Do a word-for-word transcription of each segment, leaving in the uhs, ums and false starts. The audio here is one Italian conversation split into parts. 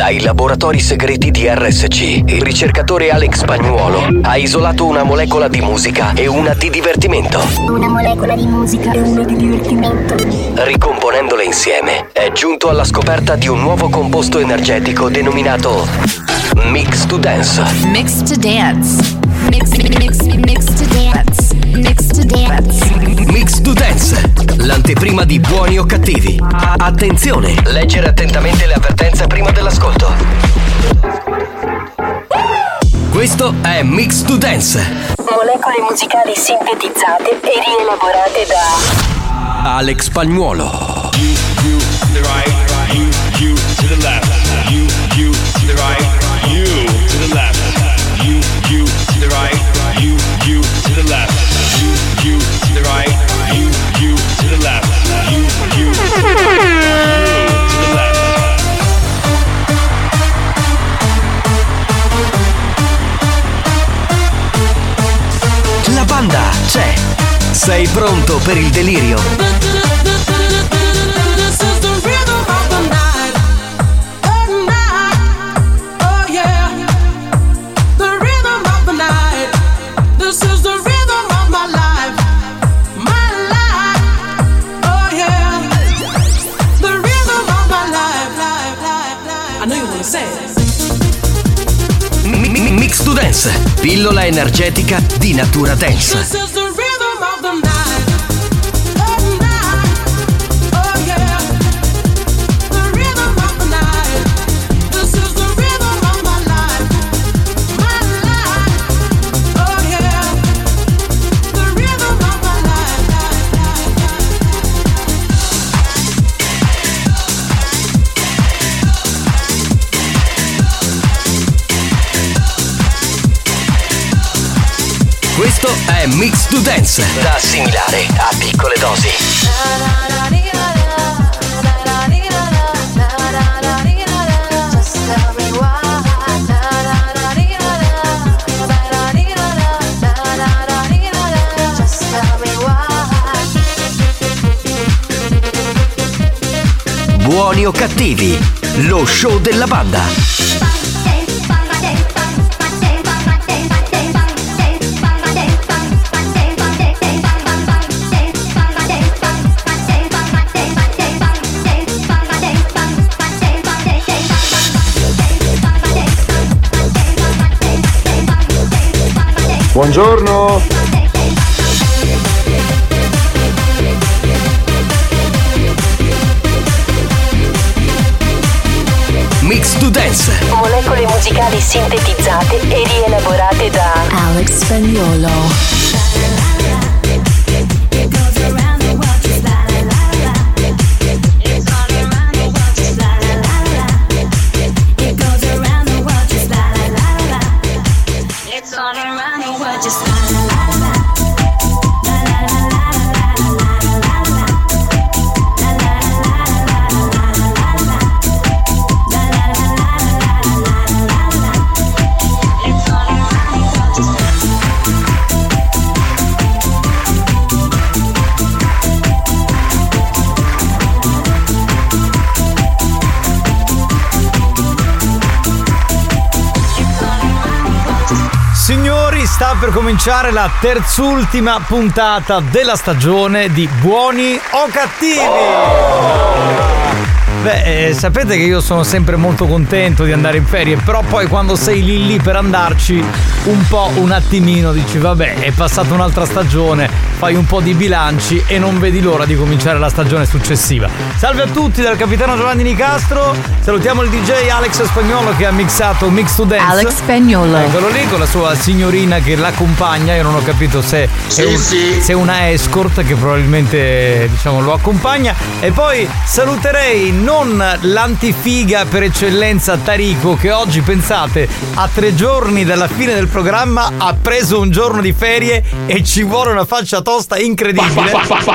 Dai laboratori segreti di R S C, il ricercatore Alex Spagnuolo ha isolato una molecola di musica e una di divertimento. Una molecola di musica e una di divertimento. Ricomponendole insieme, è giunto alla scoperta di un nuovo composto energetico denominato Mix to Dance. Mix to Dance. Mix, mix, mix to Dance. Mix to Dance. Mix to Dance, l'anteprima di Buoni o Cattivi. Attenzione, leggere attentamente le avvertenze prima dell'ascolto. Questo è Mix to Dance. Molecole musicali sintetizzate e rielaborate da Alex Spagnuolo. You, you to the right, you, you to the left, you, you to the right, you to the left, you, you to the right, you, you to the left, you, you to the right, you, you to the left, you, you to the left. La banda c'è. Sei pronto per il delirio? Mix to Dance, pillola energetica di natura dance. Questo è Mix to Dance, da assimilare a piccole dosi. Buoni o Cattivi, lo show della banda. Buongiorno! Mix to Dance. Molecole musicali sintetizzate e rielaborate da Alex Spagnuolo. Sta per cominciare la terzultima puntata della stagione di Buoni o Cattivi. Beh, eh, sapete che io sono sempre molto contento di andare in ferie, però poi quando sei lì lì per andarci un po' un attimino dici vabbè, è passata un'altra stagione, fai un po' di bilanci e non vedi l'ora di cominciare la stagione successiva. Salve a tutti dal capitano Giovanni Nicastro, salutiamo il D J Alex Spagnuolo che ha mixato Mix to Dance. Alex Spagnuolo. Eccolo lì con la sua signorina che l'accompagna, io non ho capito se sì, è, un, sì. se è una escort che probabilmente diciamo lo accompagna. E poi saluterei non l'antifiga per eccellenza Tarico che oggi, pensate, a tre giorni dalla fine del programma ha preso un giorno di ferie e ci vuole una faccia tosta incredibile.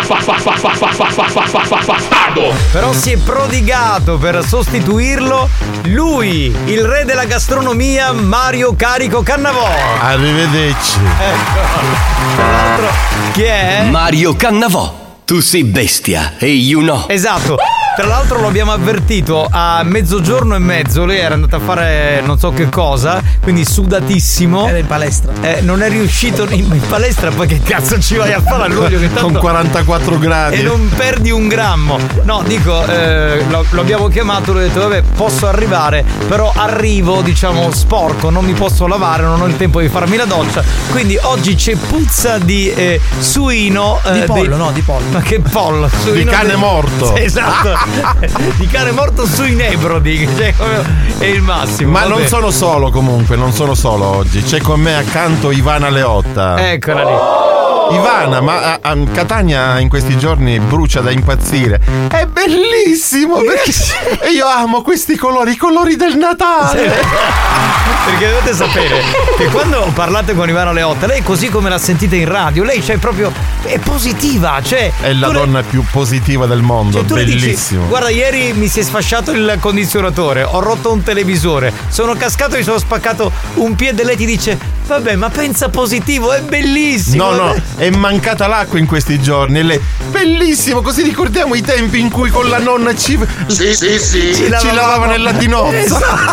Però si è prodigato per sostituirlo lui, il re della gastronomia, Mario Carico Cannavò. Arrivederci. Ecco. Tra l'altro chi è? Mario Cannavò. Tu sei bestia e you know. Esatto. Tra l'altro lo abbiamo avvertito a mezzogiorno e mezzo, lei era andata a fare non so che cosa, quindi sudatissimo. Era in palestra. Eh, non è riuscito in, in palestra, poi che cazzo ci vai a fare a luglio? Che tanto... Con quarantaquattro gradi. E non perdi un grammo. No, dico, eh, lo, lo abbiamo chiamato, lui ha detto vabbè, posso arrivare, però arrivo, diciamo, sporco, non mi posso lavare, non ho il tempo di farmi la doccia. Quindi oggi c'è puzza di eh, suino. Eh, di pollo, dei... no, di pollo. Ma che pollo? Suino di cane de... morto. Sì, esatto. Di cane morto sui nebrodi, cioè, è il massimo. Ma vabbè. non sono solo comunque, non sono solo oggi. C'è con me accanto Ivana Leotta. Eccola lì. Ivana, ma a, a Catania in questi giorni brucia da impazzire. È bellissimo perché e io amo questi colori, i colori del Natale. Sì. Perché dovete sapere che quando parlate con Ivana Leotta, lei così come la sentite in radio, lei c'è proprio è positiva, cioè è la le... donna più positiva del mondo, cioè, tu bellissimo. Dici, guarda, ieri mi si è sfasciato il condizionatore, ho rotto un televisore, sono cascato e mi sono spaccato un piede, lei ti dice vabbè, ma pensa positivo, è bellissimo. No, no, è mancata l'acqua in questi giorni e lei bellissimo, così ricordiamo i tempi in cui con la nonna ci Sì, sì, sì. ci, ci lavava nella tinozza. Esatto.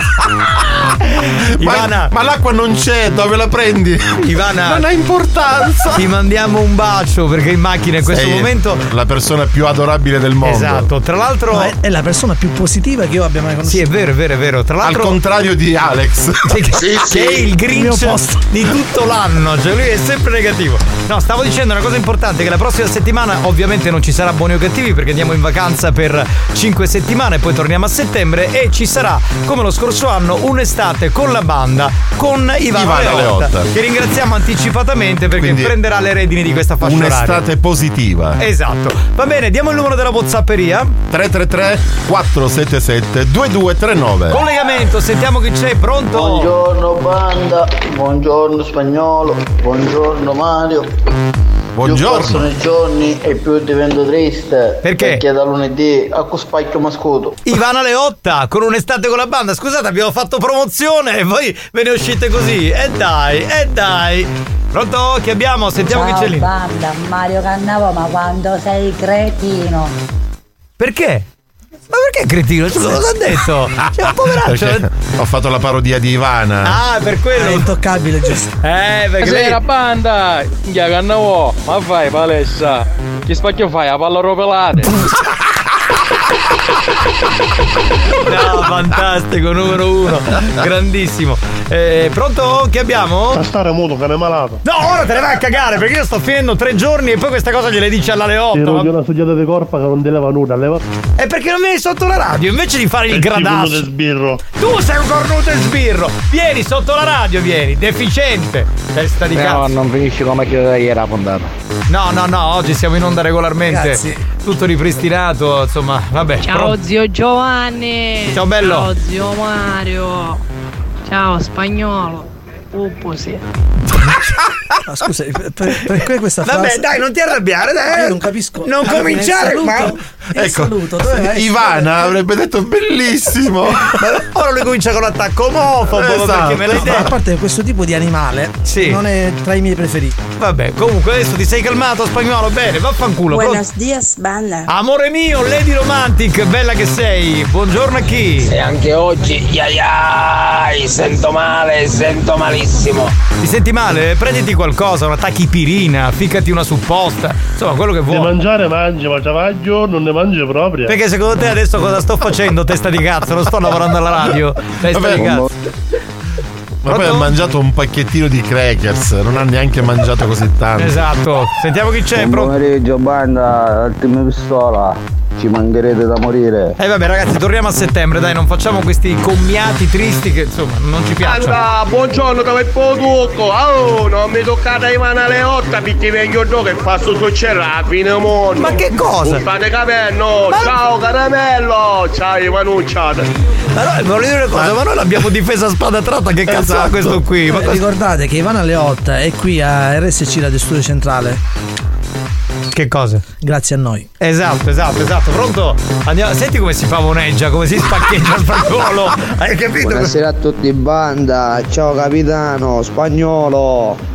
Ivana, ma, ma l'acqua non c'è, dove la prendi? Ivana, non ha importanza. Ti mandiamo un bacio perché in macchina in questo Sei momento la persona più adorabile del mondo. Esatto, tra l'altro no, è, è la persona più positiva che io abbia mai conosciuto. Sì, è vero, è vero, è vero. Tra l'altro al contrario di Alex. Sì, che, sì, sì. che è il Grinch di tutto l'anno, cioè lui è sempre negativo. No, stavo dicendo una cosa importante, che la prossima settimana ovviamente non ci sarà Buoni o Cattivi perché andiamo in vacanza per cinque settimane, poi torniamo a settembre e ci sarà, come lo scorso anno, un'estate con la banda, con Ivana, Ivana Leotta, Leotta, che ringraziamo anticipatamente perché quindi prenderà le redini di questa fascia oraria. Un'estate positiva. Esatto. Va bene, diamo il numero della WhatsApperia. tre tre tre quattro sette sette due due tre nove. Collegamento, sentiamo chi c'è, pronto? Buongiorno banda, buongiorno Spagnolo, buongiorno Mario. Buongiorno. Più passano i giorni e più divento triste. Perché? Perché da lunedì a cospacchio mascuto. Ivana Leotta con un'estate con la banda. Scusate, abbiamo fatto promozione e voi ve ne uscite così. E dai, e dai. Pronto? Chi abbiamo? Sentiamo Ciao, chi c'è lì. banda, Mario Cannavo, ma quando sei cretino? Perché? Ma perché cretino? Cioè, cosa ha detto? Cioè, un poveraccio. Perché ho fatto la parodia di Ivana. Ah, per quello. È intoccabile, giusto? Eh, perché sei lei... la banda! Minchia Cannavo, ma fai palestra? Che spacchio fai? A palla ropelate? No, fantastico, numero uno. Grandissimo. Eh, pronto? Chi abbiamo? A stare muto che ne è malato. No, ora te ne vai a cagare perché io sto finendo tre giorni e poi questa cosa gliele dice alla Leotta. Ero Ma... di una studiata di corpa che non te leva nulla, leva. È perché non vieni sotto la radio invece di fare il gradasso. Cornuto e sbirro. Tu sei un cornuto e sbirro. Vieni sotto la radio, vieni, deficiente. Testa di cazzo. No, non finisci come che ieri la puntata. No, no, no, oggi siamo in onda regolarmente. Ragazzi. Tutto ripristinato, insomma, vabbè. Ciao pronto? zio Giovanni. Ciao bello. Ciao zio Mario. Ciao Spagnolo. Upposi. Ma scusa, per, per, per questa frase. Vabbè, dai, non ti arrabbiare, dai. Io non capisco. Non Allora, cominciare, il saluto, ma il saluto, dove vai? Ivana avrebbe detto bellissimo. Ma ora lui comincia con l'attacco omofobo, Esatto. perché me l'hai No, detto. a parte che questo tipo di animale Sì. non è tra i miei preferiti. Vabbè, comunque adesso ti sei calmato, Spagnolo, bene, vaffanculo. Buenos dias, banda. Amore mio, Lady Romantic, bella che sei. Buongiorno a chi? E anche oggi, iai, sento male, sento malissimo. Ti senti male? Prenditi qualcosa, una tachipirina, ficcati una supposta, insomma, quello che Se vuoi. mangiare mangi, ma travaglio non ne mangi proprio. Perché secondo te adesso cosa sto facendo, testa di cazzo? Non sto lavorando alla radio, testa Vabbè, di cazzo. Ma poi ha mangiato un pacchettino di crackers, non ha neanche mangiato così tanto. Esatto, sentiamo chi c'è. Buon pomeriggio banda, ultima pistola. Ci mancherete da morire. Eh vabbè ragazzi, torniamo a settembre, dai, non facciamo questi commiati tristi che insomma non ci piacciono. Anda, buongiorno, dove il tucco? Oh, non mi toccate Ivana Leotta perché vengo io che passo succedere a fine mondo. Ma che cosa? State capendo? Ma... Ciao caramello, ciao Ivanuccia. Ma no, voglio dire una cosa, ma, ma noi l'abbiamo difesa a spada tratta, che cazzo Esatto. è questo qui? Ma Eh, ricordate che Ivana Leotta è qui a R S C Radio Studio Centrale. Che cosa? Grazie a noi. Esatto, esatto, esatto. Pronto? Andiamo. Senti come si pavoneggia, come si spaccheggia il spagnolo. Hai capito? Buonasera a tutti banda, ciao capitano, Spagnolo.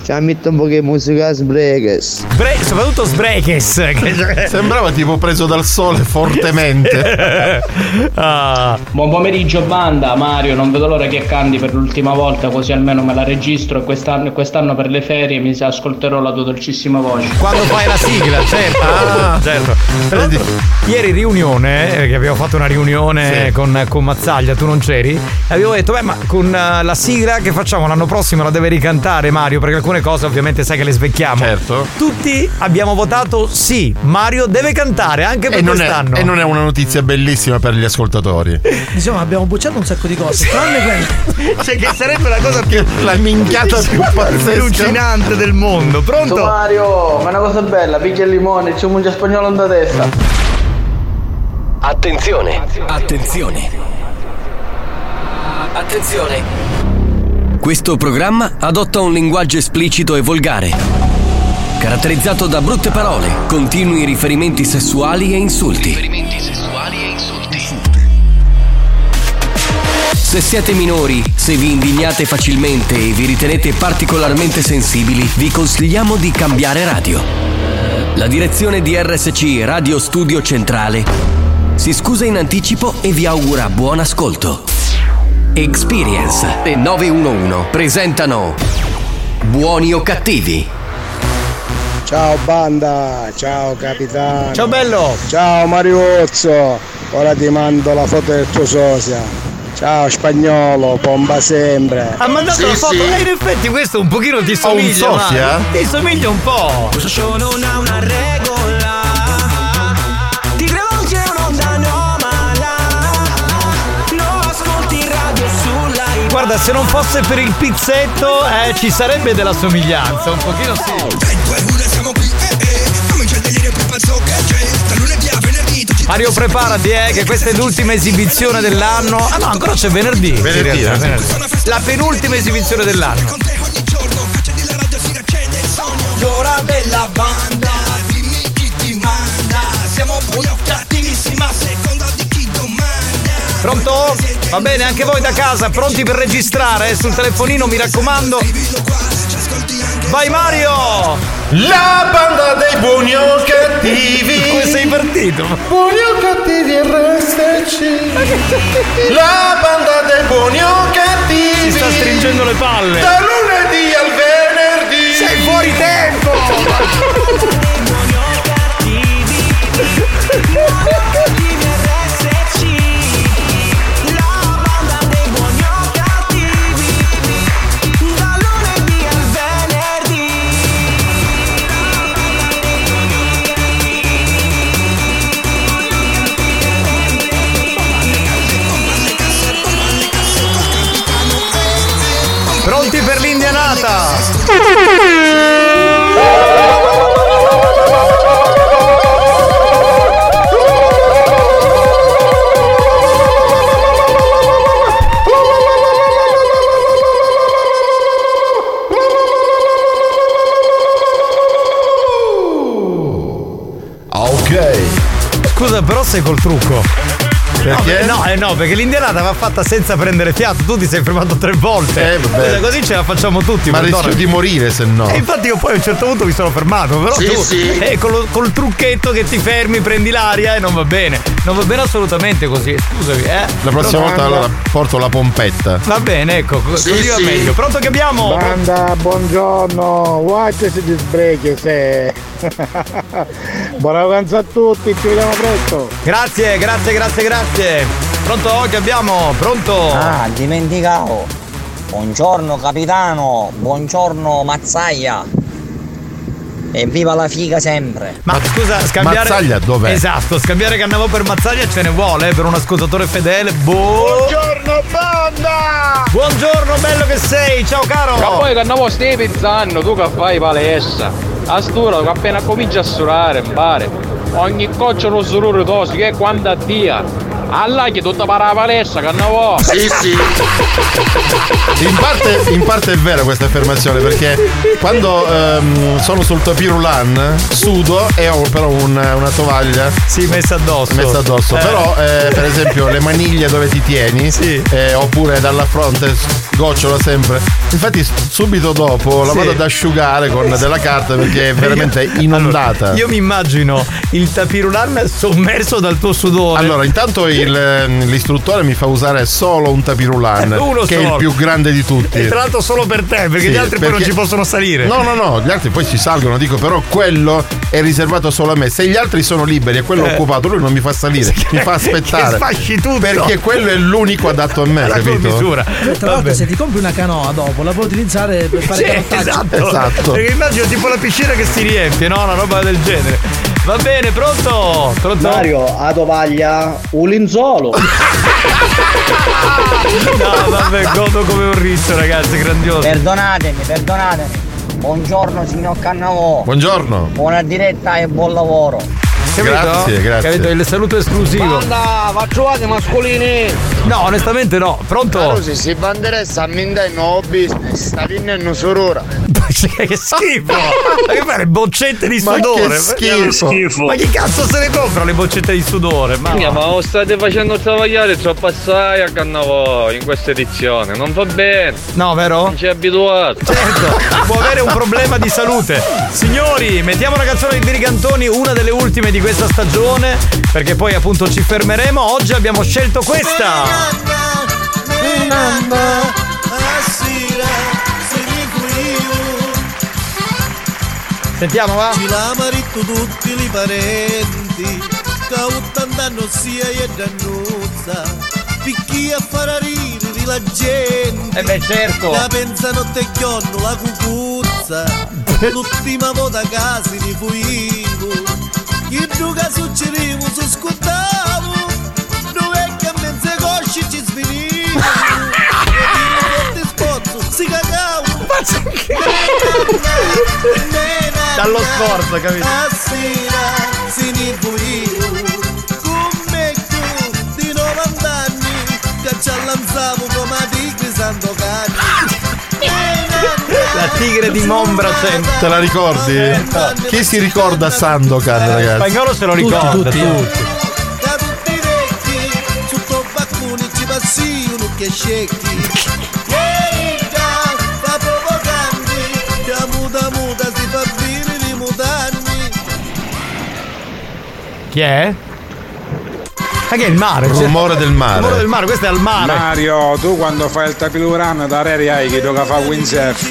Ci metto un po' di musica sbreakers. Bre- soprattutto sbreakers. Sembrava tipo preso dal sole fortemente. ah. Buon pomeriggio banda, Mario, non vedo l'ora che canti per l'ultima volta, così almeno me la registro e quest'anno, quest'anno per le ferie mi ascolterò la tua dolcissima voce. Quando fai la sigla, certo. Ah, certo. Però, ieri riunione, eh, che abbiamo fatto una riunione sì. con, con Mazzaglia, tu non c'eri? E avevo detto, beh, ma con uh, la sigla che facciamo l'anno prossimo la deve ricantare Mario, perché alcune cose ovviamente sai che le svecchiamo. Certo. Tutti abbiamo votato sì, Mario deve cantare anche per e non quest'anno. È, e non è una notizia bellissima per gli ascoltatori. Diciamo, abbiamo bocciato un sacco di cose, tranne quello. Cioè, che sarebbe la cosa più la minchiata più pazzesca, allucinante del mondo. Pronto? Tu Mario, ma è una cosa bella, picchia il limone, c'è un mungia spagnolo da testa. Attenzione, attenzione. Attenzione. Questo programma adotta un linguaggio esplicito e volgare, caratterizzato da brutte parole, continui riferimenti sessuali e insulti. Riferimenti sessuali e insulti. Se siete minori, se vi indignate facilmente e vi ritenete particolarmente sensibili, vi consigliamo di cambiare radio. La direzione di R S C Radio Studio Centrale si scusa in anticipo e vi augura buon ascolto. Experience e nove uno uno presentano Buoni o Cattivi. Ciao banda, ciao capitano. Ciao bello. Ciao Mariozzo, ora ti mando la foto del tuo sosia. Ciao Spagnolo, pompa sempre. Ha mandato sì, la foto, sì. E in effetti questo un pochino ti somiglia. Ho un sosia? Ti somiglia un po'. Questo show non ha una regola. Ti credo che è un'onda anomala. Non ascolti radio sulla. Guarda, se non fosse per il pizzetto, eh, ci sarebbe della somiglianza, un pochino sì. Mario, preparati, eh, che questa è l'ultima esibizione dell'anno. Ah no, ancora c'è venerdì. Venerdì, c'è eh, venerdì. La penultima esibizione dell'anno. L'ora della banda, dimmi chi ti manda. Siamo buoni o cattivissimi a seconda di chi domanda. Pronto? Va bene, anche voi da casa, pronti per registrare? Eh? Sul telefonino, mi raccomando. Vai Mario! La banda dei buoni o cattivi. Come sei partito? Buoni o cattivi R S C. La banda dei buoni o cattivi. Si sta stringendo le palle. Da lunedì al venerdì. Sei fuori tempo. Pronti per l'indianata? Ok. Scusa, però sei col trucco. Perché? No, eh no, perché l'indianata va fatta senza prendere fiato. Tu ti sei fermato tre volte. Eh, vabbè. Così ce la facciamo tutti. Ma rischio di morire se no. E infatti io poi a un certo punto mi sono fermato. Però sì, tu sì. Eh, col, col trucchetto che ti fermi, prendi l'aria e non va bene. Non va bene assolutamente così. Scusami, eh. La prossima Pronto? volta allora porto la pompetta. Va bene, ecco, sì, così va sì. meglio. Pronto che abbiamo? Banda, buongiorno. Watch si disbrechi se. Buona vacanza a tutti, ci vediamo presto. Grazie, grazie, grazie, grazie. Pronto che abbiamo? Pronto? Ah, dimenticavo. Buongiorno capitano, buongiorno Mazzaglia. E viva la figa sempre. Ma scusa, scambiare. Mazzaglia dov'è? Esatto, scambiare Cannavo per Mazzaglia ce ne vuole, eh, per un ascoltatore fedele. Boh. Buongiorno banda! Buongiorno, bello che sei, ciao caro! Ma poi Cannavo stai pensando, tu che fai palestra? A stura che appena comincia a surare, impare. Ogni coccio lo sururo tosi, che è quando addia. Allah che tutta para la palestra, cannavo. Sì, sì. In parte, in parte è vera questa affermazione, perché quando ehm, sono sul tapirulan sudo e ho però una, una tovaglia. Sì, messa addosso. Messa addosso. Eh. Però eh, per esempio le maniglie dove ti tieni, sì. eh, oppure dalla fronte gocciola sempre. Infatti subito dopo la Sì. vado ad asciugare con della carta perché è veramente inondata. Allora, io mi immagino il tapirulan sommerso dal tuo sudore. Allora, intanto il, l'istruttore mi fa usare solo un tapirulan, Uno che solo. è il più grande di tutti. E tra l'altro solo per te, perché Sì, gli altri poi non perché- ci possono salire. No, no, no, gli altri poi ci salgono, dico, però quello è riservato solo a me. Se gli altri sono liberi e quello è Eh. occupato, lui non mi fa salire, mi fa aspettare. Che sfasci tutto. Perché quello è l'unico adatto a me, La capito? misura. Tra l'altro, se ti compri una canoa dopo, la puoi utilizzare per fare Sì, canottaggio. esatto. Esatto. Perché immagino tipo la piscina che si riempie, no? Una roba del genere. Va bene, pronto? Pronto? Mario, a tovaglia, un linzolo. No, vabbè, godo come un riccio, ragazzi, grandioso. Perdonatemi, perdonatemi. Buongiorno signor Cannavò. Buongiorno. Buona diretta e buon lavoro. Capito? Grazie, grazie. Capito? Il saluto esclusivo. Banda, ma trovate mascolini? No, onestamente no. Pronto? Allora, se si banderessa a Minda il nuovo business, sta vinnendo sorora. Che schifo! Ma che fare boccette di Ma sudore? che schifo. Ma chi cazzo se ne compra le boccette di sudore? Ma, Minchia, ma lo state facendo travagliare troppo assai a Cannavò in questa edizione. Non va bene. No, vero? Non ci è abituato. Certo, può avere un problema di salute. Signori, mettiamo una canzone di Brigantoni, una delle ultime di questa stagione, perché poi appunto ci fermeremo. Oggi abbiamo scelto questa. Sentiamo, va? Ci la maritto tutti i parenti, che ottanta anni sia e dannuzza, picchi a fare ridere la gente. Eh beh, certo. La pensano te chionno la cucuzza, l'ultima volta che si ne fuivo, che duca succedivo su scottavo, dove che a mezze cosci ci svenivo, e ti spozzo, si cagavo. Dallo sforzo, capito? A sera si ne fuivo, come tu di novanta anni, che ci allanzavo come a tigre santo cani. La tigre di Mombracento. Te la ricordi? Chi si ricorda Sandokan, ragazzi? Spagnolo se lo Tutti, ricorda, tutti. tutti. Da tutti i vecchi, sotto bacconi ci passino che scecchi. Ieri già fa provocanti, che a muta muta si fa vivere i mutanni. Chi è? Ma che è il mare? Il Cioè- rumore del mare. Il rumore del mare, questo è al mare. Mario, tu quando fai il tapiruran da Reri hai che tocca fa windsurf.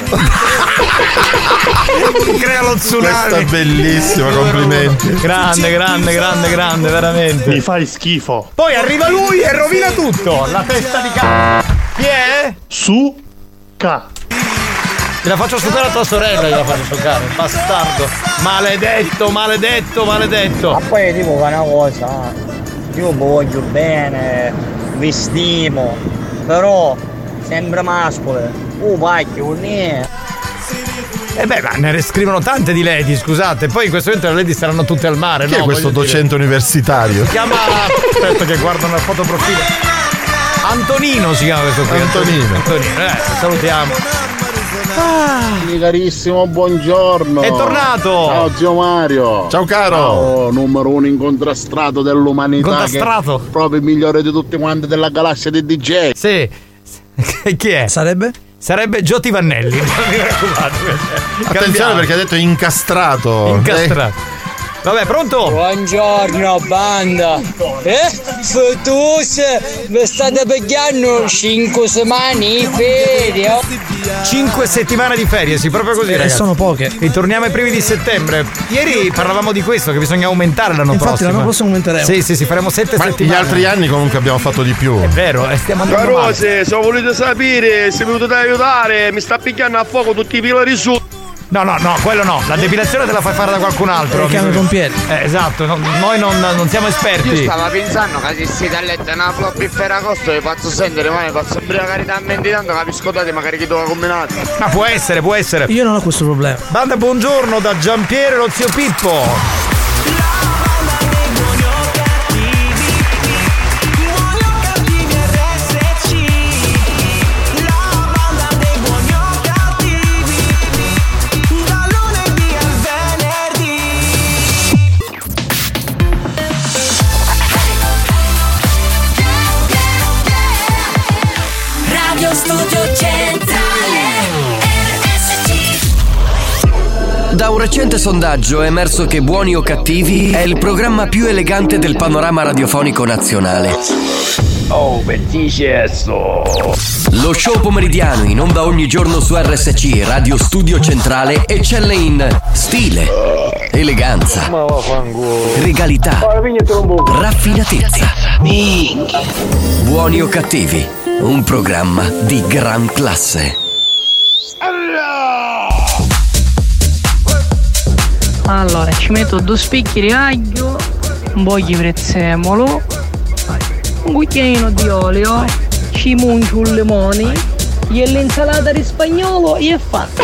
Crea lo tsunami. Questa è bellissima, complimenti. Grande, grande, grande, grande, veramente. Mi fai schifo. Poi arriva lui e rovina tutto. La testa di cazzo. Chi è? Su K. Te la faccio succare a tua sorella, gliela faccio succare. Bastardo. Maledetto, maledetto, maledetto. Ma poi dico una cosa, io voglio bene, vi stimo, però sempre mascolo, oh vacchio, ne. E beh, ma ne scrivono tante di lady, scusate. Poi in questo momento le lady saranno tutte al mare, Chi no? è questo Voglio docente universitario? Si chiama. Aspetta che guardano la foto profilo. Antonino si chiama questo qui. Antonino. Antonino, eh, salutiamo. Ah. Carissimo, buongiorno. È tornato. Ciao zio Mario. Ciao caro. Ciao, numero uno incontrastrato dell'umanità. Incontrastrato? Che è proprio il migliore di tutti quanti della galassia di D J. Sì. Chi è? Sarebbe? Sarebbe Gioti Vannelli. Non mi raccomando. Attenzione Cambiamo. perché ha detto incastrato. Incastrato. Vabbè, pronto? Buongiorno banda. Eh? Fotus, vi state pigliando cinque settimane in ferie. Cinque settimane di ferie, sì, proprio così, Eh, ragazzi. sono poche. Ritorniamo ai primi di settembre. Ieri parlavamo di questo, che bisogna aumentare l'anno Infatti, prossimo. l'anno prossimo aumenteremo. Sì, sì, sì, faremo sette Ma settimane. gli altri anni comunque abbiamo fatto di più. È vero, e stiamo andando male. Carose, se volete sapere, se mi potete aiutare, mi sta picchiando a fuoco tutti i pilari su. No, no, no, quello no. La depilazione te la fai fare da qualcun altro. Lo chiami i pompieri. Eh, esatto, no, noi non, non siamo esperti. Io stavo pensando che se siete a letto una floppy ferragosto vi faccio sentere, ma vi faccio ubriacare talmente tanto che capisco date magari che dove combinate. Ma può essere, può essere. Io non ho questo problema. Banda, buongiorno da Giampiero e lo zio Pippo. studio centrale R S C. Da un recente sondaggio è emerso che Buoni o Cattivi è il programma più elegante del panorama radiofonico nazionale. Oh, benissimo. Lo show pomeridiano in onda ogni giorno su R S C Radio Studio Centrale eccelle in stile, eleganza, regalità, raffinatezza. Buoni o Cattivi, un programma di gran classe. Allora, ci metto due spicchi di aglio, un po' di prezzemolo, un cucchiaino di olio, ci muncio un limone e l'insalata di spagnolo e è fatta.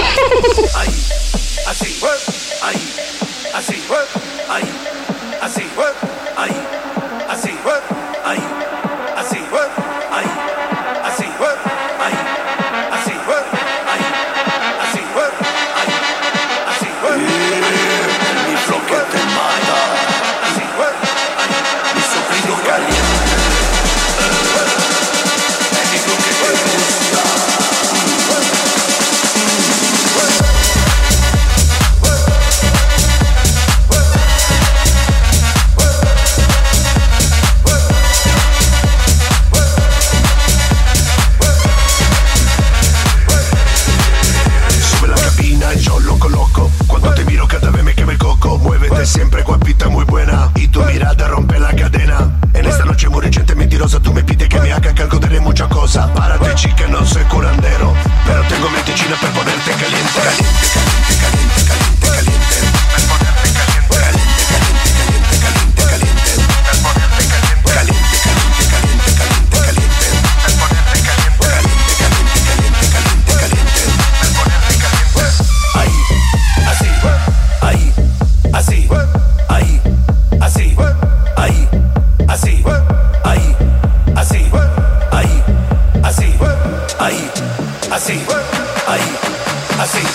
Siempre guapita, muy buena. Y tu mirada rompe la cadena. En esta noche muy reciente, mentirosa, tú me pides que me haga cargo de muchas cosas. Párate, chica, no soy curandero, pero tengo medicina para ponerte caliente. Caliente, caliente, caliente, caliente, caliente. Para ponerte caliente. Caliente, caliente, caliente, caliente. Para ponerte caliente. Caliente, caliente, caliente, caliente, caliente. Para ponerte caliente. Caliente, caliente, caliente, caliente, caliente. Para ponerte caliente. Ahí, así, ahí. Así, ahí, así, ahí, así, ahí, así, ahí, así, ahí, así, ahí, así.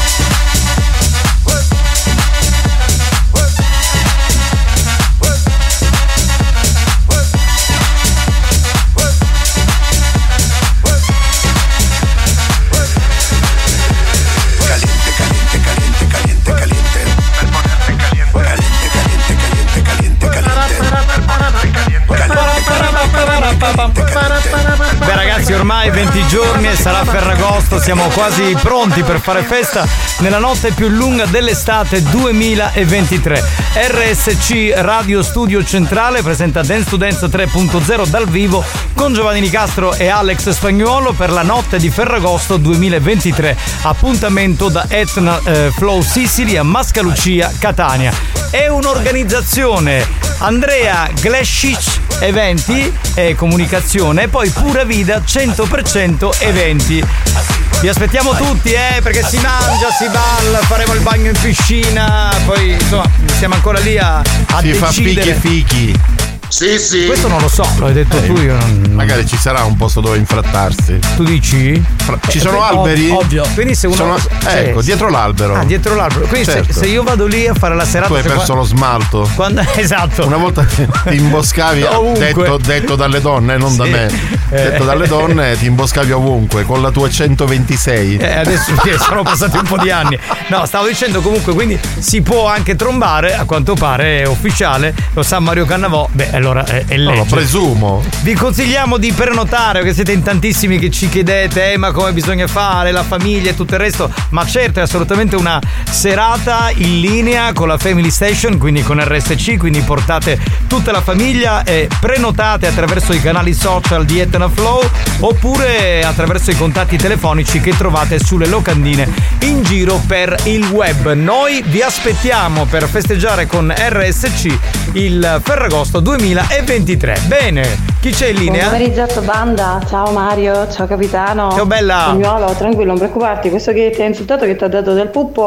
Beh ragazzi, ormai venti giorni e sarà Ferragosto, siamo quasi pronti per fare festa nella notte più lunga dell'estate duemilaventitré. R S C Radio Studio Centrale presenta Dance to Dance tre punto zero dal vivo con Giovanni Nicastro e Alex Spagnuolo per la notte di Ferragosto duemilaventitré. Appuntamento da Etna eh, Flow Sicily a Mascalucia, Catania. È un'organizzazione Andrea Glescic Eventi e Comunicazione e poi Pura Vida cento per cento Eventi. Vi aspettiamo tutti, eh, perché si mangia, si balla, faremo il bagno in piscina, poi insomma siamo ancora lì a, a si decidere. fa fichi e fichi. Sì, sì. Questo non lo so, l'hai detto eh, tu. Io non... Magari ci sarà un posto dove infrattarsi. Tu dici? Fra... Ci sono eh, alberi? Ovvio. Quindi se uno. Sono... Cioè, ecco, dietro l'albero. Ah, dietro l'albero. Quindi certo. se, se io vado lì a fare la serata. Tu hai perso qua... lo smalto. Quando... Esatto. Una volta ti imboscavi, detto, detto dalle donne, non sì. da me. Eh. Detto dalle donne, ti imboscavi ovunque con la tua centoventisei. Eh, adesso sono passati un po' di anni. No, stavo dicendo comunque, quindi si può anche trombare, a quanto pare è ufficiale, lo sa Mario Cannavò. Beh, allora è, è legge. No, lo presumo. Vi consigliamo di prenotare, perché siete in tantissimi che ci chiedete, eh, ma come bisogna fare, la famiglia e tutto il resto. Ma certo, è assolutamente una serata in linea con la Family Station, quindi con R S C, quindi portate tutta la famiglia e prenotate attraverso i canali social di Etna Flow oppure attraverso i contatti telefonici che trovate sulle locandine in giro per il web. Noi vi aspettiamo per festeggiare con R S C il Ferragosto duemilaventitré. Bene, chi c'è in linea? Buon pomeriggio banda, ciao Mario, ciao capitano. Ciao bella. Spagnuolo, tranquillo, non preoccuparti, questo che ti ha insultato, che ti ha dato del puppo,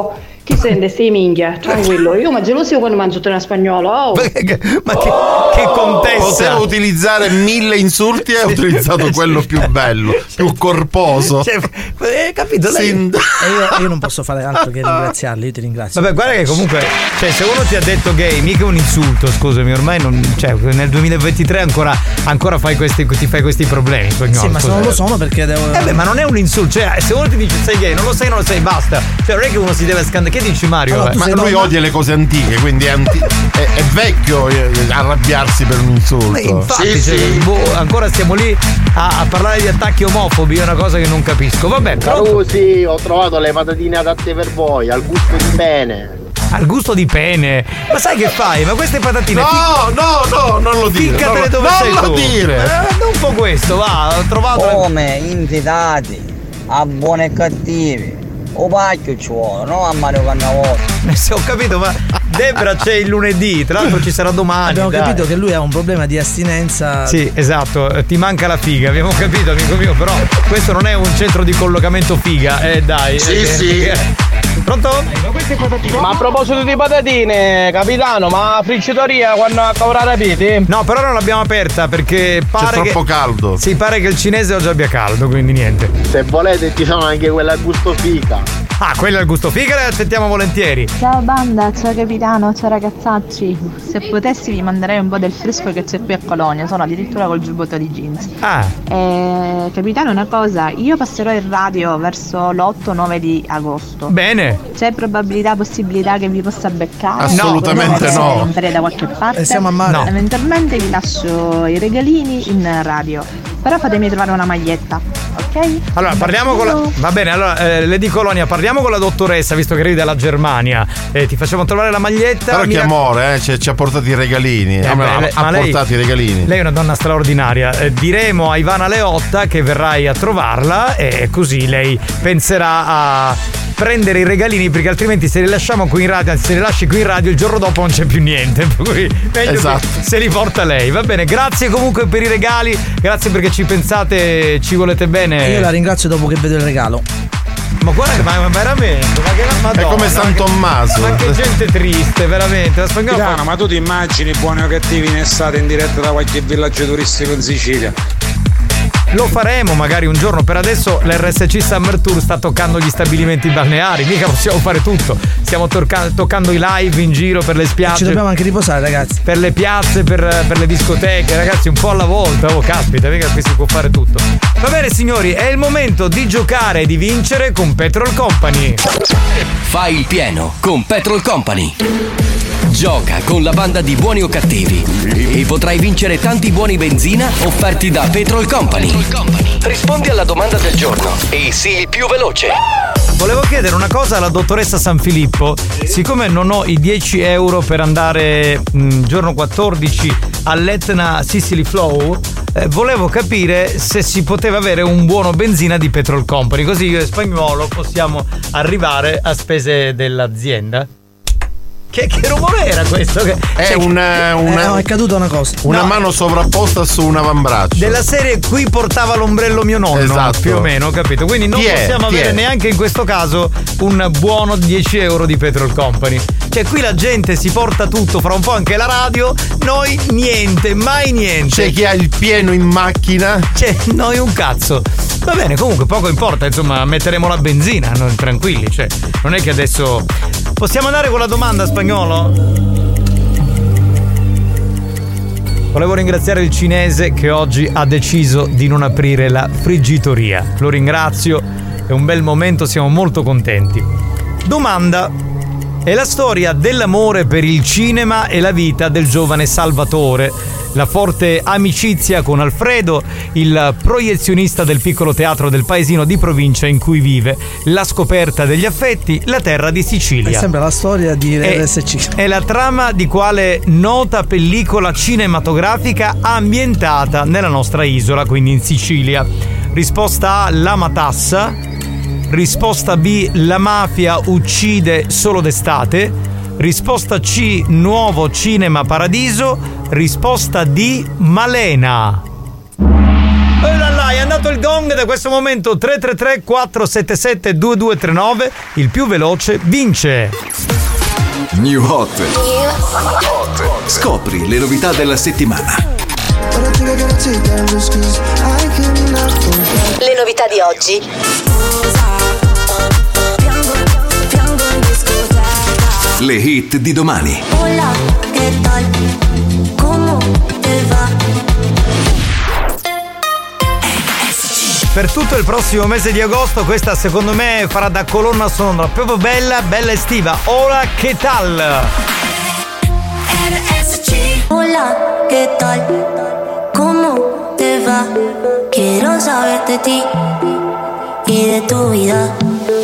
Chi sente sei minchia, tranquillo. Io mangio lo quando mangio tutto in spagnolo. Oh. Ma che, ma che, che contessa! Poteva utilizzare mille insulti e ha utilizzato quello più bello, più corposo. Cioè, eh, capito? Lei... Sin... E io, io non posso fare altro che ringraziarli, io ti ringrazio. Vabbè, guarda che comunque, cioè, se uno ti ha detto gay, mica un insulto, scusami, ormai non. Cioè, nel duemilaventitré ancora, ancora fai questi, ti fai questi problemi. Spagnolo, sì, ma se non lo sono perché devo. Eh beh, ma non è un insulto, cioè, se uno ti dice sei gay, non lo sei, non lo sei, basta. Cioè, non è che uno si deve scandalizzare. Che dici, Mario? Allora, ma lui donna... odia le cose antiche, quindi è, anti... è, è vecchio arrabbiarsi per un insulto. Ma infatti, sì, cioè, sì. boh, ancora stiamo lì a, a parlare di attacchi omofobi, è una cosa che non capisco. Vabbè, però. Sì, ho trovato le patatine adatte per voi, al gusto di pene. Al gusto di pene. Ma sai che fai? Ma queste patatine. No, fic- no, no, non lo dire. Ficcatele dove non sei lo tu. dire. Eh, un po' questo, va, ho trovato. Come invitati a buoni e cattivi. O pacchio ci vuole, no a Mario Cannavò. Se ho capito, ma Debra c'è il lunedì, tra l'altro ci sarà domani. Abbiamo dai. capito che lui ha un problema di astinenza. Sì, esatto, ti manca la figa, abbiamo capito, amico mio, però questo non è un centro di collocamento figa, eh dai. Sì, eh, sì. Eh. Pronto? Ma a proposito di patatine, capitano, ma la friggitoria quando ancora rapiti? No, però non l'abbiamo aperta perché pare C'è troppo che, caldo. Sì, pare che il cinese oggi abbia caldo, quindi niente. Se volete ci sono anche quella a gusto fica. Ah, quella al gusto figa, le aspettiamo volentieri. Ciao banda, ciao capitano, ciao ragazzacci. Se potessi vi manderei un po' del fresco che c'è qui a Colonia, sono addirittura col giubbotto di jeans. Ah. Eh, capitano, una cosa, io passerò in radio verso l'otto nove di agosto. Bene. C'è probabilità, possibilità che vi possa beccare? Assolutamente no. no. Andrei da qualche parte. E siamo a mare. No. Eventualmente vi lascio i regalini in radio. Però fatemi trovare una maglietta, ok? Allora, parliamo con la. Va bene, allora, eh, Lady Colonia, parliamo con la dottoressa, visto che arrivi dalla Germania. Eh, ti facciamo trovare la maglietta. Però Mi che rac- amore, eh, ci, ci ha portato i regalini. Eh, Ah, beh, ha lei- ha ma lei- portato i regalini. Lei è una donna straordinaria. Eh, diremo a Ivana Leotta che verrai a trovarla e così lei penserà a prendere i regalini, perché altrimenti se li lasciamo qui in radio, se li lasci qui in radio il giorno dopo non c'è più niente. Per cui meglio Esatto. che se li porta lei. Va bene, grazie comunque per i regali, grazie perché ci pensate, ci volete bene. Io la ringrazio dopo che vedo il regalo. Ma guarda, ma, ma veramente, ma che Madonna, È come San ma che- Tommaso. Ma che gente triste, veramente. La spagnolo fa- Capitano, ma tu ti immagini buoni o cattivi in estate in diretta da qualche villaggio turistico in Sicilia? Lo faremo magari un giorno, per adesso l'R S C Summer Tour sta toccando gli stabilimenti balneari, mica possiamo fare tutto. Stiamo torca- toccando i live in giro per le spiagge. Ci dobbiamo anche riposare, ragazzi. Per le piazze, per, per le discoteche, ragazzi, un po' alla volta. Oh, caspita, mica qui si può fare tutto. Va bene, signori, è il momento di giocare e di vincere con Petrol Company. Fai il pieno con Petrol Company. Gioca con la banda di Buoni o Cattivi e potrai vincere tanti buoni benzina offerti da Petrol Company. Rispondi alla domanda del giorno e sii il più veloce. Volevo chiedere una cosa alla dottoressa Sanfilippo. Siccome non ho i dieci euro per andare mh, giorno quattordici all'Etna Sicily Flow, eh, volevo capire se si poteva avere un buono benzina di Petrol Company, così io e Spagnolo possiamo arrivare a spese dell'azienda. Che, che rumore era questo? Che, È cioè, una, una, Eh, no, è caduta una cosa. una no. mano sovrapposta su un avambraccio. della serie qui portava l'ombrello mio nonno, Esatto. più o meno, capito? Quindi non Chi è? possiamo Chi avere è? neanche in questo caso un buono dieci euro di Petrol Company. Cioè qui la gente si porta tutto, fra un po' anche la radio, noi niente, mai niente. C'è chi ha il pieno in macchina. Cioè, noi un cazzo. Va bene, comunque poco importa, insomma, metteremo la benzina, noi tranquilli, cioè, non è che adesso. Possiamo andare con la domanda, Spagnolo? Volevo ringraziare il cinese che oggi ha deciso di non aprire la friggitoria. Lo ringrazio, è un bel momento, siamo molto contenti. Domanda. È la storia dell'amore per il cinema e la vita del giovane Salvatore, la forte amicizia con Alfredo, il proiezionista del piccolo teatro del paesino di provincia in cui vive, la scoperta degli affetti, la terra di Sicilia. È sempre la storia di R S C. È la trama di quale nota pellicola cinematografica ambientata nella nostra isola, quindi in Sicilia. Risposta A, La Matassa. Risposta B, La mafia uccide solo d'estate. Risposta C, Nuovo Cinema Paradiso. Risposta D, Malena. Oh là là, è andato suonato il gong, da questo momento tre tre tre quattro sette sette due due tre nove, il più veloce vince. New Hot. Scopri le novità della settimana. Le novità di oggi. Le hit di domani. Hola, ¿qué tal? ¿Cómo te va? Per tutto il prossimo mese di agosto questa secondo me farà da colonna sonora proprio bella, bella estiva. Hola, che tal? Hola, ¿qué tal? ¿Cómo te va? Quiero saber de ti y de tu vida.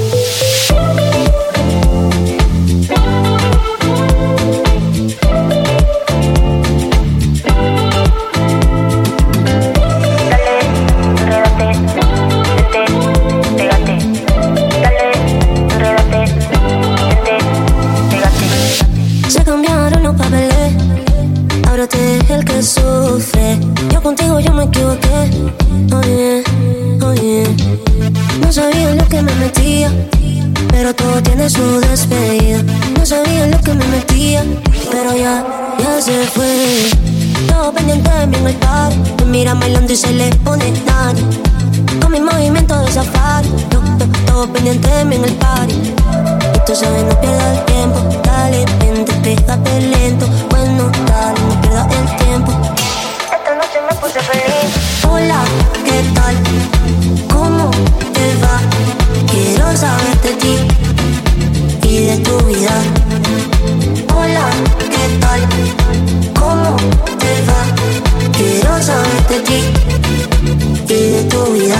El que sufre, yo contigo yo me equivoqué. Oye, oye, no sabía en lo que me metía, pero todo tiene su despedida. No sabía en lo que me metía, pero ya, ya se fue. Todo pendiente de mí en el par, me mira bailando y se le pone nani. Con mi movimiento de safari, yo, yo, todo pendiente de mí en el party. Y tú sabes, no pierdas el tiempo, dale, vente, pégate lento. Bueno, dale, no pierdas el tiempo. Esta noche me puse feliz. Hola, ¿qué tal? ¿Cómo te va? Quiero saber de ti y de tu vida. Hola, ¿qué tal? ¿Cómo te va? Quiero saber de ti y de tu vida.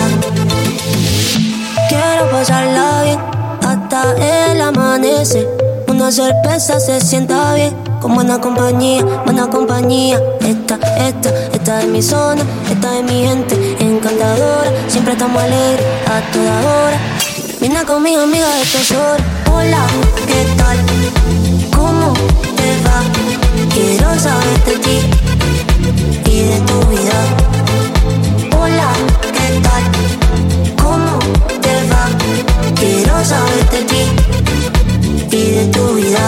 Quiero pasarla bien hasta el amanecer. Una cerveza se sienta bien, con buena compañía, buena compañía. Esta, esta, esta es mi zona, esta es mi gente encantadora. Siempre estamos alegres a toda hora. Vine conmigo, amiga de tesoro. Hola, ¿qué tal? ¿Cómo te va? Quiero saber de ti y de tu vida. Hola, ¿qué tal? ¿Cómo te va? Quiero saber de ti y de tu vida.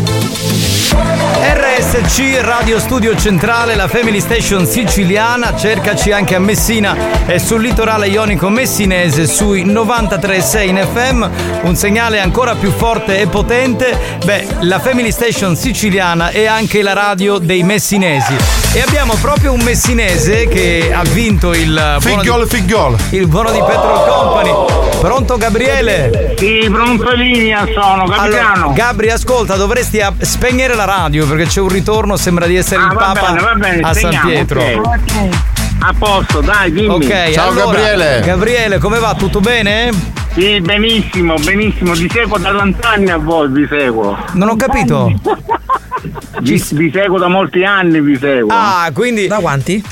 R S C Radio Studio Centrale, la Family Station siciliana. Cercaci anche a Messina e sul litorale ionico messinese sui novantatré virgola sei in F M. Un segnale ancora più forte e potente. Beh, la Family Station siciliana è anche la radio dei messinesi. E abbiamo proprio un messinese che ha vinto il Figgol, Figgol. Il buono di Petrol Company. Pronto Gabriele? Sì, pronto linea sono, capitano. Allora, Gabri, ascolta, dovresti a- spegnere la radio perché c'è un ritorno, sembra di essere ah, il va Papa bene, va bene, a spegniamo, San Pietro. Okay. A posto, dai, dimmi. Ok, ciao allora, Gabriele. Gabriele, come va? Tutto bene? Sì, benissimo, benissimo. Vi seguo da tanti anni a voi, vi seguo. Non ho capito. Vi, vi seguo da molti anni, vi seguo. Ah, quindi. Da quanti?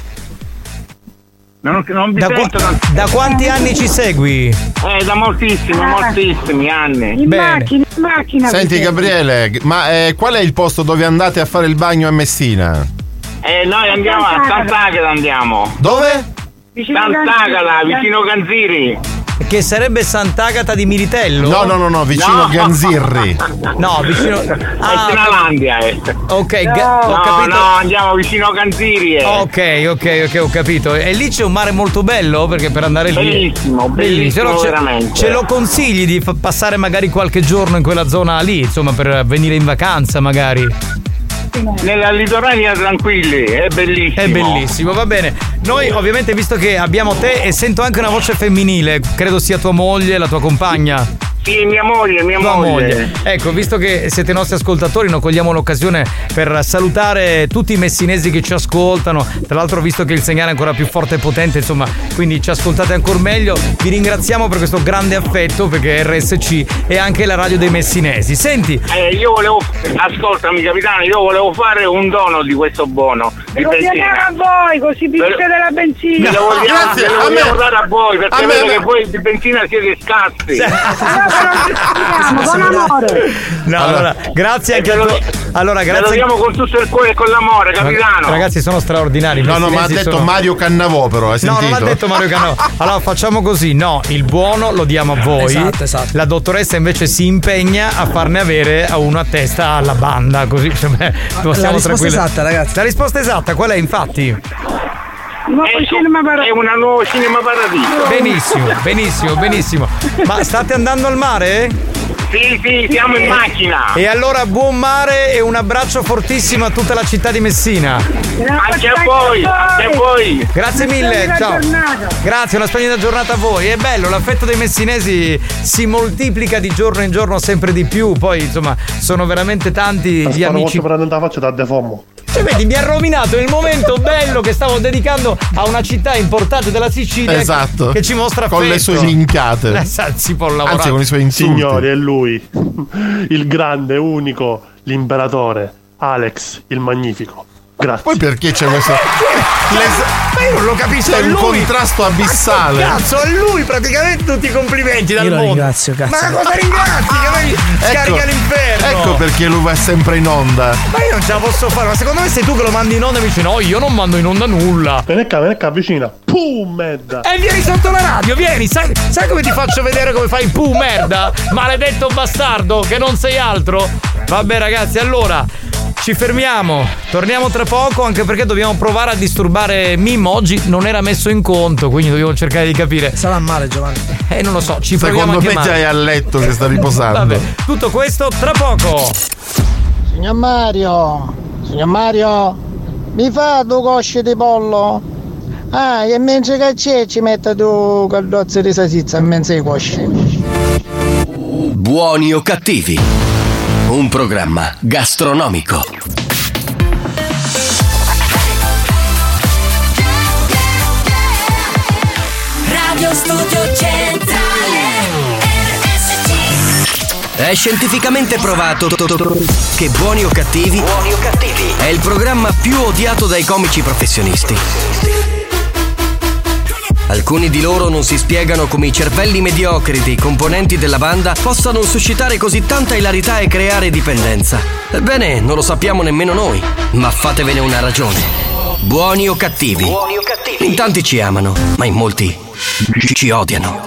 Non, non vi da, sento qua- da... da quanti anni ci segui? Eh, da moltissimi, moltissimi anni. In Bene. macchina, in macchina. Senti Gabriele, ma eh, qual è il posto dove andate a fare il bagno a Messina? Eh, noi andiamo a Sant'Agata, andiamo. Dove? Sant'Agata, vicino Ganziri. Che sarebbe Sant'Agata di Militello? No, no, no, no, vicino No. Ganzirri. No, vicino. È Ah, Senalandia, eh. ok, No, ga- ho no, capito. no, andiamo vicino a Ganziri. Eh. Ok, ok, ok, ho capito. E lì c'è un mare molto bello perché per andare lì. Bellissimo, bellissimo, Però ce, veramente. ce lo consigli di f- passare magari qualche giorno in quella zona lì, insomma, per venire in vacanza magari? Nella litorania tranquilli, è bellissimo. È bellissimo, va bene. Noi ovviamente, visto che abbiamo te e sento anche una voce femminile, credo sia tua moglie, la tua compagna. Sì, mia moglie, mia Tua moglie. moglie. Ecco, visto che siete nostri ascoltatori, noi cogliamo l'occasione per salutare tutti i messinesi che ci ascoltano. Tra l'altro, visto che il segnale è ancora più forte e potente, insomma, quindi ci ascoltate ancora meglio. Vi ringraziamo per questo grande affetto, perché R S C è anche la radio dei messinesi. Senti, Eh, io volevo, ascoltami capitano, io volevo fare un dono di questo buono di Lo diamo benzina. a voi, così vi Ve lo- della benzina. Ve lo vogliamo, grazie, ve lo a me. vogliamo dare a voi, perché A me, vedo a me. che voi di benzina siete scassi. Buon amore. no, allora, grazie E anche ve a lo, tuo. Allora, grazie. Ve lo diamo con tutto il cuore e con l'amore, capitano. Ragazzi, sono straordinari. No, no, ma ha detto sono... Mario Cannavò, però. Hai sentito? No, non ha detto Mario Cannavò. Allora, facciamo così. No, il buono lo diamo a voi. Esatto, esatto. La dottoressa invece si impegna a farne avere a uno a testa alla banda. Così cioè, beh, la risposta esatta, ragazzi. La risposta esatta, qual è, infatti? Nuovo cinema paradiso. È una nuova cinema paradiso. Benissimo, benissimo, benissimo. Ma state andando al mare? Sì, sì, siamo in macchina. E allora buon mare e un abbraccio fortissimo a tutta la città di Messina. Anche a voi, anche a voi. Grazie mille, ciao. Grazie, una splendida giornata a voi. È bello, l'affetto dei messinesi si moltiplica di giorno in giorno sempre di più. Poi, insomma, sono veramente tanti gli amici. Per andare faccio da defomo. Cioè, vedi, mi ha rovinato il momento bello che stavo dedicando a una città importante della Sicilia. Esatto. Che ci mostra affetto. Con le sue minchiate. Esatto, si può lavorare. Anzi, con i suoi insulti. Signori, è lui, il grande, unico, l'imperatore, Alex, il magnifico. Grazie. Poi perché c'è questo... Ma io non lo capisco. C'è un lui. contrasto abissale. Ma cazzo, a lui praticamente tutti i complimenti dal io mondo. Lo ringrazio, cazzo. Ma cosa ringrazi? Che mi scarica ecco, l'inferno. Ecco perché lui va sempre in onda. Ma io non ce la posso fare. Ma secondo me sei tu che lo mandi in onda e mi dici no, io non mando in onda nulla. Vieni qua, vieni qua vicina. Puh, merda. E vieni sotto la radio, vieni. Sai, sai come ti faccio vedere come fai puh, merda? Maledetto bastardo, che non sei altro. Vabbè ragazzi, allora ci fermiamo, torniamo tra poco, anche perché dobbiamo provare a disturbare Mimmo. Oggi non era messo in conto, quindi dobbiamo cercare di capire. Sarà male, Giovanni. Eh, non lo so, ci proviamo Secondo anche me già è a letto che sta riposando. Vabbè, tutto questo tra poco. Signor Mario, signor Mario, mi fa due cosce di pollo? Ah, e mentre che c'è ci mette due caldozze di salsiccia in mezzo ai cosci. Buoni o cattivi? Un programma gastronomico. Radio Studio Centrale R S C. È scientificamente provato che Buoni o cattivi è il programma più odiato dai comici professionisti. Alcuni di loro non si spiegano come i cervelli mediocri dei componenti della banda possano suscitare così tanta ilarità e creare dipendenza. Ebbene, non lo sappiamo nemmeno noi, ma fatevene una ragione. Buoni o cattivi? Buoni o cattivi? In tanti ci amano, ma in molti ci odiano.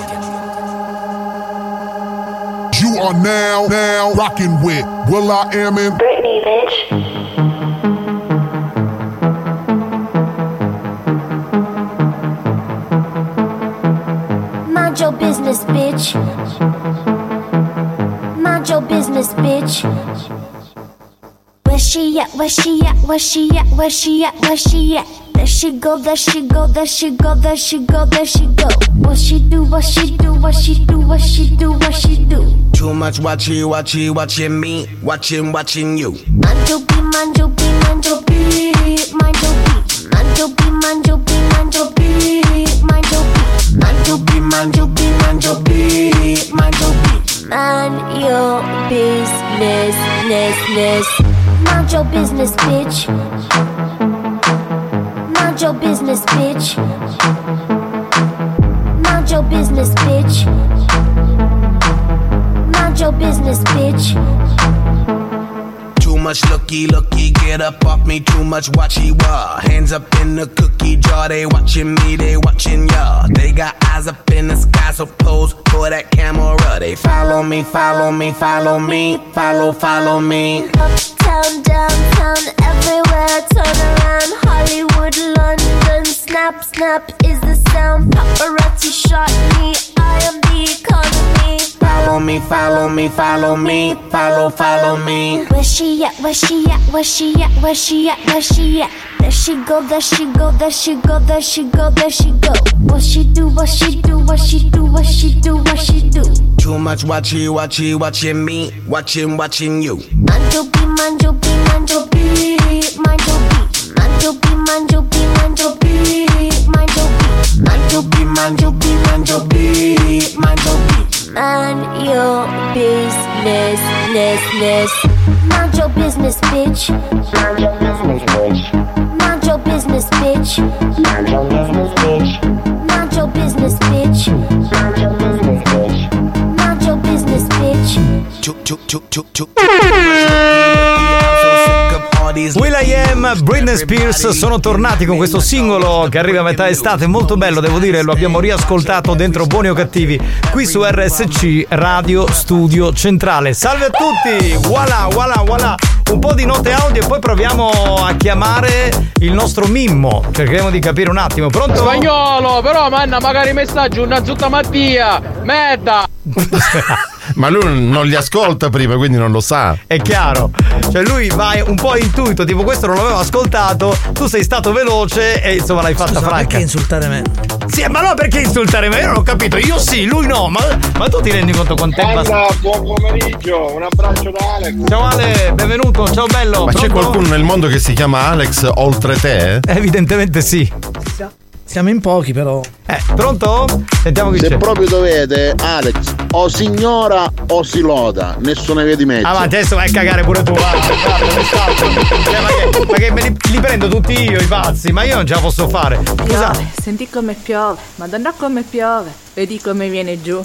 You are now, now rocking with Will I Am in Britney, bitch. Mind your business, bitch. Mind your business, bitch. Where she at? Where she at? Where she at? Where she at? Where she at? There she go, there she go, there she go, there she go, there she go. What she do, what she do, what she do, what she do, what she do. Too much watching, watching, watching me, watching, watching you. Mind your beat, mind your beat, mind your beat, mind your beat. Mind your beat, mind your beat, mind your beat, mind your beat. Mind your beat, mind your beat, mind your beat, mind your beat. Mind your business, ness, ness. Mind your business, bitch. Mind your business, bitch. Mind your business, bitch. Mind your business, bitch. Too much looky, looky, get up off me. Too much watchy wah. Hands up in the cookie jar. They watching me, they watching y'all. They got eyes up in the sky, so pose for that camera. They follow me, follow me, follow me, follow, follow me. Uptown, downtown, everywhere. Turn around, Hollywood, London. Snap, snap is the sound. Paparazzi shot me. I am the economy. Follow me, follow me, follow me, follow, follow me. Where she at? Where she at? Where she at? Where she at? Where she at? There she go, there she go, there she go, there she go, there she go. What she do? What she do? What she do? What she do? What she do? Too much watchy, watchy, watching me, watching, watching you. Mind your beat, mind your beat, mind your beat, mind your beat. Mind your beat, mind your beat, mind your beat, mind your beat. Mind your beat, mind your beat, mind your beat, mind your beat. Mind your business, ness, ness. Mind your business, bitch. Mind your business, bitch. Mind your business, bitch. Mind your business, bitch. Mind your business, bitch. Mind your business, bitch. Mind your business, bitch. Too, too, too, too, too. I'm so will.i.am, Britney Spears sono tornati con questo singolo che arriva a metà estate, molto bello, devo dire, lo abbiamo riascoltato dentro Buoni o Cattivi qui su R S C Radio Studio Centrale. Salve a tutti, voilà voilà voilà, un po' di note audio e poi proviamo a chiamare il nostro Mimmo, cercheremo di capire un attimo. Pronto? Spagnolo, però manna magari messaggio una zutta Mattia, merda. Ma lui non li ascolta prima, quindi non lo sa. È chiaro. Cioè lui va un po' a intuito, tipo questo non l'avevo ascoltato, tu sei stato veloce e insomma l'hai fatta Scusa, franca. Perché insultare me? Sì, ma no, perché insultare me? Io non ho capito, io sì, lui no, ma, ma tu ti rendi conto quanto è Allora, buon pomeriggio, un abbraccio da Alex. Ciao Ale, benvenuto, ciao bello. Ma Pronto? c'è qualcuno nel mondo che si chiama Alex oltre te? Evidentemente sì. Siamo in pochi però. Eh, pronto? Sentiamo chi Se c'è. proprio dovete, Alex, o signora o si loda, nessuno via di mezzo. Avanti, adesso vai a cagare pure tu, guarda, guarda, quest'altro. Cioè, ma che, ma che me li, li prendo tutti io, i pazzi, ma io non ce la posso fare. Scusa. Piove, senti come piove, madonna come piove, vedi come viene giù.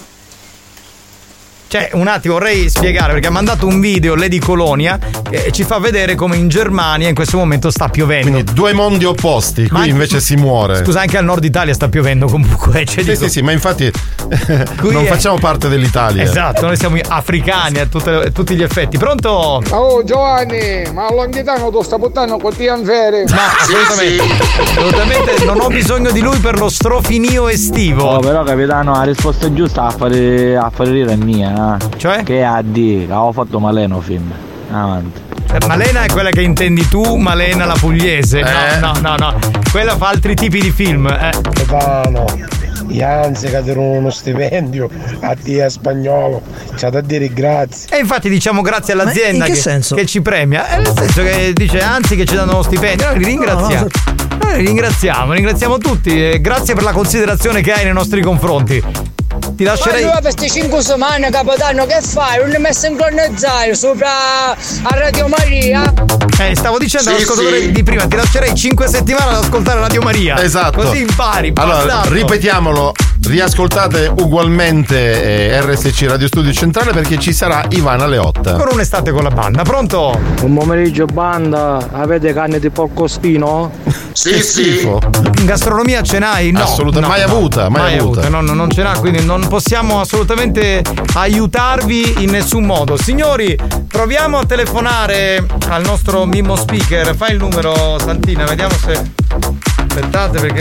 Cioè, un attimo, vorrei spiegare perché ha mandato un video Lady Colonia che ci fa vedere come in Germania in questo momento sta piovendo. Quindi due mondi opposti, qui Ma anche- invece si muore. Scusa, anche al nord Italia sta piovendo comunque. Cioè, Sì, dico- sì, sì, ma infatti Qui non è- facciamo parte dell'Italia. Esatto, noi siamo africani a tutte le- a tutti gli effetti. Pronto? Oh Giovanni, ma a Longhitano tu sta buttando con Tianfere. No, assolutamente. Assolutamente non ho bisogno di lui per lo strofinio estivo. Oh, però capitano, la risposta giusta a fare, a fare ridere è mia. Eh? Cioè? Che a di, avevo fatto Maleno film. Avanti. Eh, Malena è quella che intendi tu, Malena la pugliese. Eh. No, no, no, no. Quella fa altri tipi di film. Eh. Stefano, anzi che uno stipendio a te spagnolo, c'ha da dire grazie. E infatti diciamo grazie all'azienda Ma in che che, senso? che ci premia. È nel senso che dice anzi che ci danno uno stipendio. Noi li ringraziamo. Noi li ringraziamo, ringraziamo tutti. E grazie per la considerazione che hai nei nostri confronti. Ti lascerei. Ma per queste cinque settimane, Capodanno, che fai? Non mi hai sincronizzato sopra a Radio Maria? Eh, stavo dicendo Sì, all'ascoltatore sì. di prima, ti lascerei cinque settimane ad ascoltare Radio Maria. Esatto. Così impari. Allora, bastardo. ripetiamolo, riascoltate ugualmente eh, R S C Radio Studio Centrale perché ci sarà Ivana Leotta. Ancora un'estate con la banda, pronto? Un pomeriggio banda, avete carne di porco spino? Sì, sì. In gastronomia ce n'hai? No. Assolutamente, no, mai no. avuta, mai avuta. No, no, non ce n'ha, quindi non possiamo assolutamente aiutarvi in nessun modo. Signori, proviamo a telefonare al nostro Mimmo Speaker. Fai il numero, Santina, vediamo se. Aspettate perché.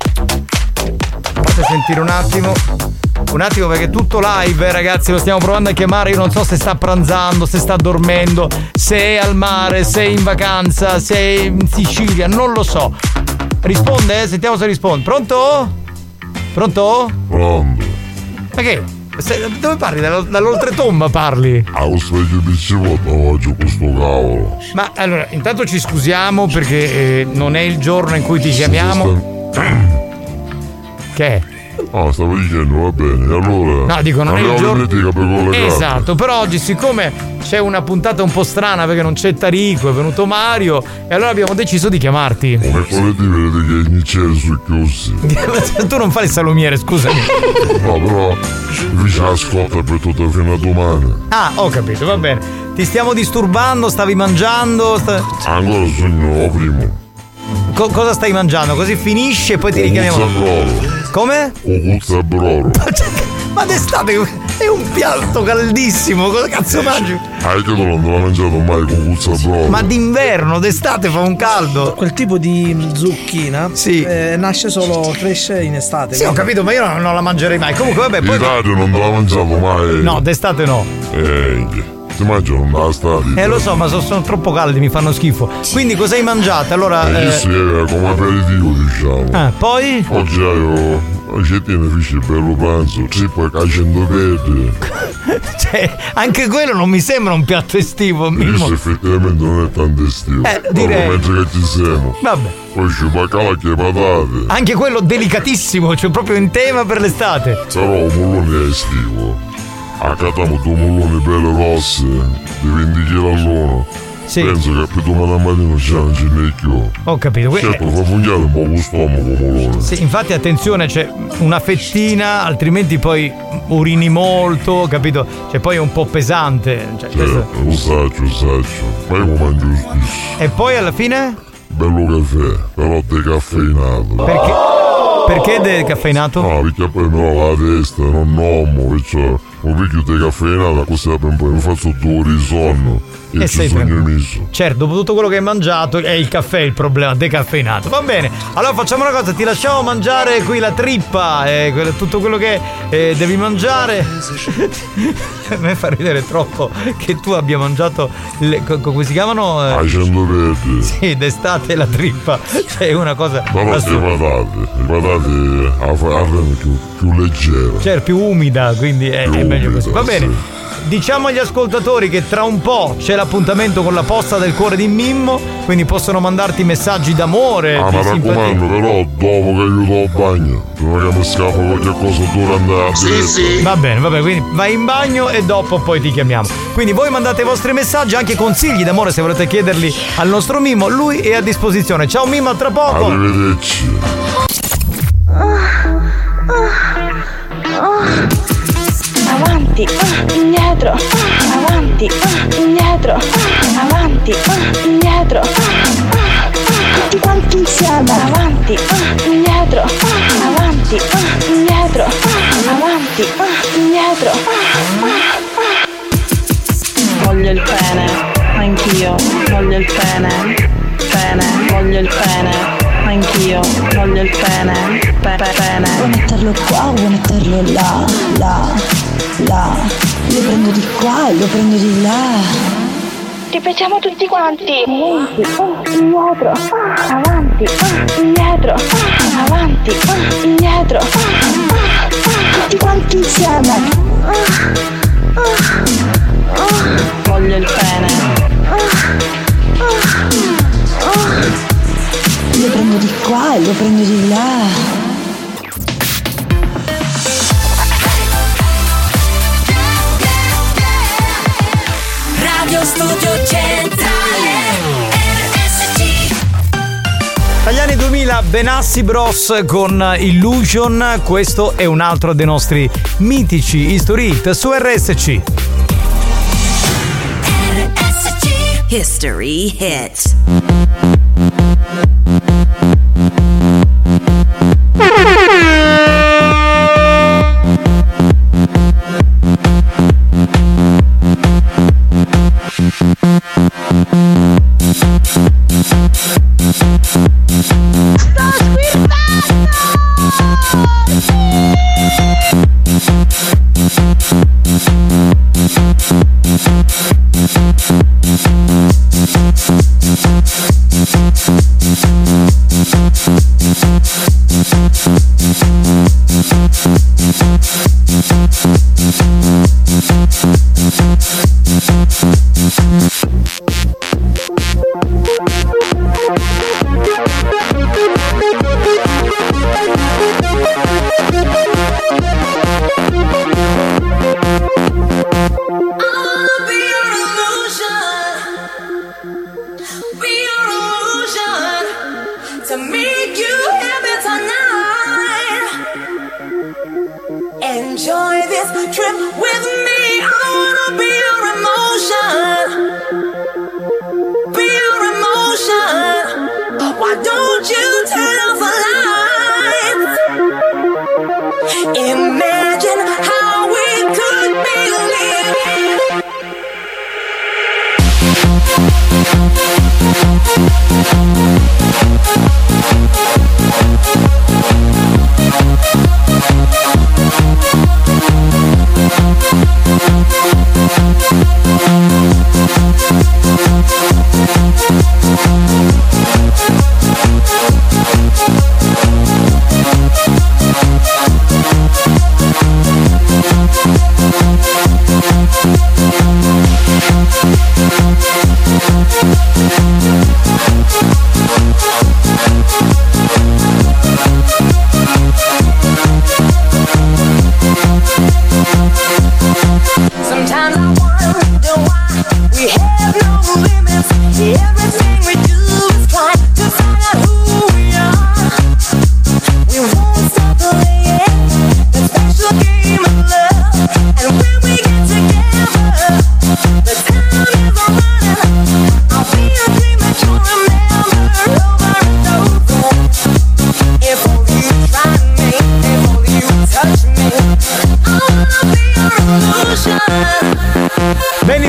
Fate sentire un attimo. Un attimo perché è tutto live, eh, ragazzi, lo stiamo provando a chiamare. Io non so se sta pranzando, se sta dormendo, se è al mare, se è in vacanza, se è in Sicilia, non lo so. Risponde? Sentiamo se risponde. Pronto? Pronto? Pronto. Ma che? Se- dove parli? Dall- dall'oltretomba parli? Ah, lo sveglio di civotto oggi questo cavolo. Ma allora, intanto ci scusiamo perché eh, non è il giorno in cui ti chiamiamo. Che è? Ah, stavo dicendo, va bene, allora. No, dico, non è il abbiamo giorno. l'etica per collegare. Esatto, però oggi, siccome c'è una puntata un po' strana perché non c'è Tarico, è venuto Mario, e allora abbiamo deciso di chiamarti. Mercoledì vedete che iniziare sui chiusi. Tu non fai il salumiere, scusami. No, però vi ci ascolta per tutta fino a domani. Ah, ho capito, va bene. Ti stiamo disturbando, stavi mangiando. sta- Ancora sogno primo. Co- cosa stai mangiando? Così finisce e poi ti richiamiamo. Cucuzzabrolo. Come? Cucuzzabrolo. Ma d'estate è un piatto caldissimo, cosa cazzo mangi? Ah, che tu non l'ho mangiato mai cucuzzabrolo. Ma d'inverno, d'estate fa un caldo. Quel tipo di zucchina eh, nasce solo, cresce in estate. Sì, ho capito, ma io non, non la mangerei mai. Comunque, vabbè, In poi. Italia non te l'ha mangiato mai. No, d'estate no. Eh, ti mangiano da stati. Eh, lo so, ma so- sono troppo caldi, mi fanno schifo. Quindi cosa hai mangiato? Allora. Eh, eh, sì, era come aperitivo, diciamo. Ah, poi? Oggi ho acettine, fici, bello pranzo, trippa cacendo verde. Cioè, anche quello non mi sembra un piatto estivo. Mimmo. Questo effettivamente non è tanto estivo. Eh, direi. Mentre che ci siamo. Vabbè. Poi ci baccalacchi e patate. Anche quello delicatissimo, cioè proprio in tema per l'estate. Però un mullone è estivo. Accattiamo due mulloni belle rosse di venti chili all'uno. Sì. penso che per domani mattina c'è un ginecchio. Ho capito. Que- Certo, fa funzionare un po' lo stomaco, molone. Sì, infatti attenzione, c'è una fettina, altrimenti poi urini molto, capito? Cioè poi è un po' pesante. Cioè, Sì, questo- lo saggio, lo saggio. Ma io mi mangio lo stesso. E poi alla fine? Bello caffè, però decaffeinato. Perché? Perché decaffeinato? No, perché poi no, la testa, non nomo, perciò un picchio decaffeinato, così poi mi faccio due ore di sonno e, E ci sei sono tranquillo. messo. Certo, dopo tutto quello che hai mangiato è il caffè il problema, decaffeinato. Va bene, allora facciamo una cosa, ti lasciamo mangiare qui la trippa, eh, quello- tutto quello che eh, devi mangiare. A me fa ridere troppo che tu abbia mangiato le, co- come si chiamano? Eh, Ai centopetti. Sì, d'estate la trippa, cioè è una cosa Però le assurda. patate, le patate a farle più, più leggera. Cioè, più umida, quindi è, Più è meglio umida, così. Va bene. sì. Diciamo agli ascoltatori che tra un po' c'è l'appuntamento con la posta del cuore di Mimmo, quindi possono mandarti messaggi d'amore. Ah, di mi simpatia. raccomando, però dopo che aiuto al bagno, prima che mi scappa qualche cosa durante la diretta. Va bene, va bene, quindi vai in bagno e dopo poi ti chiamiamo. Quindi voi mandate i vostri messaggi, anche consigli d'amore se volete chiederli al nostro Mimmo, lui è a disposizione. Ciao Mimmo, a tra poco. Arrivederci. Avanti, ah, indietro, ah, avanti, ah, indietro, ah, avanti, ah, indietro, ah, ah, tutti quanti insieme, avanti, ah, indietro, ah, avanti, ah, indietro, ah, avanti, ah, indietro, ah, ah. Voglio il pene, anch'io, voglio il pene, pene, voglio il pene, anch'io, voglio il pene, pe- pe- pene. Vuoi metterlo qua, vuoi metterlo là, là, là. Lo prendo di qua e lo prendo di là. Ripetiamo tutti quanti. Avanti, ah, indietro, ah, avanti, ah, indietro, ah, avanti, ah, indietro, ah, ah, tutti quanti insieme. Ah, ah, ah. Voglio il pene. Ah, ah, ah. Lo prendo di qua e lo prendo di là. Radio Studio Centrale R S C. Dagli anni duemila Benassi Bros con Illusion, questo è un altro dei nostri mitici history hit su R S C. R S C History Hit. To make you happy tonight. Enjoy this trip with me. I wanna be your emotion. Be your emotion. Why don't you turn off the lights? Imagine how we could be living.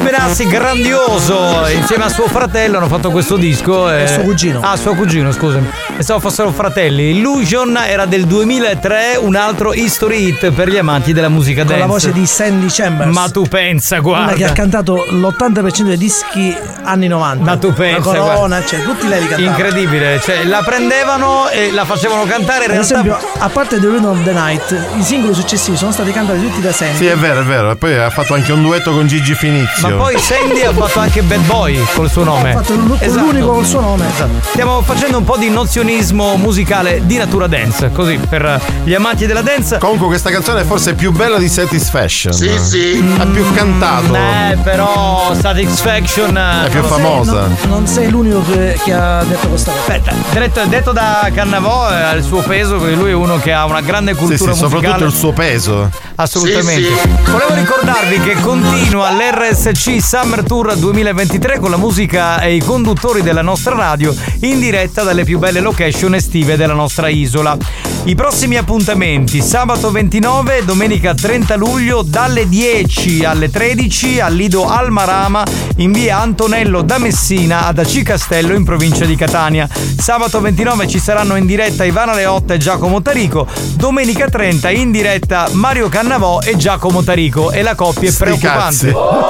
Benassi, grandioso, insieme a suo fratello hanno fatto questo disco. E suo cugino. Ah, suo cugino, scusami. Pensavo fossero fratelli. Illusion era del duemilatré, un altro history hit per gli amanti della musica Con dance. la voce di Sandy Chambers. Ma tu pensa, guarda. Una che ha cantato l'ottanta per cento dei dischi anni novanta. Ma tu pensa, la Corona, guarda. cioè tutti lei li cantavano. Incredibile, cioè la prendevano e la facevano cantare in Per realtà. esempio, a parte The Rhythm of the Night, i singoli successivi sono stati cantati tutti da Sandy. Sì, è vero, è vero. E poi ha fatto anche un duetto con Gigi Finizio. Ma poi Sandy ha fatto anche Bad Boy col suo nome. Ha fatto l- Esatto. l'unico col suo nome. Esatto. Stiamo facendo un po' di nozionismo musicale di natura dance, così per gli amanti della dance. Comunque questa canzone è forse più bella di Satisfaction. Sì, sì. Ha più cantato. Eh, però Satisfaction è più Non sei- famosa. non, non sei l'unico che, che ha detto questa cosa. Aspetta, detto, detto da Cannavò eh, ha il suo peso, perché lui è uno che ha una grande Sì, cultura sì, musicale. soprattutto il suo peso. Assolutamente. Sì, sì. Volevo ricordarvi che continua l'R S C Summer Tour duemilaventitré con la musica e i conduttori della nostra radio in diretta dalle più belle location estive della nostra isola. I prossimi appuntamenti: sabato ventinove, domenica trenta luglio dalle dieci alle tredici al Lido Al Marama in via Antonello da Messina ad Aci Castello in provincia di Catania. Sabato ventinove ci saranno in diretta Ivana Leotta e Giacomo Tarico. Domenica trenta in diretta Mario Cannavò e Giacomo Tarico, e la coppia è Sti preoccupante.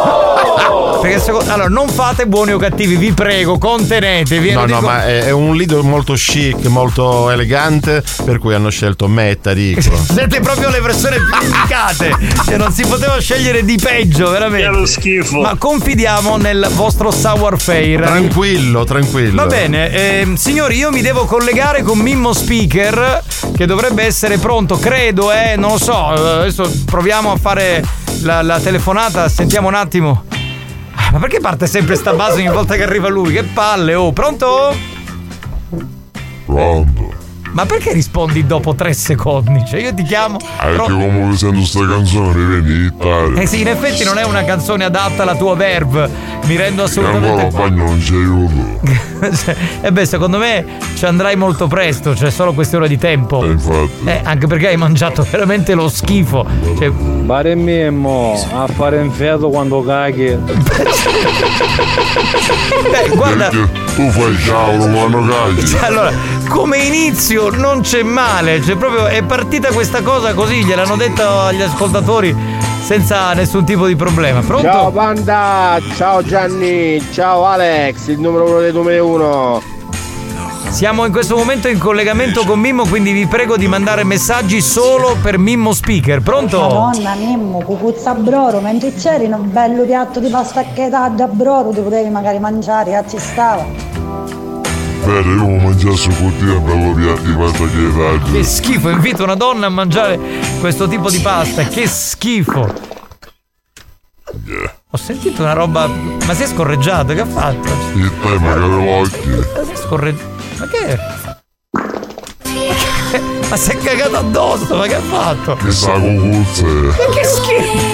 Perché secondo, allora non fate buoni o cattivi, vi prego, contenetevi. No, Lo no, dico- ma è, è un lido molto chic, molto elegante, per cui hanno scelto me e Tarico. Siete proprio le persone più indicate. Cioè, non si poteva scegliere di peggio, veramente. Che lo schifo. Ma confidiamo nel vostro Sour Fair. Tranquillo, tranquillo. Va bene, ehm, signori, io mi devo collegare con Mimmo Speaker, che dovrebbe essere pronto, credo, eh, non lo so. Adesso proviamo a fare la, la telefonata, sentiamo un attimo. Ah, ma perché parte sempre sta base ogni volta che arriva lui? Che palle, oh, pronto? Pronto? Ma perché rispondi dopo tre secondi? Cioè io ti chiamo. Anche pro- come sento sta canzone mi viene di Italia. Eh sì, in effetti non è una canzone adatta alla tua verve. Mi rendo E ancora assolutamente. bagno non ci aiuto. E beh, secondo me ci andrai molto presto, c'è solo questione di tempo. E infatti. Eh, anche perché hai mangiato veramente lo schifo. Cioè, Pare Mimmo a fare in feto quando caghi. beh, guarda. Perché tu fai cavolo quando cagli. Cioè, allora, come inizio non c'è male, cioè proprio è partita questa cosa così, gliel'hanno detto agli ascoltatori senza nessun tipo di problema. Pronto? Ciao Panda, ciao Gianni, ciao Alex, il numero uno dei numero uno. Siamo in questo momento in collegamento con Mimmo, quindi vi prego di mandare messaggi solo per Mimmo Speaker. Pronto? Madonna Mimmo, cucuzza a broro, mentre c'eri un bello piatto di pasta chetaggia a broro, ti potevi magari mangiare, eh, ci stava. Bene, io mi mangiassi un po' bello piatto di pasta che dai. Che schifo, invito una donna a mangiare questo tipo di pasta, che schifo. Yeah. Ho sentito una roba. Ma si è scorreggiato, che ha fatto? Il te magari l'occhio. Si è scorreggiato. Ma che? Ma si è cagato addosso, ma che ha fatto? Che sa cucuzze. Ma che schifo!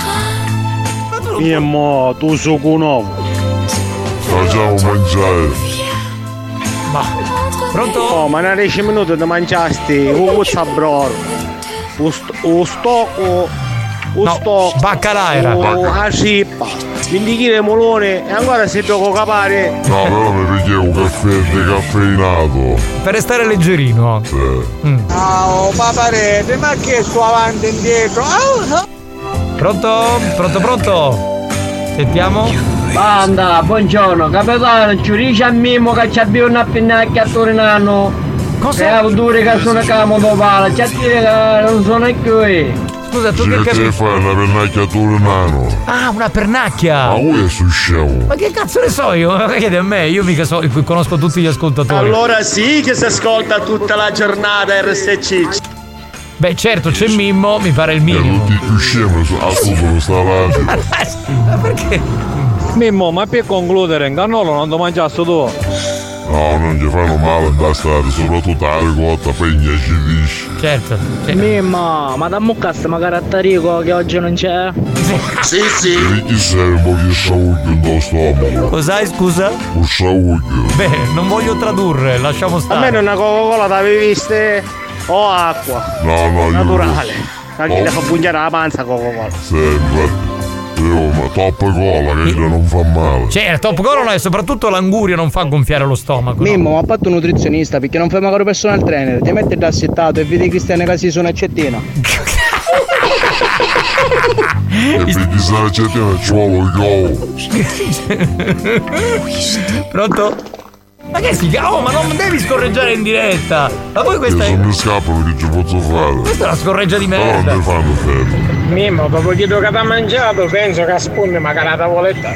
Mimmo, tu su nuovo. Facciamo mangiare. Ma pronto? Oh, ma una dieci minuti ti mangiasti cucuzza a broro. O stocco. O No, stocco. baccalà era. O la cippa. L'indichino molone e ancora si gioco capare. No, però mi pigliavo un caffè decaffeinato. Per restare leggerino. Sì. Mm. Ciao paparete, ma che sto avanti e indietro? Oh, no. Pronto? Pronto, pronto? Sentiamo? Banda, buongiorno, capitano, ci dice a Mimmo che ci abbiamo una pennacchia a Torinano. Cosa? È dure che sono camodo pala, ci dire che non sono qui. Scusa, tu Sì, che che capi- fai una pernacchiatura nano. Ah, una pernacchia! Ma lui è su scemo. Ma che cazzo ne so io? Ma chiedi a me, io mica so, conosco tutti gli ascoltatori. Allora sì che si ascolta tutta la giornata R S C. Beh, certo, c'è Mimmo, mi pare il E minimo. tutti più scemi ascoltano sta radio. Ma perché? Mimmo, ma per concludere, in cannolo non ti mangiasto tu. No, non gli fanno male da stare, soprattutto la ricotta, pegna ci dici. Certo. Mimmo, ma dammi un cazzo magari a Tarico che oggi non c'è? Sì, sì. E chi sei un po' che sciauglio in tuo stomaco? Cos'hai, scusa? Un sciauglio. Beh, non voglio tradurre, lasciamo stare. Almeno una Coca-Cola l'avevi viste o acqua No, no, io... naturale. Anche Oh. ti fa pugnare la panza Coca-Cola. Sempre. Io, ma top cola, che non fa male. Cioè, il top cola e soprattutto l'anguria non fa gonfiare lo stomaco. Mimmo, ma ha fatto un nutrizionista perché non fai magari personal trainer, ti metti da assettato e vedi Cristiane Casi su una cettina. E per chi sa la cettina ci vuole il Pronto? Ma che si chiama? Oh, ma non devi scorreggiare in diretta! Ma poi questa Io è. mi scappo perché ci posso fare. Questa è una scorreggia di merda. Però non ti fanno fermo. Mimmo, dopo che ti ha mangiato, penso che sponde magari la tavoletta.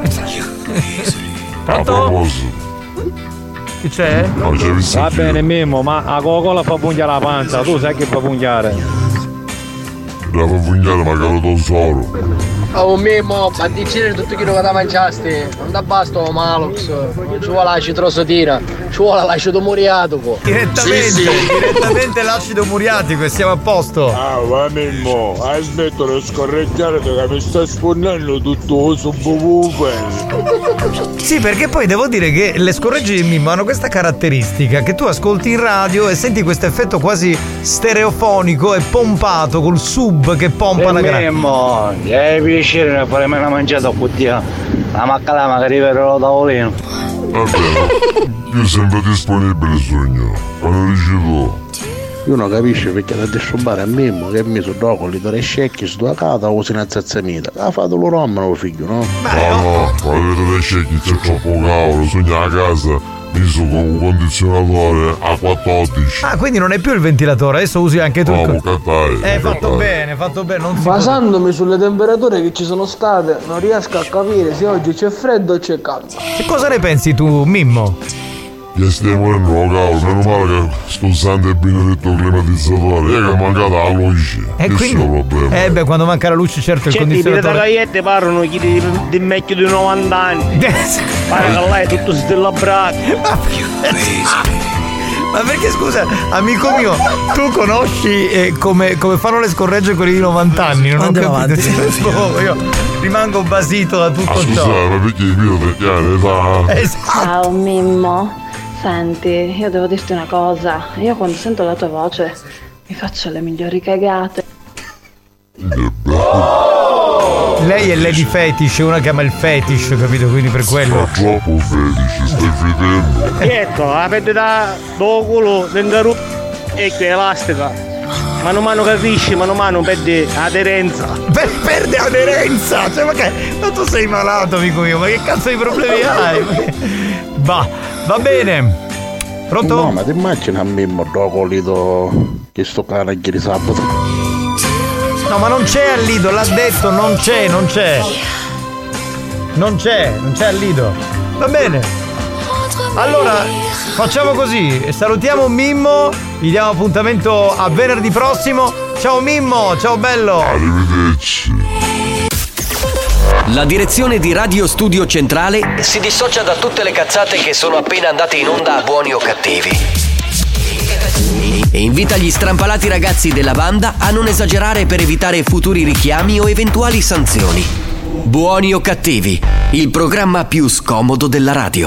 A proposito. Che c'è? No, c'è visto. Va bene Mimmo, ma la Coca-Cola fa pungiare la pancia, tu sai che fa pungiare. La fa pungiare magari tesoro. Oh Mimmo, ma dici tutto quello che ti mangiasti, non da basta o Malux, non ci vuole l'acido rosotina, ci vuole l'acido muriatico. Direttamente, Sì, sì. direttamente l'acido muriatico e siamo a posto. Ah, va Mimmo, hai smesso di scorreggiare perché mi sta sponnando tutto su bubufe. Sì, perché poi devo dire che le scorregge di Mimmo hanno questa caratteristica che tu ascolti in radio e senti questo effetto quasi stereofonico e pompato col sub che pompa la grande. Mimmo, è piacere ne fare una mangiata a cutia. La maccala magari per lo tavolino. Va bene, io sempre disponibile sogno. Quando dici tu. Io non capisco perché da disturbare a Mimmo che mi sono broccoli, dore scecchi, su due cata o si una zazzamita. Ha fatto lo romano figlio, no? No, no, quando vedete le scecchi c'è troppo cavolo, sogna a casa. Miso con un condizionatore a quattordici. Ah, quindi non è più il ventilatore, adesso usi anche tu. No, catai, Eh, fatto catai. bene, fatto bene. Non si può- Basandomi sulle temperature che ci sono state, non riesco a capire se oggi c'è freddo o c'è caldo. Che cosa ne pensi tu, Mimmo? Gli stiamo morendo cavolo, meno male che sto usando il benedetto climatizzatore, è che è mancata la luce. E Questo quindi. è il problema. Eh beh, quando manca la luce, certo il C'è di condizionatore. Piratagliette parlano chi di, di vecchio di novanta anni. Pare che lei è tutto stilabrato. Ma perché scusa, amico mio, tu conosci eh, come, come fanno le scorregge quelli di novanta anni? Non ho Andiamo capito. avanti. Oh, io rimango basito da tutto Ah, ciò. scusate, ma perché i miei vecchiani età? Esatto. Ciao Mimmo, senti, io devo dirti una cosa, io quando sento la tua voce mi faccio le migliori cagate. Lei è Lady Fetish, una che ama il fetish, capito? Quindi per quello. Troppo felice, stai fedendo. Ecco, la pelle da do culo dentro e che è elastica. Mano a mano capisci, mano a mano perde aderenza. Per, perde aderenza! Cioè, ma che. Ma tu sei malato, amico mio, ma che cazzo di problemi hai? Va, va bene. Pronto? No, ma ti immagini a Mimmo broccoli che sto cane ieri sabato? No, ma non c'è al Lido, l'ha detto, non c'è, non c'è. Non c'è, non c'è al Lido. Va bene. Allora, facciamo così, salutiamo Mimmo, gli diamo appuntamento a venerdì prossimo. Ciao Mimmo, ciao bello. Arrivederci. La direzione di Radio Studio Centrale si dissocia da tutte le cazzate che sono appena andate in onda a Buoni o Cattivi e invita gli strampalati ragazzi della banda a non esagerare per evitare futuri richiami o eventuali sanzioni. Buoni o Cattivi, il programma più scomodo della radio.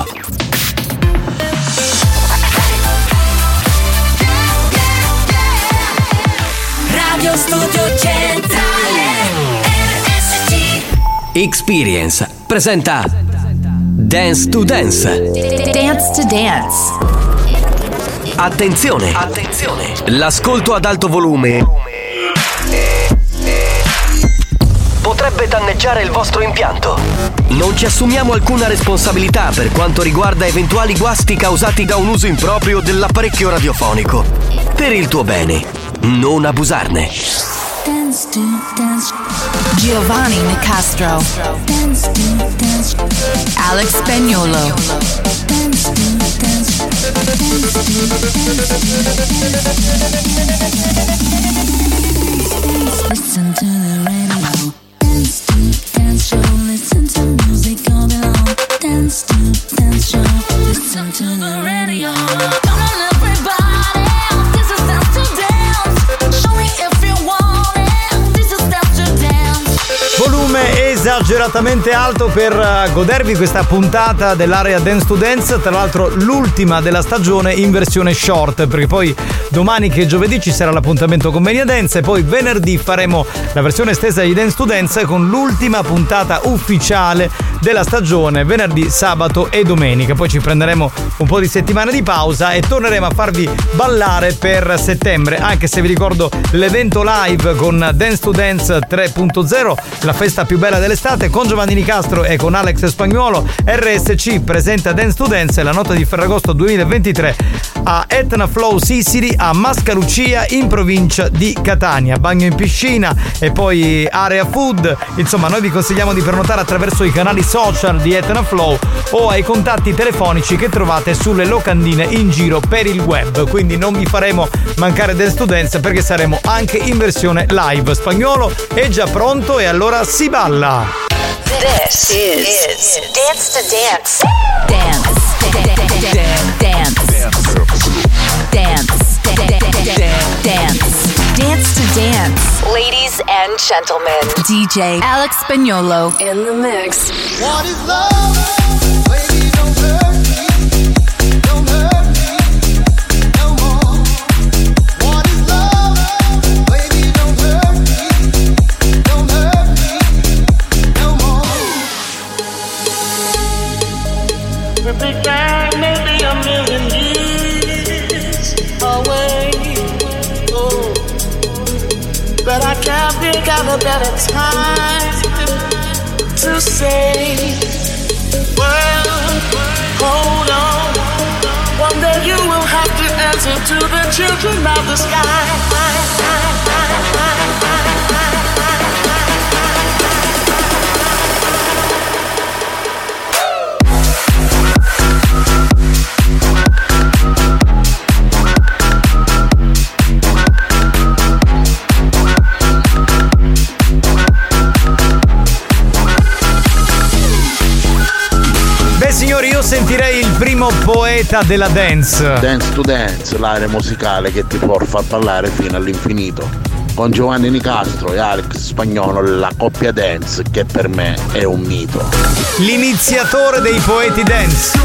Radio Studio Centrale R S C. Experience presenta Dance to Dance. Dance to Dance. Attenzione, attenzione. L'ascolto ad alto volume potrebbe danneggiare il vostro impianto. Non ci assumiamo alcuna responsabilità per quanto riguarda eventuali guasti causati da un uso improprio dell'apparecchio radiofonico. Per il tuo bene, non abusarne. Dance to dance. Giovanni Nicastro. Dance to dance. Alex Spagnolo. Dance to dance. Listen to the radio. Dance to dance show. Listen to music all day long. Dance to dance show. Listen to the radio. Come on everybody, this is dance to dance. Show me if you want it. This is dance to dance. Volume esageratamente alto per godervi questa puntata dell'area Dance to Dance, tra l'altro l'ultima della stagione in versione short, perché poi domani che è giovedì ci sarà l'appuntamento con Mania Dance e poi venerdì faremo la versione estesa di Dance to Dance con l'ultima puntata ufficiale della stagione, venerdì, sabato e domenica. Poi ci prenderemo un po' di settimane di pausa e torneremo a farvi ballare per settembre, anche se vi ricordo l'evento live con Dance to Dance tre punto zero, la festa più bella dell'estate, con Giovanni Nicastro e con Alex Spagnuolo. R S C presenta Dance to Dance la notte di Ferragosto duemilaventitré a Etna Flow Sicily a Mascalucia in provincia di Catania. Bagno in piscina e poi area food. Insomma, noi vi consigliamo di prenotare attraverso i canali social di Etna Flow o ai contatti telefonici che trovate sulle locandine in giro per il web. Quindi non vi faremo mancare Dance to Dance perché saremo anche in versione live. Spagnuolo è già pronto e allora si balla. This is, is Dance to Dance. Dance. Dance. Dance. Dance. Dance to Dance. Ladies and gentlemen, D J Alex Spagnuolo in the mix. What is love? Baby, don't hurt me. Don't hurt me no more. What is love? Baby, don't hurt me. Don't hurt me no more. We began maybe a million years away. Oh, but I can't think of a better time to say, well, hold on. One day you will have to answer to the children of the sky. Signori, io sentirei il primo poeta della dance. Dance to Dance, l'area musicale che ti può far ballare fino all'infinito. Con Giovanni Nicastro e Alex Spagnuolo, la coppia dance che per me è un mito. L'iniziatore dei poeti dance.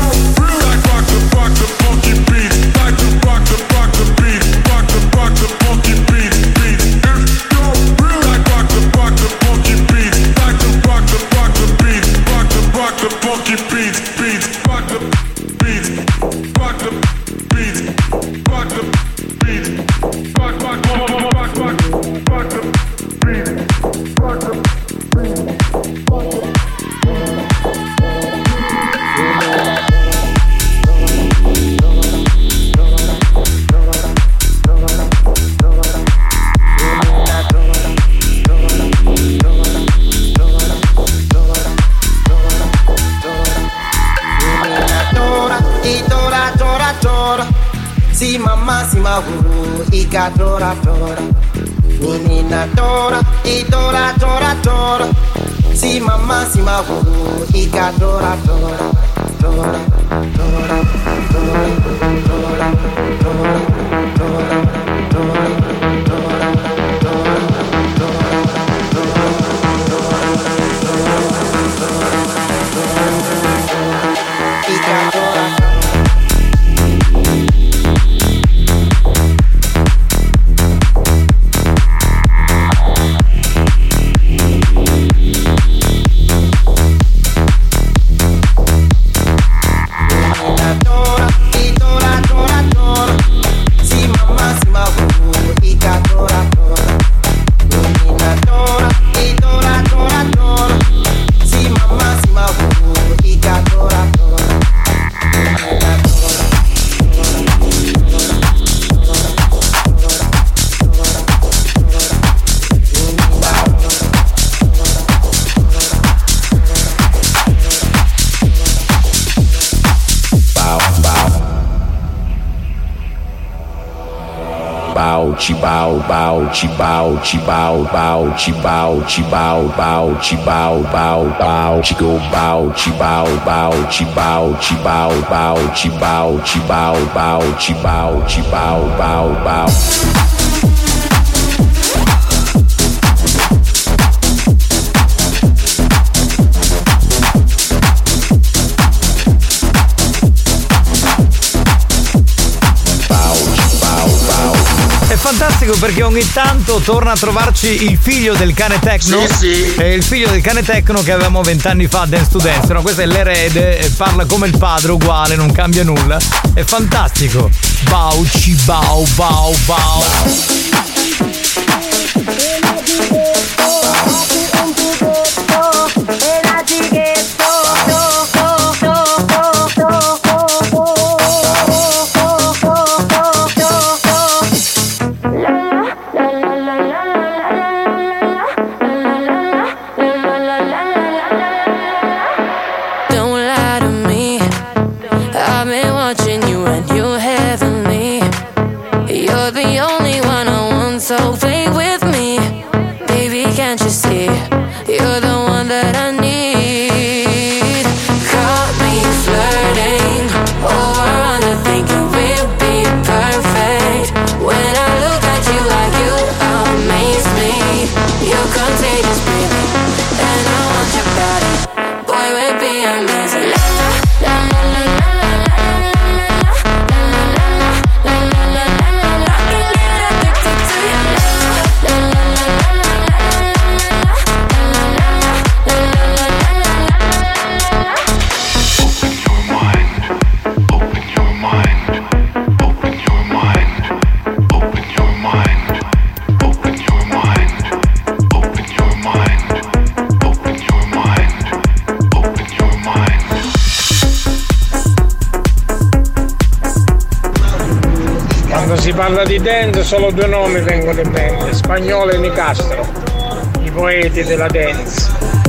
Si mamma si mahu ika tora tora Nina tora i tora tora tora Si mamma si mahu ika tora tora Tora tora tora tora tora tora tora Ika tora. Chibao, bao, chibao, chibao, bao, chibao, chibao, bao, chibao, bao, bao, chigo, bao, chibao, bao, chibao, chibao, bao, chibao, chibao, bao, chibao, chibao, bao, bao. fantastico perché ogni tanto torna a trovarci il figlio del cane Tecno. Sì, sì. È il figlio del cane Tecno che avevamo vent'anni fa a Dance to Dance. No, questo è l'erede e parla come il padre, uguale, non cambia nulla. È fantastico. Bau, ci bau, bau, bau. So play with me, baby, can't you see? You're the one that I need. Caught me flirting over on the thinking we'll be perfect. When I look at you like you amaze me. You're contagious, baby, and I want your body. Boy, we'll be amazing. La la la la la la la la la la la la la. Quando si parla di dance solo due nomi vengono in mente, Spagnolo e Nicastro, i poeti della dance.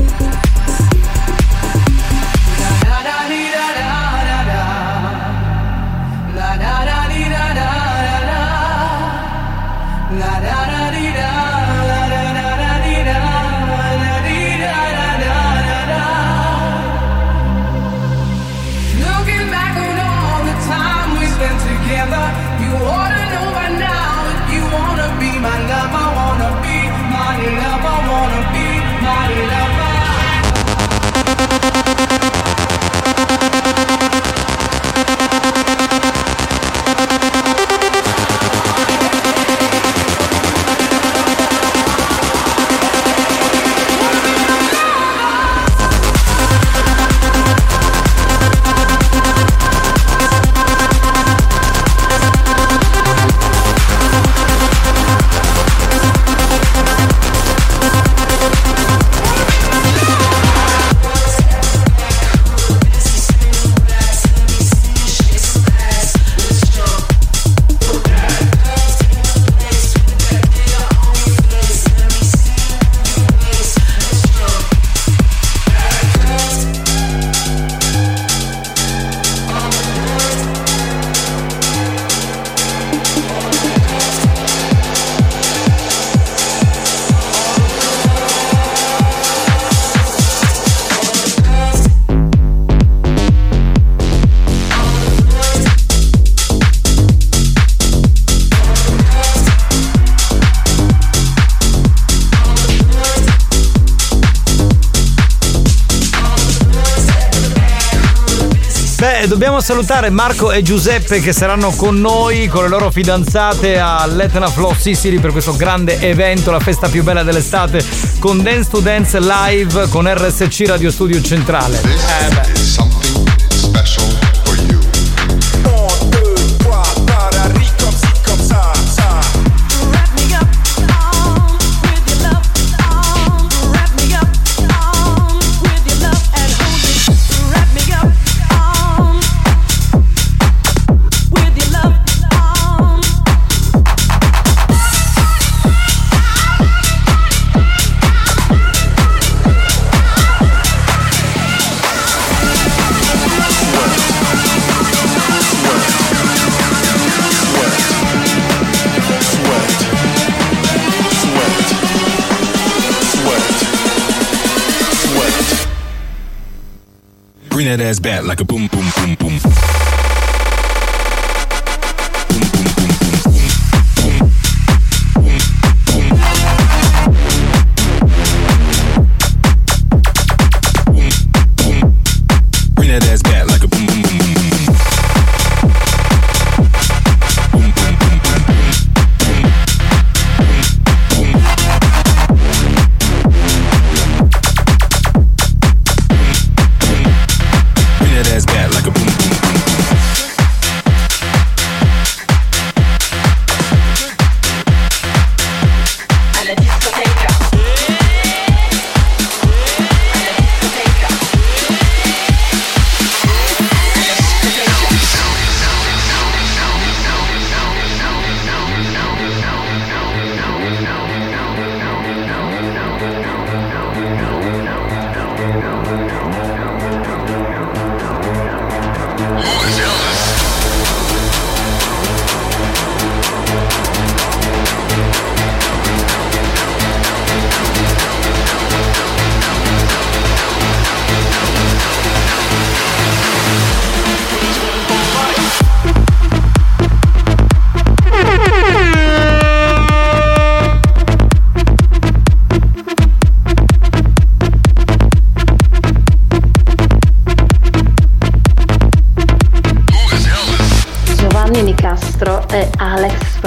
Looking back on all the time we spent together, you ought to know by now if you wanna be my love, I wanna be my love, I wanna be my lover. Beh, dobbiamo salutare Marco e Giuseppe che saranno con noi con le loro fidanzate all'Etna Flow Sicily per questo grande evento, la festa più bella dell'estate, con Dance to Dance live con R S C Radio Studio Centrale. Eh beh. Bring that ass back like a boom, boom, boom, boom. Bring that ass back like a boom, boom, boom, boom, boom. Boom, boom, boom, boom.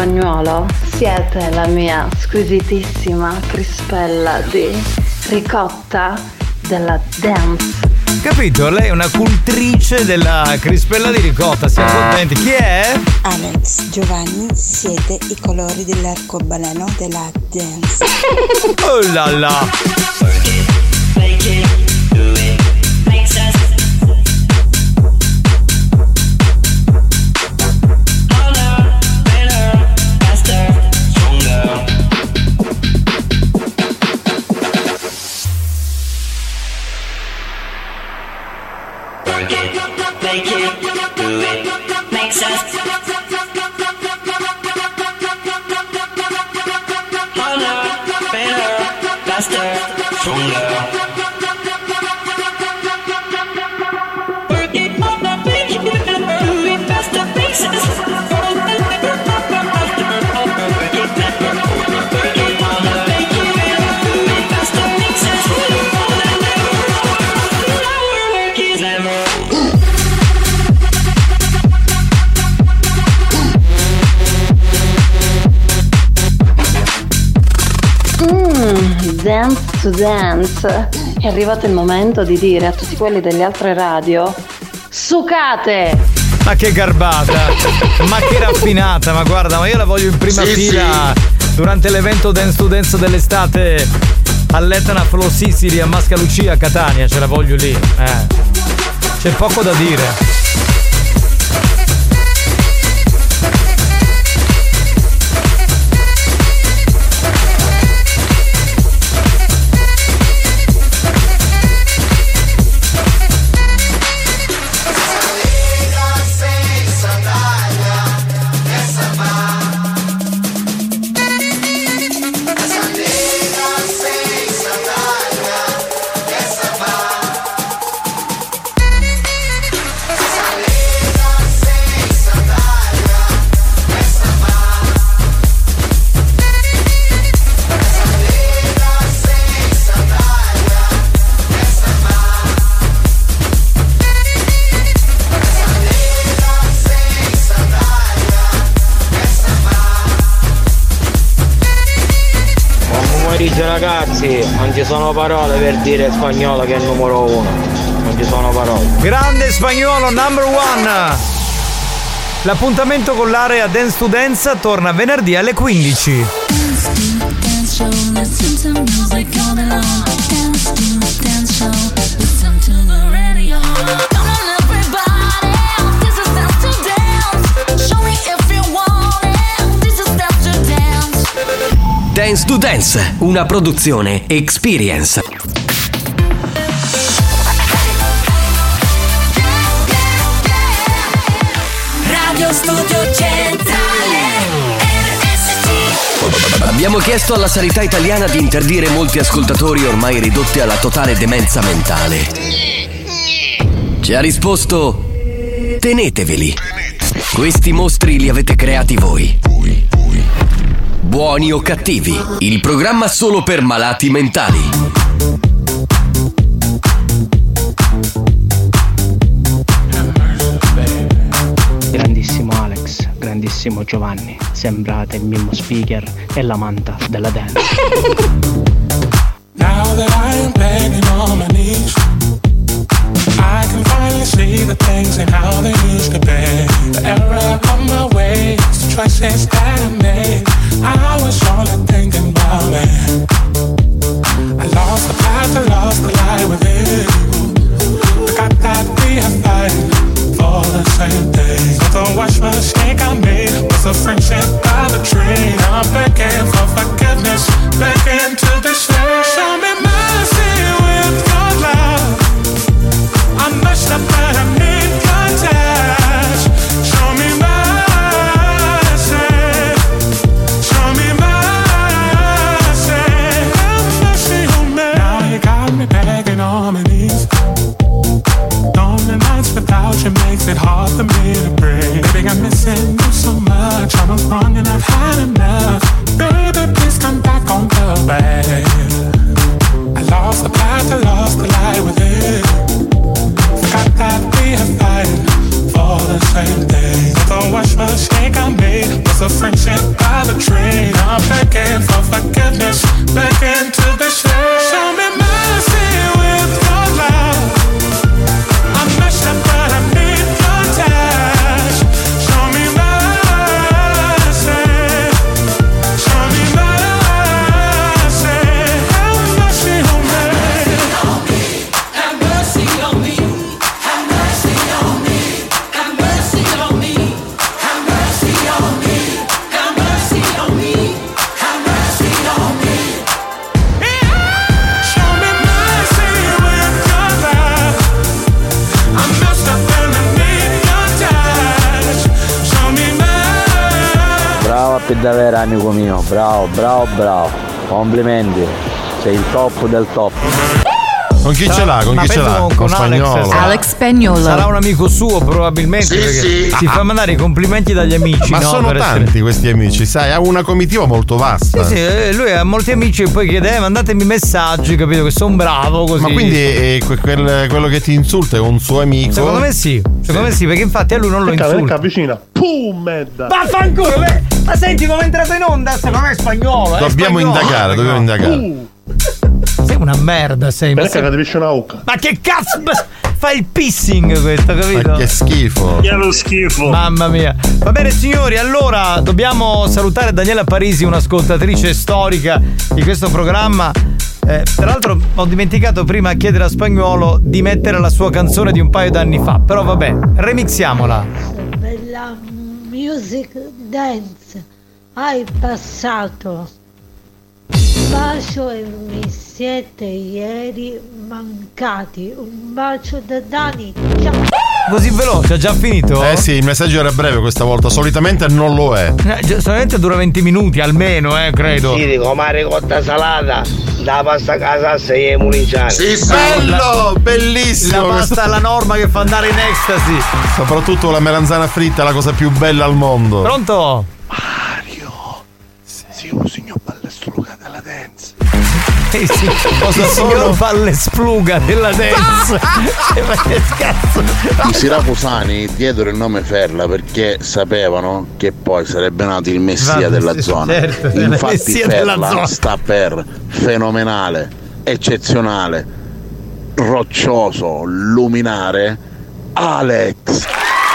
Spagnuolo, siete la mia squisitissima crispella di ricotta della dance. Capito? Lei è una cultrice della crispella di ricotta, siamo contenti. Chi è? Alex, Giovanni, siete i colori dell'arcobaleno della dance. Oh là là! Make it, do it, makes us harder, better, faster, stronger. Work it harder, make it, do it faster, makes us Dance to Dance. È arrivato il momento di dire a tutti quelli delle altre radio: sucate! Ma che garbata, ma che raffinata, ma guarda, ma io la voglio in prima Sì, fila sì. durante l'evento Dance to Dance dell'estate all'Etna Flow Sicily a Mascalucia a Catania, ce la voglio lì, eh. C'è poco da dire. Ragazzi, non ci sono parole per dire Spagnolo che è il numero uno. Non ci sono parole. Grande Spagnolo, number one. L'appuntamento con l'area Dance to Dance torna venerdì alle quindici. Dance to Dance, una produzione Experience. Radio Studio Centrale R S C. Abbiamo chiesto alla sanità italiana di interdire molti ascoltatori ormai ridotti alla totale demenza mentale. Ci ha risposto: teneteveli. Questi mostri li avete creati voi. Buoni o cattivi, il programma solo per malati mentali. Grandissimo Alex, grandissimo Giovanni, sembrate il mimo speaker e la manta della dance. Now that I am begging on my knees, I can finally see the things and how they used to be. The error of my ways, the choices that I made, I was only thinking about me. I lost the path, I lost the light within you. I got that we are fighting for the same thing. So don't watch the mistake I made, was a friendship by the tree. I'm begging for forgiveness, begging to Proprio davvero amico mio, bravo, bravo, bravo. Complimenti, sei il top del top. Con chi ce l'ha? Con Ma chi ce penso l'ha? con Con Alex, Spagnolo. sarà- Alex Spagnolo. Sarà un amico suo probabilmente, Sì, perché sì. si fa mandare i complimenti dagli amici. Ma no, sono per essere- tanti questi amici, sai, ha una comitiva molto vasta. Sì, sì, eh, lui ha molti amici e poi chiede eh, mandatemi messaggi, capito, che sono bravo così. Ma quindi eh, que- quel- quello che ti insulta è un suo amico? Secondo me sì, secondo me sì, perché infatti a lui non lo insulta. vicina. Pum, merda. Vaffanculo, beh, ma senti come è entrato in onda? Secondo me è spagnolo. è Dobbiamo spagnolo. indagare, dobbiamo indagare. Sei una merda, sei. Ma, Perché sei- ti pisci una occa? ma che cazzo? Fa il pissing questo, capito? Ma che schifo. Che lo schifo. Mamma mia. Va bene signori, allora dobbiamo salutare Daniela Parisi, un'ascoltatrice storica di questo programma. Eh, tra l'altro ho dimenticato prima a chiedere a Spagnolo di mettere la sua canzone di un paio d'anni fa. Però vabbè, remixiamola. Bella music dance, hai passato. Un bacio e mi siete ieri mancati. Un bacio da Dani. Ciao. Così veloce, ha già finito? Eh sì, il messaggio era breve questa volta, solitamente non lo è. Eh, gi- solamente dura venti minuti almeno, eh, credo. Sì, dico, ma ricotta salata, da pasta casa sei e mulinciani. Sì, bello, bellissimo. La pasta alla norma che fa andare in ecstasy. Soprattutto la melanzana fritta è la cosa più bella al mondo. Pronto? Sì, un signor pallestruga della dance. Eh sì, cosa sono palle spluga della dance? Ma che cazzo? I siracusani diedero il nome Ferla perché sapevano che poi sarebbe nato il messia Vabbè, della sì, zona. certo, il Infatti messia della Ferla zona. sta per fenomenale, eccezionale, roccioso, luminare, Alex.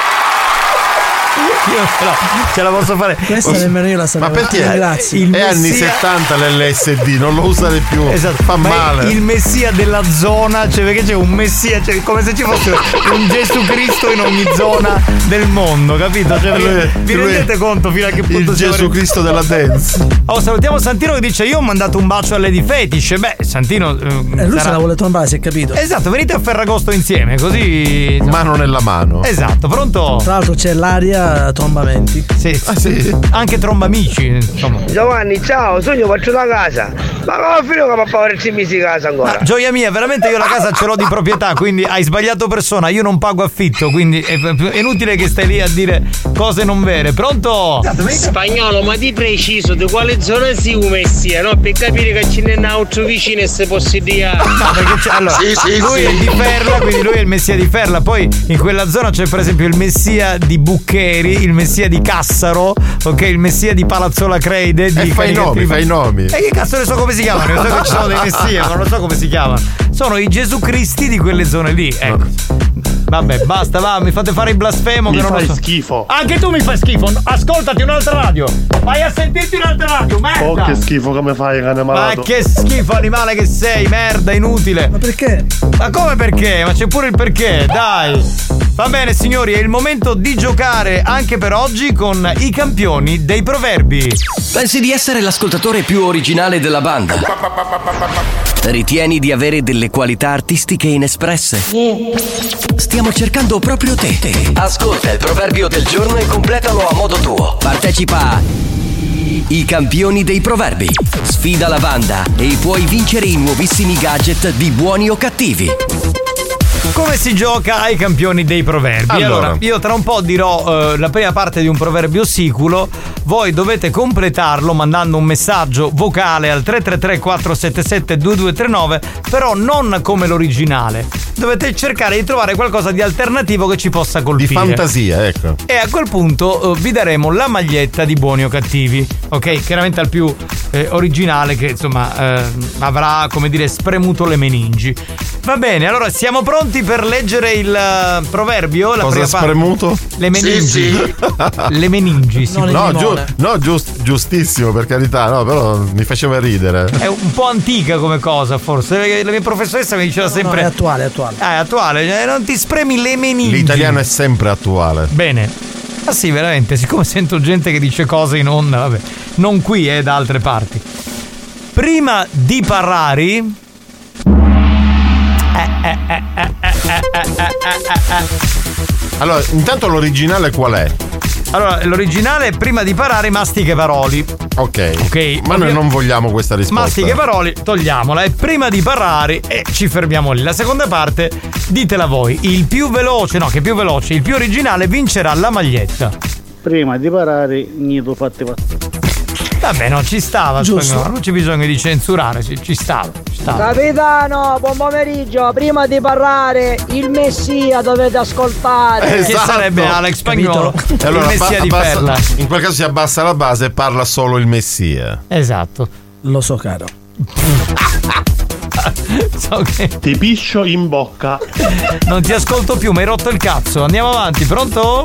Io ce la, ce la posso fare. Questa nemmeno io la sapevo. Ma perché? Grazie. Il è anni messia- settanta l'L S D, non lo usare più. Esatto, Fa ma è male. il messia della zona, cioè perché c'è un messia, cioè come se ci fosse un Gesù Cristo in ogni zona del mondo, capito? Cioè, Lui- vi lui- rendete conto fino a che punto Il siamo Gesù arri- Cristo della dance. Oh, salutiamo Santino che dice: io ho mandato un bacio a Lady Fetish. Beh, Santino. eh, E lui sarà- se la vuole trombare, si è capito. Esatto, venite a Ferragosto insieme, così. Mano nella mano. Esatto, pronto? Tra l'altro c'è l'aria trombamenti. Sì, sì. Anche trombamici, insomma. Giovanni, ciao, sogno faccio da casa. Ma come fino che mi fare tre mesi di casa ancora? Ma, gioia mia, veramente io la casa ce l'ho di proprietà, quindi hai sbagliato persona, io non pago affitto, quindi è, è inutile che stai lì a dire cose non vere. Pronto? Spagnolo, ma di preciso di quale zona si un messia, no? Per capire che ce n'è un altro vicino e se posso dire. No, perché c'è, allora, Sì, sì, lui sì. è di Ferla, quindi lui è il messia di Ferla. Poi in quella zona c'è per esempio il messia di Buccheri, il messia di Cassaro, ok, il messia di Palazzola Creide. Di E fai i Canicattì- nomi, fai i nomi. E che cazzo ne so come si chiamano? Io so che ci sono dei messia, ma non so come si chiamano. Sono i Gesù Cristi di quelle zone lì, ecco. Vabbè, basta, va, mi fate fare il blasfemo Mi che non fai lo so. schifo. Anche tu mi fai schifo. Ascoltati un'altra radio. Vai a sentirti un'altra radio, merda. Oh, che schifo come fai, cane Ma malato. che schifo animale che sei, merda, inutile. Ma perché? Ma come perché? Ma c'è pure il perché, dai. Va bene signori, è il momento di giocare anche per oggi con i campioni dei proverbi. Pensi di essere l'ascoltatore più originale della banda? Ritieni di avere delle qualità artistiche inespresse? Stiamo cercando proprio te. Ascolta il proverbio del giorno e completalo a modo tuo. Partecipa a I campioni dei proverbi. Sfida la banda e puoi vincere i nuovissimi gadget di Buoni o Cattivi. Come si gioca ai campioni dei proverbi? Allora. Allora, io tra un po' dirò eh, la prima parte di un proverbio siculo. Voi dovete completarlo mandando un messaggio vocale al tre tre tre quattro sette sette due due tre nove, però non come l'originale. Dovete cercare di trovare qualcosa di alternativo che ci possa Di colpire. fantasia, ecco. E a quel punto eh, vi daremo la maglietta di Buoni o Cattivi, ok? Chiaramente al più eh, originale che insomma eh, avrà, come dire, spremuto le meningi. Va bene, allora siamo pronti per leggere il eh, proverbio? La Cosa prima ha parte? spremuto? Le meningi. Sì, sì. Le meningi, sì. No, giu- no giust- giustissimo, per carità, no, però mi faceva ridere. È un po' antica come cosa, forse. La mia professoressa mi diceva sempre. No, è attuale, è attuale. Ah, è attuale, eh, non ti spremi le meningi. L'italiano è sempre attuale. Bene. Ah sì, veramente, siccome sento gente che dice cose in onda, vabbè. Non qui, eh, da altre parti. Prima di parlare. Eh, eh, eh, eh, eh, eh, eh, eh, eh, eh. Allora, intanto l'originale qual è? Allora, l'originale è prima di parare mastica e paroli. Ok. Ok. Ma noi non vogliamo questa risposta. Mastica e paroli, togliamola. E prima di parare e ci fermiamo lì. La seconda parte, ditela voi. Il più veloce, no, che più veloce, il più originale vincerà la maglietta. Prima di parare, nido fatti fatti. Vabbè, no, ci stava, Giusto. spagnolo, non c'è bisogno di censurare, ci, ci stava, ci stava. Capitano, buon pomeriggio. Prima di parlare, il Messia dovete ascoltare. Che sarebbe Alex Spagnolo, E allora, il Messia abba- di abbassa- Perla. in quel caso si abbassa la base e parla solo il Messia. Esatto. Lo so, caro. So che ti piscio in bocca. Non ti ascolto più, mi hai rotto il cazzo. Andiamo avanti, pronto?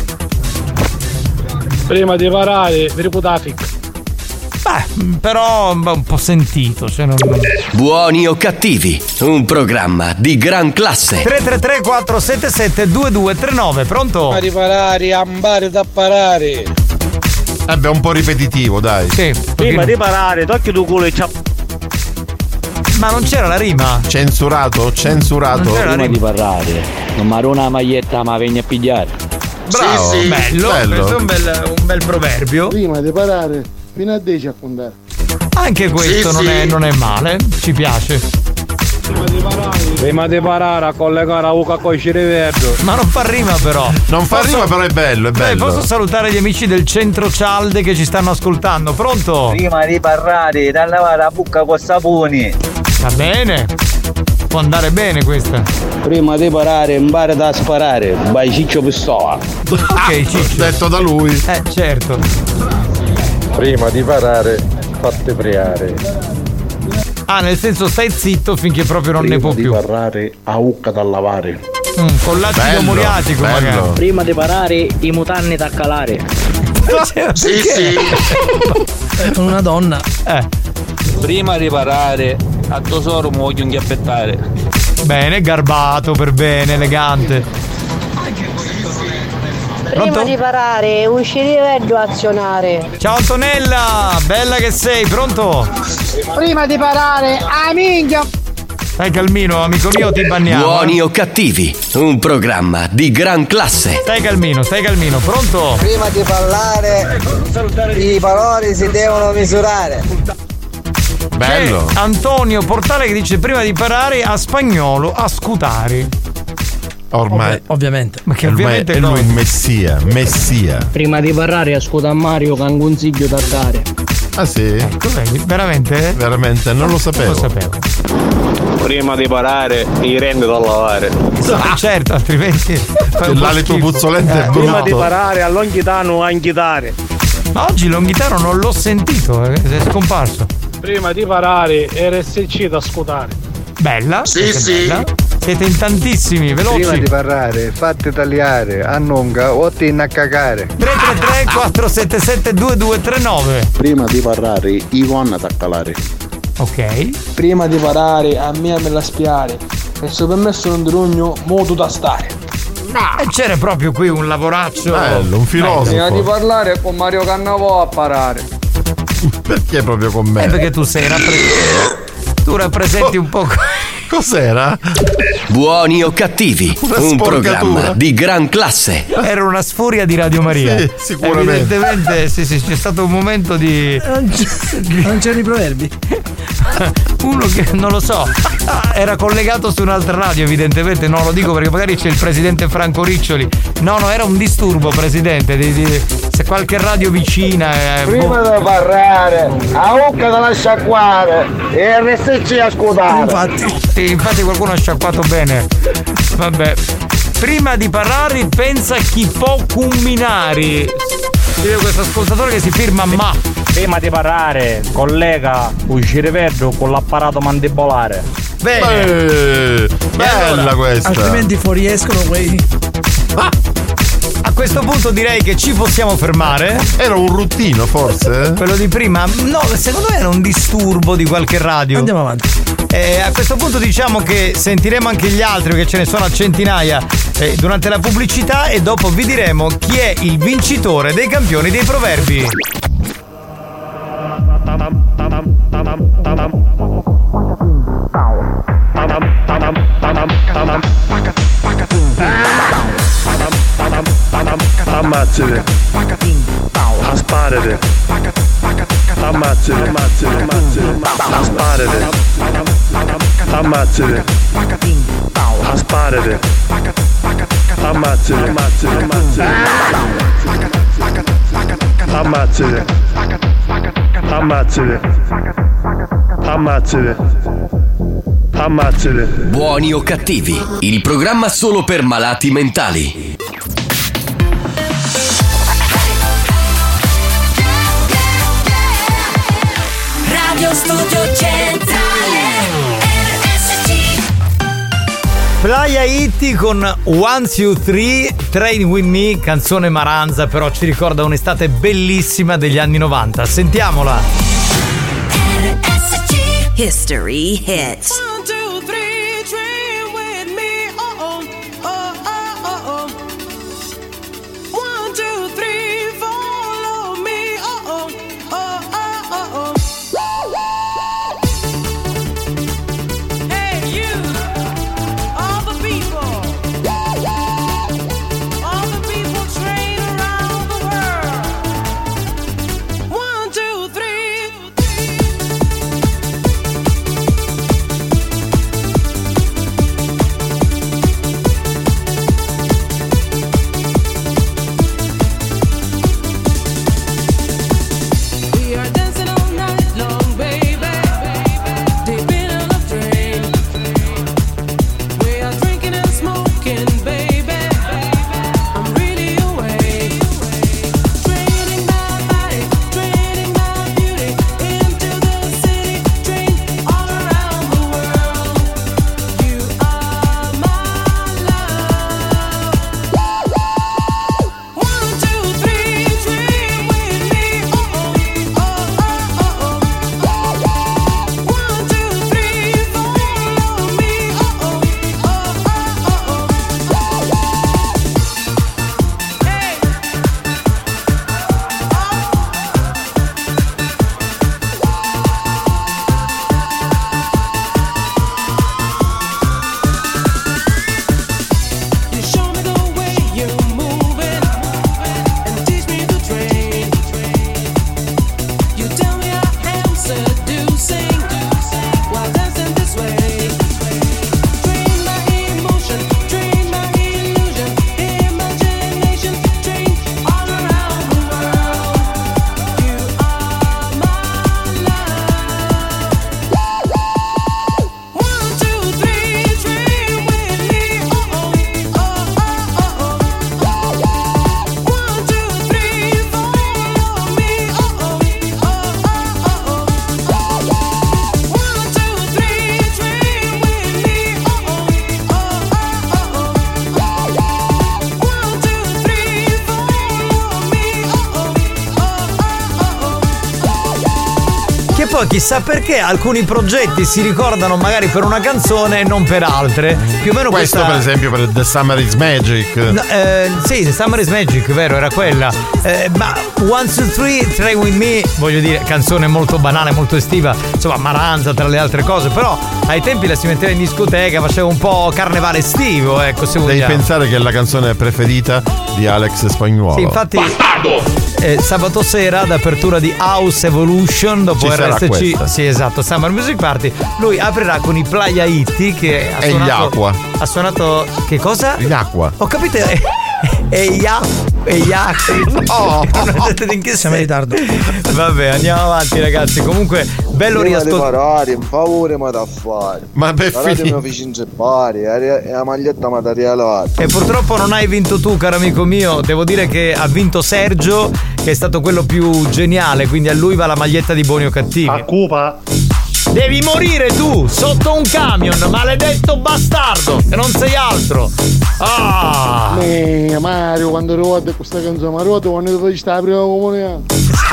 Prima di parare, Viriputafic. Beh, però beh, un po' sentito, cioè non... Buoni o cattivi, un programma di gran classe. tre tre tre quattro sette sette due due tre nove, pronto? Prima di parare, ambare da parare. Eh beh, un po' ripetitivo, dai. Sì. Prima di parare, tocchi tu culo e ciao. Ma non c'era la rima? Censurato, censurato. Prima di parlare, non mi una maglietta ma vieni a pigliare. Bravo, sì, sì. Bello, bello. questo è un bel, un bel proverbio. Prima di parare, fino a dieci a puntare. Anche questo Sì, non, sì. È, non è male, ci piace. Prima di parare, a collegare la buca con il cireverdo. Ma non fa rima però. Non fa Posso- rima, però è bello, è Beh, bello. posso salutare gli amici del centro Cialde che ci stanno ascoltando, pronto? Prima di parlare, da lavare la bucca con saponi. Va bene, può andare bene questa. Prima di parare, impara da sparare. Vai Ciccio Pistola. Ok, Ciccio. Detto da lui. Eh, certo. Prima di parare, fate preare. Ah, nel senso stai zitto finché proprio non ne può di più. parlare a ucca da lavare. Mm, con l'acido Bello, muriatico bello. magari. Prima di parare, i mutanni da calare. Sì, sì. Con una donna. Eh, Prima di parare, a tesoro mi voglio inghiappettare. bene, garbato per bene, elegante. Prima Pronto? di parare, uscire e azionare. Ciao Antonella, bella che sei, pronto? Prima di parare, amico. Stai calmino, amico mio, ti banniamo. Buoni eh. o cattivi, un programma di gran classe. Stai calmino, stai calmino, pronto? Prima di parlare, i parole si devono misurare. Bello. C'è Antonio Portale che dice prima di parare a Spagnolo a scutari. Ormai. Ovviamente. Ma che ormai ovviamente è lui no. il Messia. Messia. Prima di parlare, ascolta a Mario che ha un consiglio da dare. Ah sì? Ecco, vedi, veramente? Veramente, non lo sapevo. Non lo sapevo. Prima di parare, i rende da lavare. Ah, certo, altrimenti. fai un po' L'alito schifo. puzzolente è Eh, brutto. Prima di parare, a Longhitano a inghitare. Ma oggi Longhitano non l'ho sentito, eh, è scomparso. Prima di parare, R S C da scutare. Bella? Sì, siete sì. bella. Siete in tantissimi, veloci. Prima di parlare, fate tagliare, annunga o ti a cagare. tre tre tre quattro sette sette due due tre nove. Prima di parlare, i gonna da calare. Ok. Prima di parare, a me me la spiare. E se permesso non dirogno, modo da stare. E c'era proprio qui un lavoraccio. Bello, un filosofo. parlare, con Mario Cannavò a parare. Perché proprio con me? Eh, perché tu sei rappresentato. Tu rappresenti un po'. Cos'era? Buoni o cattivi, Una un sporcatura. programma di gran classe. Era una sfuria di Radio Maria. Sì, sicuramente. Evidentemente, sì, sì, c'è stato un momento di. Non c'è- non c'erano i proverbi. Uno che non lo so, era collegato su un'altra radio, evidentemente. Non lo dico perché magari c'è il presidente Franco Riccioli. No, no, era un disturbo, presidente. Di, di- se qualche radio vicina. eh, Prima boh. di parlare, a ucca da sciacquare e R S C a scudare. Infatti. Sì, infatti qualcuno ha sciacquato bene. Vabbè. Prima di parlare, pensa chi può culminare. Io questo ascoltatore che si firma ma. Prima di parlare, collega, uscire vedo con l'apparato mandibolare. Bene. Eh, bella allora, questa. Altrimenti fuoriescono quei. A questo punto direi che ci possiamo fermare. Era un ruttino, forse? Quello di prima? No, secondo me era un disturbo di qualche radio. Andiamo avanti. Eh, a questo punto diciamo che sentiremo anche gli altri, perché ce ne sono a centinaia eh, durante la pubblicità, e dopo vi diremo chi è il vincitore dei campioni dei proverbi. Ammazzate. Asparate. Ammazzate, ammazzate, ammazzate. Asparate. Ammazzate. Asparate. Ammazzate, ammazzate, ammazzate. Ammazzate. Ammazzate. Ammazzate. Ammazzate. Buoni o cattivi, il programma solo per malati mentali. Radio Studio Centrale R S C. Playa Itti con one two three Train With Me, canzone Maranza, però ci ricorda un'estate bellissima degli anni novanta. Sentiamola. R S C History Hits. Poi chissà perché alcuni progetti si ricordano magari per una canzone e non per altre. Più o meno questo questa... per esempio per The Summer is Magic. No, eh, sì, The Summer is Magic, vero, era quella. Eh, ma one two three Train With Me, voglio dire, canzone molto banale, molto estiva, insomma Maranza tra le altre cose, però ai tempi la si metteva in discoteca, faceva un po' carnevale estivo, ecco, se vogliamo. Devi pensare che è la canzone preferita di Alex Spagnuolo. Sì, infatti eh, sabato sera d'apertura di House Evolution dopo Ci R S C, sì esatto, Summer Music Party, lui aprirà con i Playa Itti che ha e suonato, gli Aqua. ha suonato che cosa? Gli Aqua. Ho capito, e, e gli Aqua e gli Aqua. Oh, non ho detto in che siamo in ritardo. Vabbè, andiamo avanti ragazzi, comunque bello riascoltare. Un favore ma da fare. Ma per finire mi inceppare e la maglietta materialata. E purtroppo non hai vinto tu, caro amico mio. Devo dire che ha vinto Sergio, che è stato quello più geniale, quindi a lui va la maglietta di Buoni o Cattivi. A Cupa. Devi morire tu, sotto un camion, maledetto bastardo, che non sei altro. Ah! Mia Mario, quando ruote questa canzone, ma ruote quando ti fai sta la prima comunione.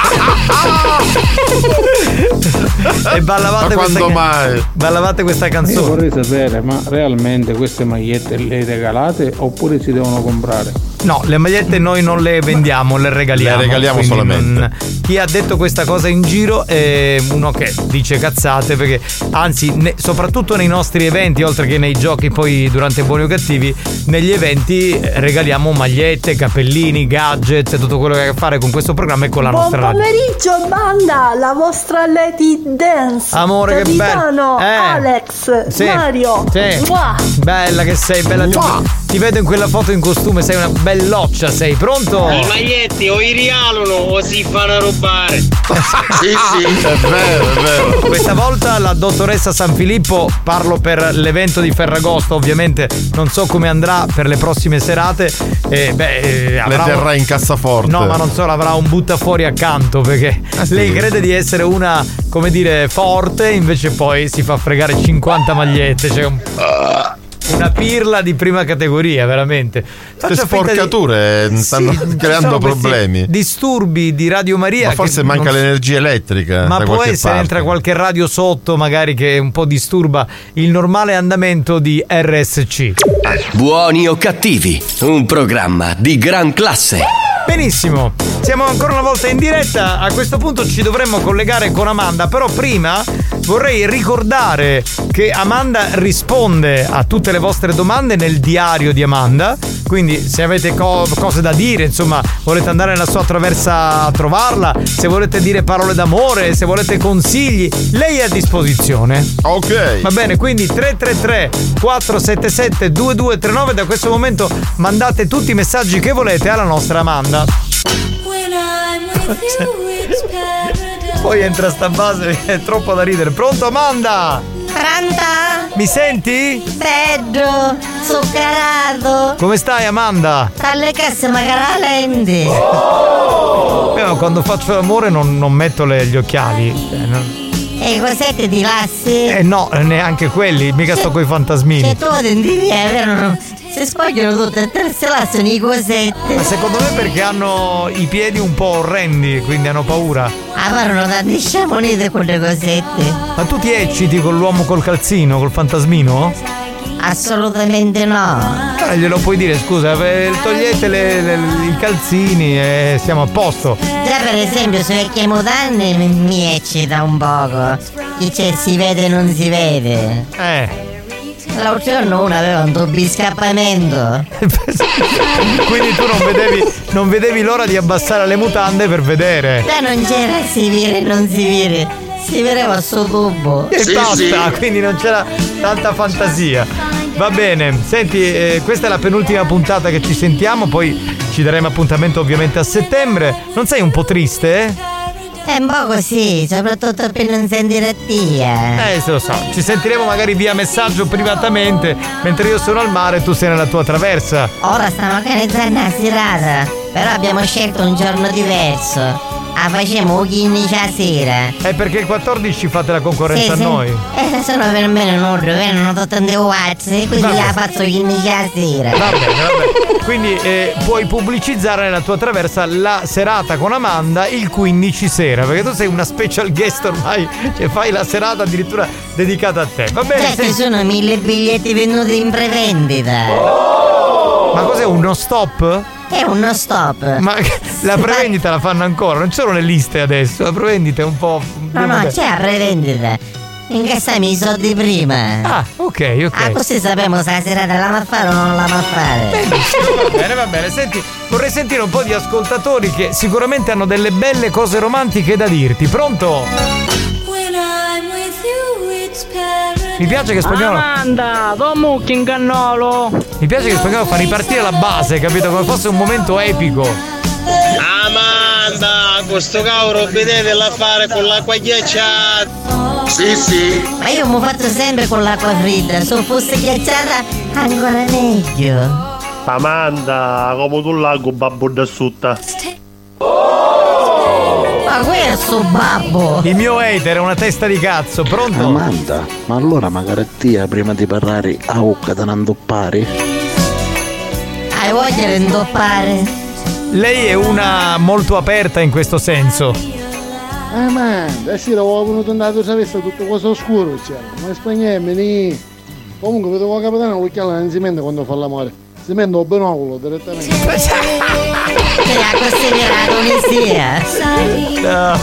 E ballavate ma quando questa mai? ballavate questa canzone. Io vorrei sapere, ma realmente queste magliette le regalate oppure si devono comprare? No, le magliette noi non le vendiamo, le regaliamo. Le regaliamo solamente. Non... Chi ha detto questa cosa in giro è uno che dice cazzate, perché anzi, ne... soprattutto nei nostri eventi, oltre che nei giochi poi durante Buoni o Cattivi, negli eventi regaliamo magliette, cappellini, gadget, tutto quello che ha a che fare con questo programma e con la Buon nostra radio. pomeriggio banda, la vostra Lady Dance. Amore, che bello. Capitano, Eh. Alex, Sì, Mario. sì. Mua. Bella che sei, bella. Ti vedo in quella foto in costume, sei una belloccia, sei pronto? I maglietti o i rialano o si fanno rubare. Sì, sì, è vero, è vero. Questa volta la dottoressa San Filippo, parlo per l'evento di Ferragosto, ovviamente non so come andrà per le prossime serate. Eh, beh, eh, Le avrà terrà un... in cassaforte. No, ma non so, avrà un buttafuori accanto, perché Ah, sì? lei crede di essere una, come dire, forte, invece poi si fa fregare cinquanta magliette, cioè un... una pirla di prima categoria, veramente. Queste Faccia finta di- sporcature stanno Sì, ci creando sono questi problemi. disturbi di Radio Maria. Ma forse che manca non- l'energia elettrica. Ma da può qualche essere, parte. entra qualche radio sotto, magari, che un po' disturba il normale andamento di R S C. Buoni o cattivi, un programma di gran classe. Benissimo, siamo ancora una volta in diretta. A questo punto ci dovremmo collegare con Amanda, però prima vorrei ricordare che Amanda risponde a tutte le vostre domande nel diario di Amanda. Quindi se avete co- cose da dire, insomma, volete andare nella sua traversa a trovarla, se volete dire parole d'amore, se volete consigli, lei è a disposizione. Ok. Va bene, quindi tre tre tre quattro sette sette due due tre nove. Da questo momento mandate tutti i messaggi che volete alla nostra Amanda. Poi entra sta base, è troppo da ridere. Pronto, Amanda? Pronta? Mi senti? Peggio, zuccherato. Come stai, Amanda? Dalle casse magari lenti. Eh, ma quando faccio l'amore non, non metto le- gli occhiali. Eh, no. E i cosetti di lassi? Eh, no, neanche quelli, mica sto coi fantasmini. Cioè tu intendi è vero? no? Si spogliano tutte e tre, si lasciano i cosetti. Ma secondo me perché hanno i piedi un po' orrendi, quindi hanno paura. Ah, parlano tanti sciamonite quelle cosette. Ma tu ti ecciti con l'uomo col calzino, col fantasmino? Assolutamente no. Eh, glielo puoi dire, scusa, eh, togliete le- le- i calzini e siamo a posto. Già per esempio su vecchie mutande mi, mi eccita un poco. Chi c'è si vede non si vede. Eh. L'altro giorno uno aveva un turbiscappamento. Quindi tu non vedevi, non vedevi l'ora di abbassare le mutande per vedere. Già non c'era si vire non si vire. Si vedeva sto tubo. E basta, quindi non c'era tanta fantasia. Va bene, senti, eh, questa è la penultima puntata che ci sentiamo, poi ci daremo appuntamento ovviamente a settembre. Non sei un po' triste, eh? È un po' così, soprattutto per non sentire tia. Eh, se lo so, ci sentiremo magari via messaggio privatamente, mentre io sono al mare e tu sei nella tua traversa. Ora stiamo organizzando una serata, però abbiamo scelto un giorno diverso. Ah, facciamo quindici a sera. È perché il quattordici fate la concorrenza Sì, sì. a noi. Eh, sono per me un ordine, vengono tutte le wazze, quindi Vabbè. la faccio quindici a sera. Va bene, va bene. Quindi eh, puoi pubblicizzare nella tua traversa la serata con Amanda il quindici sera, perché tu sei una special guest ormai, cioè fai la serata addirittura dedicata a te. Va bene? Già ci senti- sono mille biglietti venuti in prevendita. Ma cos'è, uno stop? È uno stop. Ma la prevendita la fanno ancora, non ci sono le liste adesso, la prevendita è un po'. No, no, c'è la prevendita. Incassiamo i soldi prima. Ah, ok, ok. Ah, così sappiamo se la serata la va a fare o non la va a fare. Benissimo, va bene, va bene. Senti, vorrei sentire un po' di ascoltatori che sicuramente hanno delle belle cose romantiche da dirti. Pronto? Mi piace che spagnolo. Amanda, Tomucchi in cannolo. Mi piace che spagnolo fa ripartire la base, capito? Come fosse un momento epico. Amanda, questo cavolo vedete la fare con l'acqua ghiacciata. Sì, sì. Ma io mi fatto sempre con l'acqua fredda, se fosse ghiacciata ancora meglio. Amanda, come tu lago babbo da sutta. Ma questo babbo! Il mio hater è una testa di cazzo, pronto? Amanda, ma allora magari tia prima di parlare a ucca da non doppare? Hai voglia di indoppare? lei è una molto aperta in questo senso. Eh ma, da sera ho venuto andato a vista tutto cosa oscuro, cioè. Ma spagnolo, ni. Comunque vedevo la capitana occhiale non si mente quando fa l'amore. Si mente il binocolo direttamente. Che ha considerato No.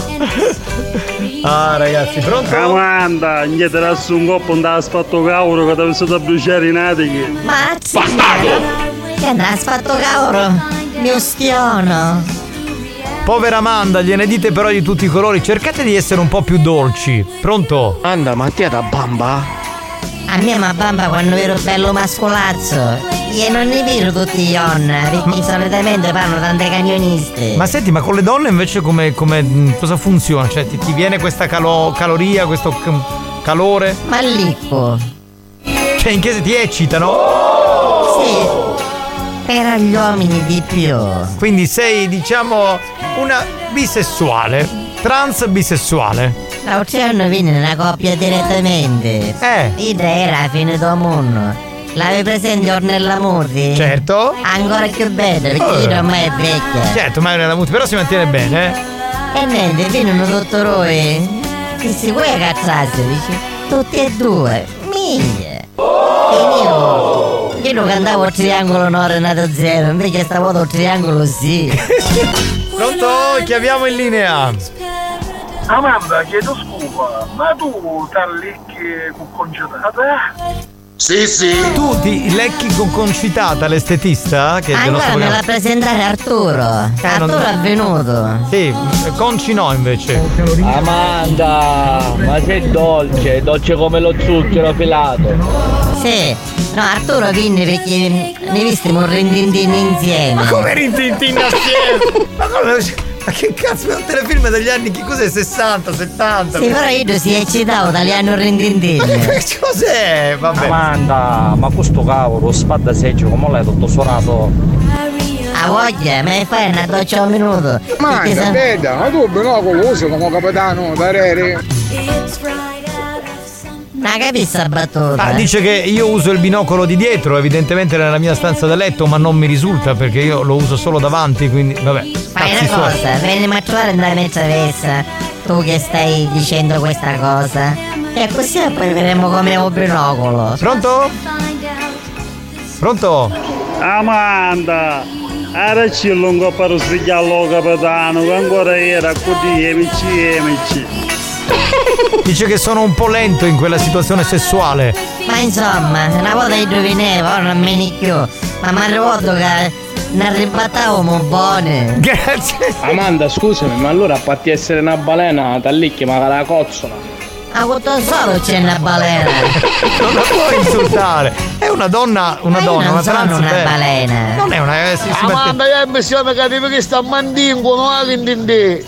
Ah ragazzi, pronto? Amanda, niente da su un coppo non ha fatto cavolo che ti avessi da bruciare i natichi. Mazzi, che ne ha fatto cavolo? Mio stiono. Povera Amanda, gliene dite però di tutti i colori, cercate di essere un po' più dolci. Pronto? Anda, ma ti da bamba? A me ma bamba quando ero bello mascolazzo. Io non ne vedo tutti gli onna, perché solitamente fanno tante cagnoniste. Ma senti, ma con le donne invece come, come cosa funziona? Cioè ti, ti viene questa calo, caloria, questo c- calore? Ma licco. Cioè in che se ti eccitano? Sì. Per gli uomini di più. Quindi sei, diciamo, una bisessuale, trans bisessuale. L'altro giorno viene una coppia direttamente. Eh. L'idea era la fine del mondo. L'avevi presente Ornella Murri? Certo. Ancora più bella, perché Oh. io ormai è vecchia. Certo, ma nella muti, però si mantiene bene, eh? E niente, viene un dottore. Disse, vuoi cazzarsi? Dice, tutti e due. Miglia. E io, io lo cantavo il triangolo no Renato Zero, invece stavolta il triangolo sì. Pronto? Chiamiamo in linea. Amanda, chiedo scusa, ma tu t'allecchi con concetata? Sì, sì. Tu ti lecchi con Concitata, l'estetista? Che è del Allora nostro me la programma. presentare Arturo. Eh, Arturo non- è venuto. Sì, Conci no invece. Amanda, ma sei dolce, dolce come lo zucchero filato. Sì, no, Arturo viene perché ne vistimo un rindindin insieme. Ma come rintintin assieme? Ma come? Ma che cazzo è un telefilm degli anni? Che cos'è? sessanta, settanta? Sì, però io si è eccitato dall'anno rindindin. Cos'è? Vabbè. Amanda, ma questo cavolo, spada seggio, come l'hai tutto suonato? A voglia, me ne fai una doccia un minuto. Ma Perché se- veda, ma tu binocolo usi come capitano da Rere? Non capisci la battuta? Ah, dice che io uso il binocolo di dietro, evidentemente nella mia stanza da letto, ma non mi risulta perché io lo uso solo davanti, quindi vabbè. Fai cazzi una suoi. cosa, venimi a trovare nella mia travessa. Tu che stai dicendo questa cosa. E così poi vedremo come un binocolo. Pronto? Pronto? Amanda, era ci lungo per svegliarlo capitano, che ancora era così, amici e amici. Dice che sono un po' lento in quella situazione sessuale. Ma insomma, una volta indovinevo, ora non me ne più. Ma mi ricordo che ne arrebattavamo buone. Grazie. Amanda, scusami, ma allora a parte essere una balena, t'allicchi ma la cozzola. A quanto solo c'è una balena. Non la puoi insultare. È una donna, una Ma io donna, non una sono trans una bella. balena. Non è una. Eh, si, si Amanda, io mi siamo cattivi che sta mandingono a che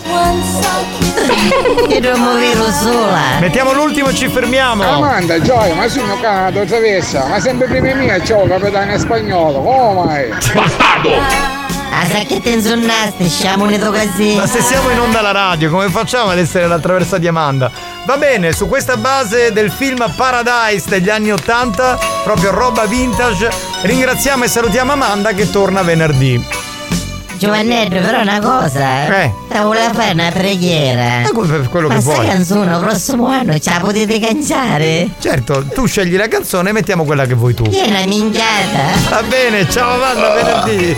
Io non mi viro sola. Mettiamo l'ultimo e ci fermiamo. Amanda, Gioia, ma sono canato travessa, ma sempre prima mia, ciao capitano spagnolo, come mai? Ah, sai che te insonnasti, siamo unito così. Ma se siamo in onda alla radio, come facciamo ad essere la traversa di Amanda? Va bene, su questa base del film Paradise degli anni ottanta, proprio roba vintage, ringraziamo e salutiamo Amanda che torna venerdì. Giovannetto, però una cosa, eh. Eh. Te voleva fare una preghiera. Eh, come- quello Ma che sta vuoi. canzone il prossimo anno ce la potete cangiare? Certo, tu scegli la canzone e mettiamo quella che vuoi tu. Che è una minchiata. Va bene, ciao Amanda, venerdì.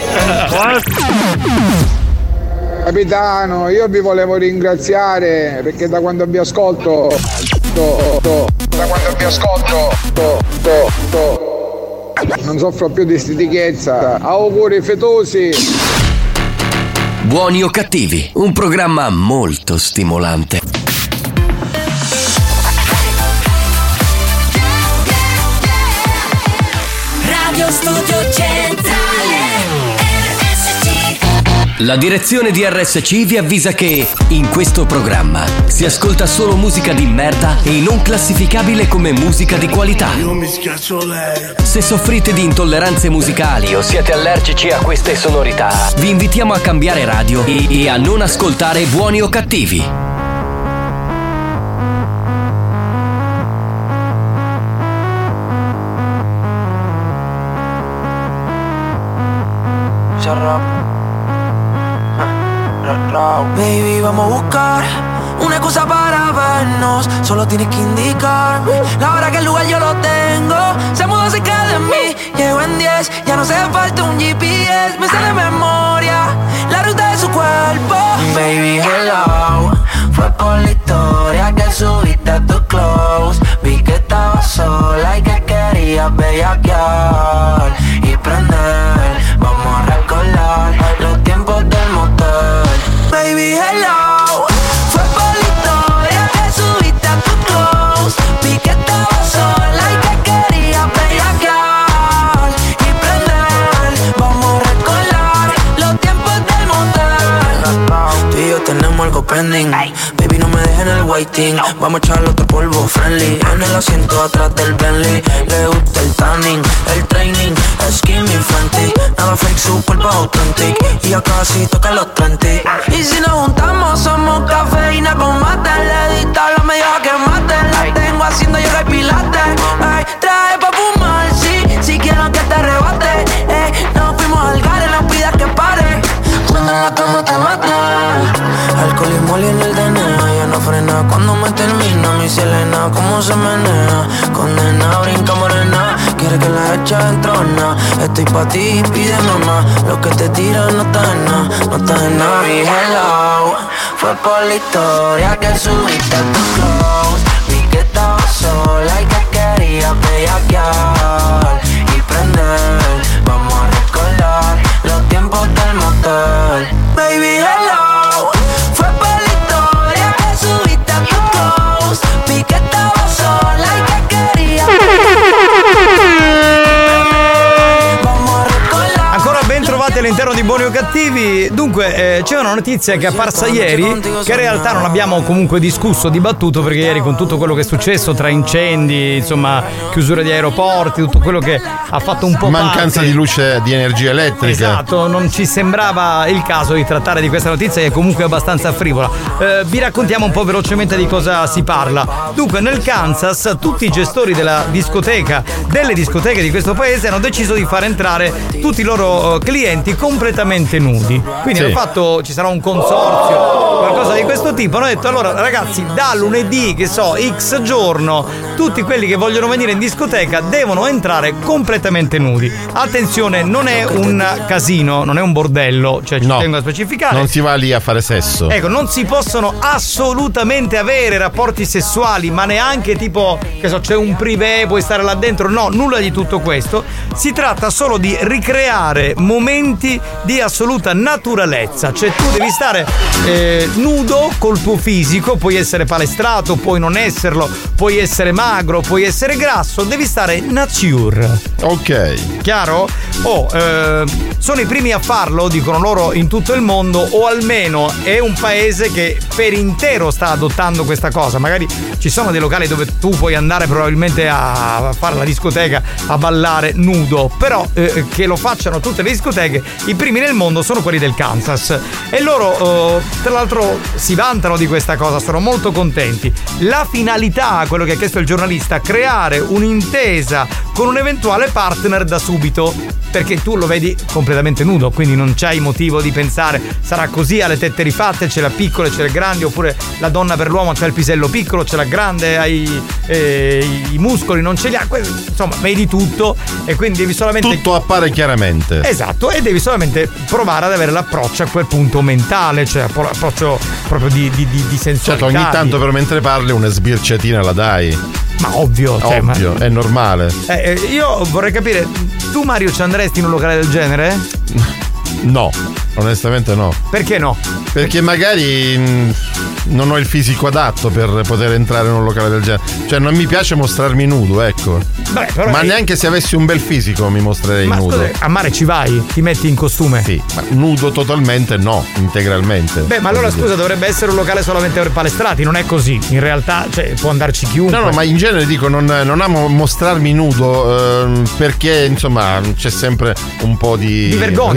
Capitano, io vi volevo ringraziare perché da quando vi ascolto, to, to, da quando vi ascolto, to, to, to, non soffro più di stitichezza. Auguri fetosi. Buoni o cattivi, un programma molto stimolante. Radio Studio Centrale R S C. La direzione di R S C vi avvisa che in questo programma si ascolta solo musica di merda e non classificabile come musica di qualità. Io mi schiaccio lei. Se soffrite di intolleranze musicali o siete allergici a queste sonorità, vi invitiamo a cambiare radio e, e a non ascoltare Buoni o Cattivi. Baby, vamos a buscar una excusa para vernos. Solo tienes que indicarme la hora que el lugar yo lo tengo. Se mudó cerca de mí, llego en diez. Ya no hace falta un G P S. Me sale de memoria la ruta de su cuerpo. Baby, hello. Fue por la historia que subiste a tu close. Vi que estabas sola y que querías bellaquear y prender. Vamos a recordar los tiempos del motel. Baby, hello. Fue por la historia que subiste a tu close. Vi que estabas sola y que querías bellaquear y prender. Vamos a recordar los tiempos del motel. Tú y yo tenemos algo pending. Baby, no me dejes en el waiting. Vamos a echarle otro polvo friendly. En el asiento atrás del Bentley. Le gusta el tanning, el training, skinny Fenty. Nada fake, su cuerpo authentic. Y ya casi toca los treinta. Y si nos juntamos somos cafeína con mate. Le dista la media que mate. La tengo haciendo yoga y pilates. Ay, traje pa' fumar, sí. Si quiero que te arrebate. Ey, nos fuimos al gare, no pidas que pare. Cuando en la cama te mata. Alcohol y moli en el D N A. Ya no frena cuando me termina mi Selena. Cómo se menea, condena, brinca morena. Quiere que la eche entrona. Estoy pa' ti, pide mamá. Lo que te tiran no está en nada, no está en nada. Mi hello, fue por la historia que subiste a tu close. Vi que estabas sola y que querías bellaquear y prender. Vamos a recordar los tiempos del motel. Baby, hello. Fue por la historia que subiste a tu close. Vi que estaba sola y que quería. Ancora ben trovati all'interno di Buoni o Cattivi. Dunque eh, c'è una notizia che è apparsa ieri, che in realtà non abbiamo comunque discusso, dibattuto, perché ieri con tutto quello che è successo tra incendi, insomma chiusure di aeroporti, tutto quello che ha fatto un po' mancanza parte. di luce, di energia elettrica. Esatto, non ci sembrava il caso di trattare di questa notizia che è comunque abbastanza frivola. Eh, vi raccontiamo un po' velocemente di cosa si parla. Dunque nel Kansas tutti i gestori della discoteca, delle discoteche di questo paese hanno deciso di far entrare tutti i loro clienti completamente nudi. Quindi Sì. hanno fatto, ci sarà un consorzio, qualcosa di questo tipo. Hanno detto allora ragazzi, da lunedì, che so, X giorno, tutti quelli che vogliono venire in discoteca devono entrare completamente nudi. Attenzione, non è un casino, non è un bordello, cioè ci No, tengo a specificare. non si va lì a fare sesso. Ecco, non si possono assolutamente avere rapporti sessuali, ma neanche tipo, che so, c'è un privé, puoi stare là dentro. No, nulla di tutto questo. Si tratta solo di ricreare momenti di assoluta naturalezza. Cioè tu devi stare eh, nudo col tuo fisico, puoi essere palestrato, puoi non esserlo, puoi essere magro, puoi essere grasso, devi stare nature. Ok. Chiaro? Oh, eh, sono i primi a farlo, dicono loro, in tutto il mondo, o almeno è un paese che per intero sta adottando questa cosa. Magari ci sono dei locali dove tu puoi andare probabilmente a fare la discoteca, a ballare nudo, però eh, che lo facciano tutte le discoteche, i primi nel mondo sono quelli del Kansas. E loro, eh, tra l'altro, si vantano di questa cosa, sono molto contenti. La finalità, quello che ha chiesto il giornalista, creare un'intesa con un eventuale partner da subito, perché tu lo vedi completamente nudo, quindi non c'hai motivo di pensare sarà così, ha le tette rifatte, c'è la piccola, c'è il grande, oppure la donna per l'uomo c'è il pisello piccolo, c'è la grande, hai eh, i muscoli, non ce li ha, insomma vedi tutto e quindi devi solamente tutto appare chiaramente. Esatto, e devi solamente provare ad avere l'approccio a quel punto mentale, cioè l'approccio proprio di, di, di, di sensualità. Certo, ogni tanto però mentre parli una sbirciatina la dai. Ma ovvio, cioè, ovvio, ma... è normale. Eh, io vorrei capire, tu Mario ci andresti in un locale del genere? No, onestamente no. Perché no? Perché magari mh, non ho il fisico adatto per poter entrare in un locale del genere. Cioè non mi piace mostrarmi nudo, ecco. Beh, però ma è... neanche se avessi un bel fisico mi mostrerei ma nudo. Scusa, a mare ci vai? Ti metti in costume? Sì, ma nudo totalmente no, integralmente. Beh, ma allora scusa, dovrebbe essere un locale solamente per palestrati, non è così. In realtà, cioè, può andarci chiunque. No, no, ma in genere dico, non, non amo mostrarmi nudo eh, perché insomma c'è sempre un po' di, di vergogna, riservatezza.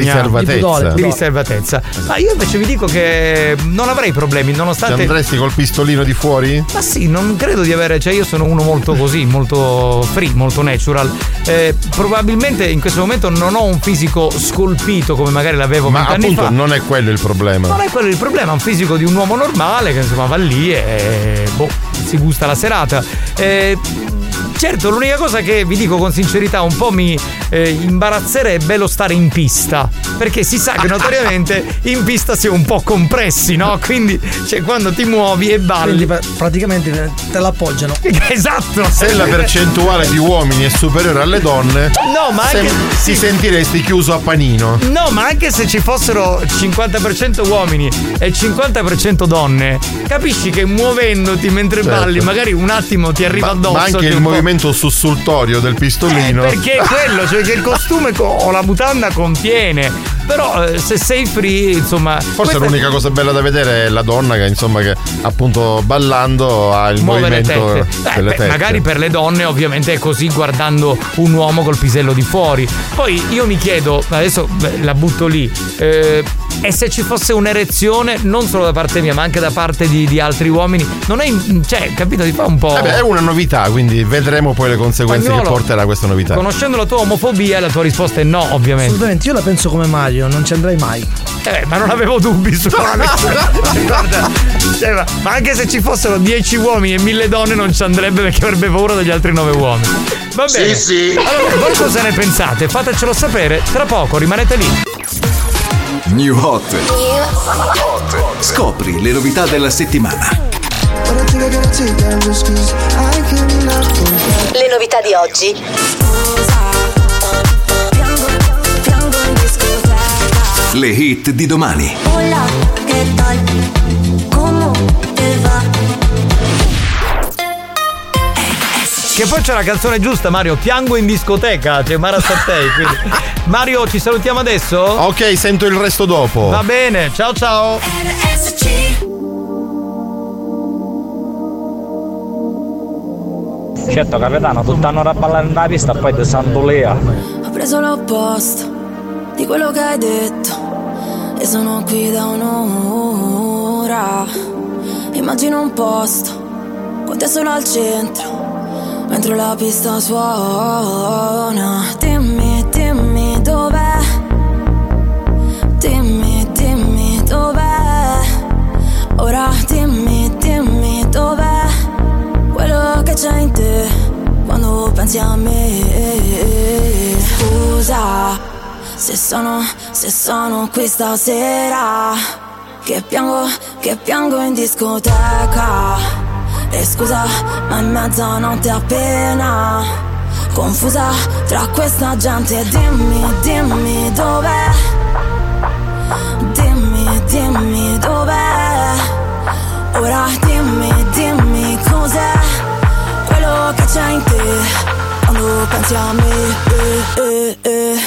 riservatezza. Di riservatezza. Ma io invece vi dico che non avrei problemi, nonostante. Ci andresti col pistolino di fuori? Ma sì, non credo di avere. Cioè, io sono uno molto così, molto free, molto natural. Eh, probabilmente in questo momento non ho un fisico scolpito come magari l'avevo vent'anni fa. Ma appunto non è quello il problema. Non è quello il problema, è un fisico di un uomo normale che insomma va lì e boh, si gusta la serata. Eh, certo, l'unica cosa che vi dico con sincerità un po' mi eh, imbarazzerebbe è lo stare in pista, perché si sa che notoriamente in pista si è un po' compressi, no? Quindi cioè, quando ti muovi e balli Quindi, praticamente te l'appoggiano. Esatto. Se la percentuale di uomini è superiore alle donne, no, ma anche ti sì. sentiresti chiuso a panino. No, ma anche se ci fossero cinquanta per cento uomini e cinquanta per cento donne, capisci che muovendoti mentre certo. balli magari un attimo ti arriva ma, addosso. Ma anche il movimento sussultorio del pistolino. Eh, perché è quello, cioè che il costume o la mutanda contiene. Però eh, se sei free, insomma. Forse l'unica è... cosa bella da vedere è la donna che insomma che appunto ballando ha il muove movimento le tette. delle Eh, beh, tette. magari per le donne ovviamente è così guardando un uomo col pisello di fuori. Poi io mi chiedo, adesso beh, la butto lì, eh, e se ci fosse un'erezione non solo da parte mia ma anche da parte di, di altri uomini, non è, cioè, capito, ti fa un po'. Eh beh, è una novità, quindi vedremo poi le conseguenze Spagnolo, che porterà questa novità. Conoscendo la tua omofobia, la tua risposta è no, ovviamente. Assolutamente, io la penso come Mario, non ci andrei mai. Eh, ma non avevo dubbi su Guarda, cioè, ma, ma anche se ci fossero dieci uomini e mille donne non ci andrebbe perché avrebbe paura degli altri nove uomini. Va bene. Sì, sì. Allora, voi cosa ne pensate? Fatecelo sapere, tra poco, rimanete lì. New Hot. Scopri le novità della settimana. Le novità di oggi. Le hit di domani. Hola, ¿qué tal? ¿Cómo te va? Che poi c'è la canzone giusta, Mario. Piango in discoteca, c'è Mara Sattei. Quindi. Mario, ci salutiamo adesso? Ok, sento il resto dopo. Va bene, ciao ciao. Certo capitano, tutta un'ora a ballare nella pista poi di Sant'Olea. Ho preso l'opposto di quello che hai detto e sono qui da un'ora. Immagino un posto con te solo al centro mentre la pista suona. Dimmi, dimmi dov'è. Dimmi, dimmi dov'è. Ora dimmi, dimmi dov'è quello che c'è in te quando pensi a me. Scusa se sono, se sono qui stasera che piango, che piango in discoteca. E scusa, ma in mezzanotte appena confusa tra questa gente. Dimmi, dimmi dov'è. Dimmi, dimmi dov'è. Ora dimmi, dimmi cos'è quello che c'è in te quando pensi a me. eh, eh, eh.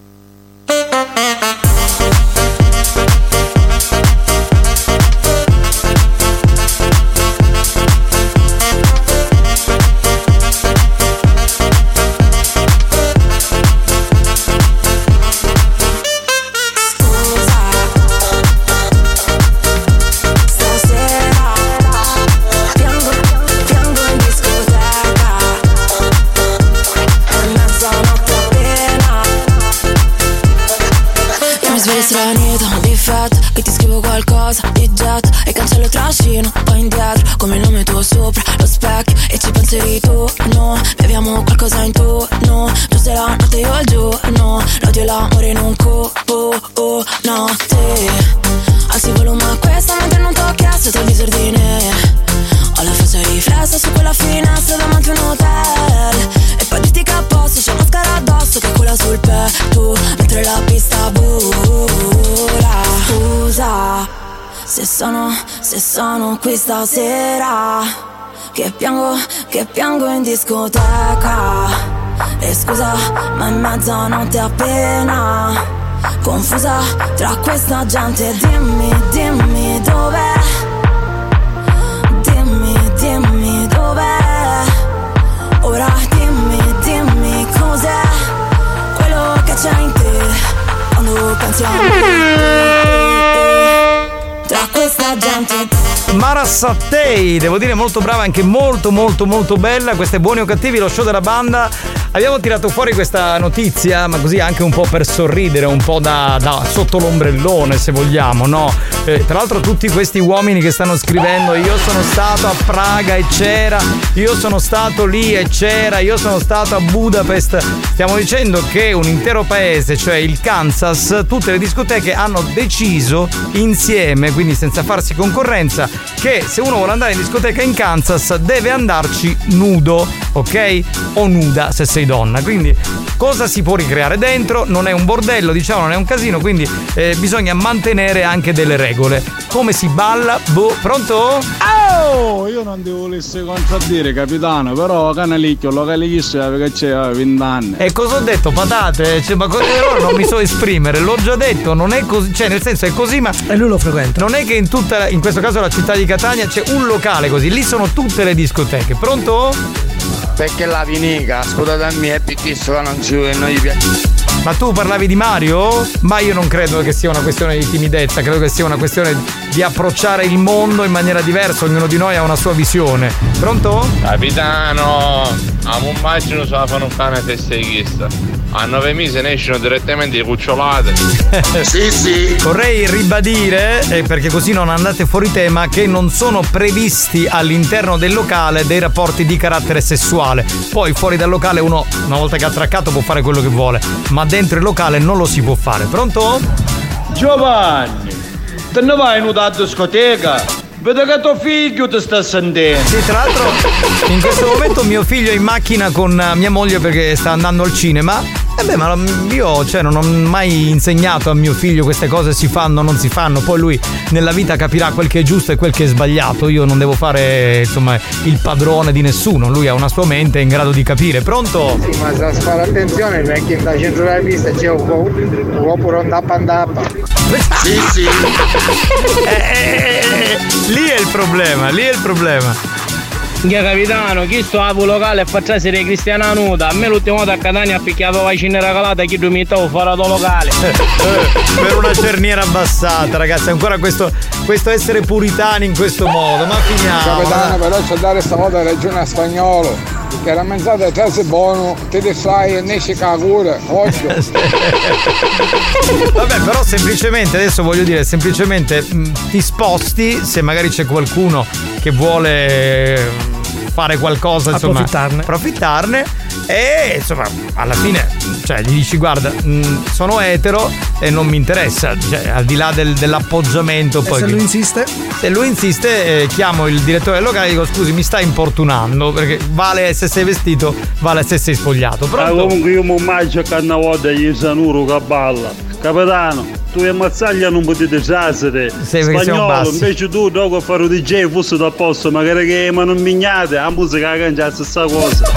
Stranito, difetto, che ti scrivo qualcosa di getto e cancello il trascino, poi indietro, come il nome tuo sopra lo specchio e ci pensi tu, no, beviamo qualcosa intorno, giù se la notte io il giorno, l'odio e l'amore in un cubo, oh, no, te, alzi il volume a questa mentre non t'ho chiesto, togli i sordine, ho la faccia riflessa su quella finestra davanti a un hotel, e poi dirti che a posto c'è mascara addosso che cola sul petto, mentre la pista vola. Scusa se sono, se sono qui stasera che piango, che piango in discoteca. E scusa, ma in mezzanotte appena confusa tra questa gente. Dimmi, dimmi dov'è. Dimmi, dimmi dov'è. Ora dimmi, dimmi cos'è quello che c'è in te quando pensi a me. Sattei, devo dire molto brava, anche molto molto molto bella. Questo è Buoni o Cattivi, lo show della banda. Abbiamo tirato fuori questa notizia, ma così anche un po' per sorridere, un po' da, da sotto l'ombrellone, se vogliamo, no? Eh, tra l'altro tutti questi uomini che stanno scrivendo: io sono stato a Praga e c'era, io sono stato lì e c'era, io sono stato a Budapest. Stiamo dicendo che un intero paese, cioè il Kansas, tutte le discoteche hanno deciso insieme, quindi senza farsi concorrenza, che se uno vuole andare in discoteca in Kansas deve andarci nudo, ok? O nuda se sei donna. Quindi cosa si può ricreare dentro? Non è un bordello, diciamo, non è un casino, quindi eh, bisogna mantenere anche delle regole. Come si balla? Boh, pronto? Oh, io non ti volessi contraddire, capitano, però canalicchio lo calichissimo perché c'è venti anni. E cosa ho detto? Patate? Cioè, ma co- allora non mi so esprimere, l'ho già detto, non è così, cioè nel senso è così, ma e lui lo frequenta. Non è che in tutta, in questo caso la città di Catania c'è un locale così, lì sono tutte le discoteche. Pronto? Perché la vinica, scusate a me, è picchissima, non ci non gli piace. Ma tu parlavi di Mario? Ma io non credo che sia una questione di timidezza, credo che sia una questione di approcciare il mondo in maniera diversa, ognuno di noi ha una sua visione. Pronto? Capitano, a un immagino se la fanno un cane testeghista. A nove mesi ne escono direttamente le cucciolate. Sì, sì. Vorrei ribadire, eh, perché così non andate fuori tema, che non sono previsti all'interno del locale dei rapporti di carattere sessuale. Poi fuori dal locale uno, una volta che ha attraccato, può fare quello che vuole, ma dentro il locale non lo si può fare. Pronto? Giovanni, te ne vai nuda a discoteca? Vedo che tuo figlio ti sta sentendo. Sì, tra l'altro in questo momento mio figlio è in macchina con mia moglie perché sta andando al cinema. E beh, ma io cioè non ho mai insegnato a mio figlio queste cose si fanno o non si fanno. Poi lui nella vita capirà quel che è giusto e quel che è sbagliato. Io non devo fare insomma il padrone di nessuno. Lui ha una sua mente, è in grado di capire. Pronto? Sì, ma se fare attenzione perché da centro della pista c'è un po' un po' un tappa andappa. Sì, sì. eh, eh, eh, lì è il problema, lì è il problema. Che capitano, chi sto a locale e faccia serie cristiana nuda? A me l'ultima volta a Catania ha picchiato la cinera calata chi tu mi stavo fuori dal locale. Per una cerniera abbassata, ragazzi, ancora questo, questo essere puritani in questo modo, ma finiamo. Capitano, però c'è dare stavolta ragione a Spagnolo, che la menzata è tre buono, te ne sai e ne esce cagura, occhio. Vabbè, però semplicemente, adesso voglio dire, semplicemente mh, ti sposti se magari c'è qualcuno che vuole fare qualcosa, insomma, approfittarne. approfittarne e insomma alla fine cioè gli dici guarda mh, sono etero e non mi interessa, cioè, al di là del, dell'appoggiamento. E poi se lui insiste? Se lui insiste eh, chiamo il direttore del locale e dico scusi mi sta importunando, perché vale se sei vestito, vale se sei spogliato. Pronto? Ah, comunque io mi immagino che una volta gli sanuro che balla. Capitano, tu e Mazzaglia non potete giacere. Spagnolo, invece tu dopo fare un D J fosse da posto, magari che ma non mignate, la musica la cangia la stessa cosa.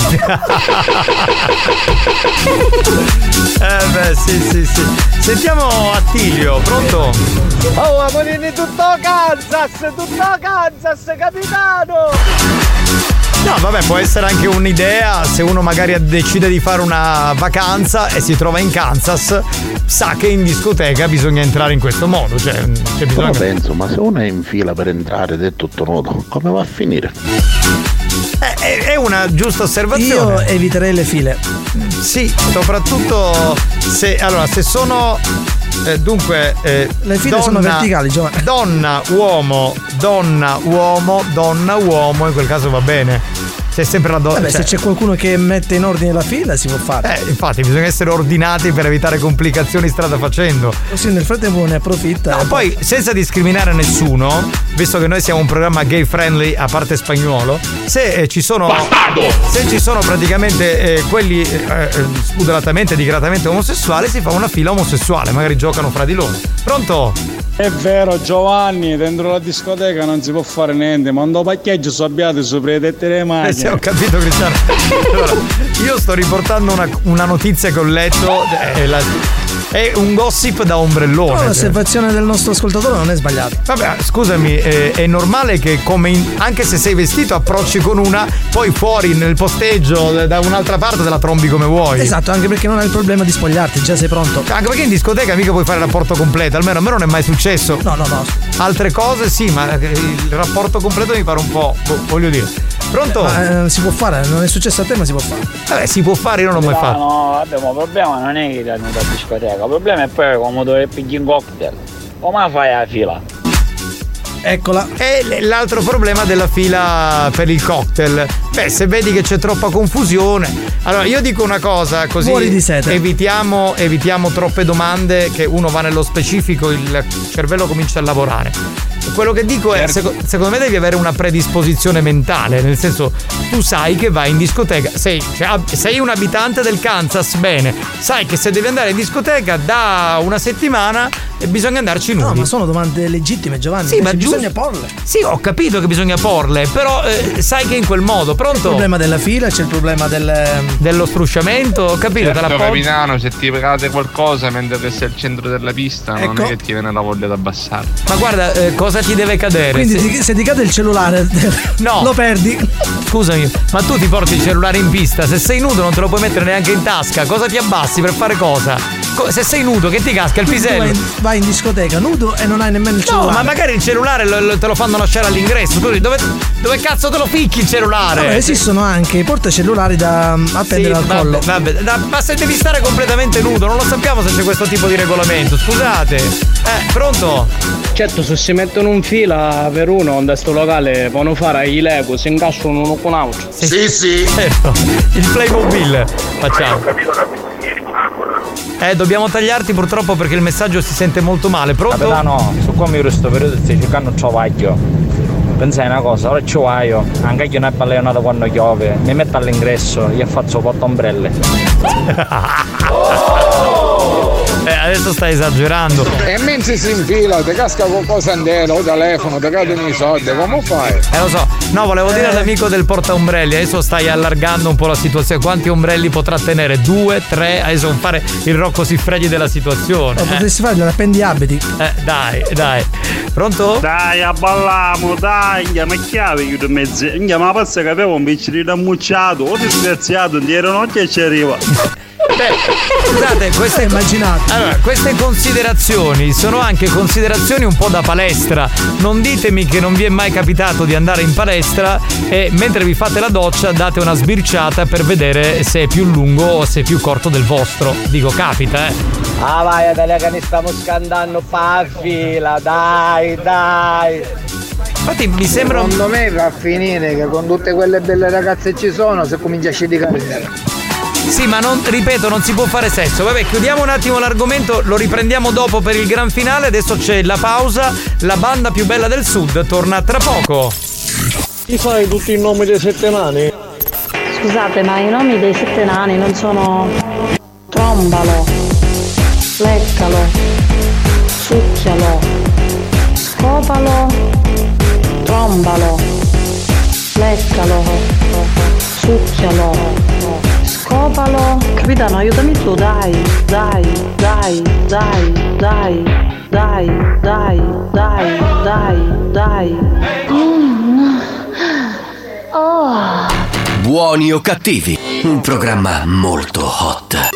Eh beh, sì, sì, sì. Sentiamo Attilio, pronto? Oh, amore, tutto Kansas, tutto Kansas, capitano! No, vabbè, può essere anche un'idea. Se uno magari decide di fare una vacanza e si trova in Kansas, sa che in discoteca bisogna entrare in questo modo. Cioè, c'è bisogno. Però penso, ma se uno è in fila per entrare ed è tutto nudo, come va a finire? Eh, è una giusta osservazione. Io eviterei le file. Sì, soprattutto se allora se sono eh, dunque eh, le file donna, sono verticali, Giovanni. Donna, uomo, donna, uomo, donna, uomo, in quel caso va bene. C'è sempre la donna. Vabbè, cioè, se c'è qualcuno che mette in ordine la fila si può fare. Eh, infatti bisogna essere ordinati per evitare complicazioni strada facendo. Così nel frattempo ne approfitta. No, poi senza discriminare nessuno, visto che noi siamo un programma gay friendly a parte Spagnuolo, se eh, ci sono Bastardo! Se ci sono praticamente eh, quelli eh, spudoratamente, dichiaratamente omosessuali, si fa una fila omosessuale, magari giocano fra di loro. Pronto? È vero Giovanni, dentro la discoteca non si può fare niente, ma un paccheggio su abbiate sopra le tette delle macchine. Eh sì, ho capito Cristiano. Allora, io sto riportando una, una notizia che ho letto, eh, la, è un gossip da ombrellone. Però l'osservazione del nostro ascoltatore non è sbagliata. Vabbè, scusami, eh, è normale che come in, anche se sei vestito approcci con una, poi fuori nel posteggio da un'altra parte te la trombi come vuoi. Esatto, anche perché non hai il problema di spogliarti, già sei pronto. Anche perché in discoteca mica puoi fare il rapporto completo, almeno a me non è mai successo. No, no, no. Altre cose sì, ma il rapporto completo mi pare un po', voglio dire. Pronto? Ma eh, si può fare, non è successo a te, ma si può fare. Vabbè, si può fare, io non l'ho mai fatto. No, vabbè, ma il problema non è che ti hanno da discoteca, il problema è poi come dove pigli un cocktail. Come fai la fila? Eccola. E l'altro problema della fila per il cocktail. Beh, se vedi che c'è troppa confusione. Allora, io dico una cosa, così Muori di sete. evitiamo, evitiamo troppe domande, che uno va nello specifico, il cervello comincia a lavorare. Quello che dico è, seco- secondo me devi avere una predisposizione mentale, nel senso, tu sai che vai in discoteca, sei, cioè, ab- sei un abitante del Kansas, bene, sai che se devi andare in discoteca da una settimana e bisogna andarci nudi. No, ma sono domande legittime, Giovanni. Sì, ma bisogna giu- porle. Sì, ho capito che bisogna porle, però eh, sai che in quel modo, pronto? C'è il problema della fila, c'è il problema del dello strusciamento, ho capito, certo, te la porti. capitano, se ti pagate qualcosa mentre che sei al centro della pista, non Ecco. è che ti viene la voglia di abbassare. Ma guarda, eh, cosa ti deve cadere? Quindi se... ti- se ti cade il cellulare, no, lo perdi. Scusami, ma tu ti porti il cellulare in pista, se sei nudo non te lo puoi mettere neanche in tasca, cosa ti abbassi per fare cosa? Co- se sei nudo che ti casca il Quindi tu pisello? Vai in, vai in discoteca nudo e non hai nemmeno il No, cellulare. ma magari il cellulare lo, lo- te lo fanno lasciare all'ingresso. Scusi, dove, dove cazzo te lo ficchi il cellulare? Vabbè, esistono anche i portacellulari da appendere Sì, al collo. vabbè, vabbè, da- ma se devi stare completamente nudo, non lo sappiamo se c'è questo tipo di regolamento, scusate. Eh, pronto? Certo, se si mettono in fila per uno da sto locale vanno fare i Lego, si incastrano uno con l'altro. Sì, sì. Certo, il Playmobil facciamo. Eh, dobbiamo tagliarti purtroppo perché il messaggio si sente molto male. Pronto? Capitano, su come io questo periodo stai cercando un ciavaglio. Pensai una cosa, ora ci vai io, anche io non è balleonato quando piove, mi metto all'ingresso, io faccio porta ombrelle. Eh, adesso stai esagerando. E mentre si infila, ti casca qualcosa in tela o telefono, ti cadono i soldi, come fai? Eh, lo so. No, volevo dire all'amico del portaombrelli, adesso stai allargando un po' la situazione. Quanti ombrelli potrà tenere? Due, tre? Adesso non fare il Rocco Siffredi della situazione. No, potresti fare gli appendi abiti. Eh, dai, dai. Pronto? Dai, abballiamo, dai, andiamo a chiave, chiudo mezzo. Andiamo a pazza che avevo un bicchierino ammucciato, o disgraziato, non era notte e ci arriva. Beh, scusate, queste, immaginate. Allora, queste considerazioni sono anche considerazioni un po' da palestra. Non ditemi che non vi è mai capitato di andare in palestra e mentre vi fate la doccia date una sbirciata per vedere se è più lungo o se è più corto del vostro. Dico, capita, eh. Ah vai, Italia che ne stiamo scandando fa fila, dai, dai. Infatti mi sembra. Secondo me va a finire che con tutte quelle belle ragazze ci sono, se comincia a scendere. Sì, ma non, ripeto, non si può fare sesso. Vabbè, chiudiamo un attimo l'argomento, lo riprendiamo dopo per il gran finale. Adesso c'è la pausa. La banda più bella del sud torna tra poco. Ti fai tutti i nomi dei sette nani? Scusate, ma i nomi dei sette nani non sono trombalo, leccalo, succhialo, scopalo, trombalo, leccalo, succhialo, scopalo. Capitano, aiutami tu, dai, dai, dai, dai, dai, dai, dai, dai, dai, dai. Mm. Oh. Buoni o cattivi, un programma molto hot.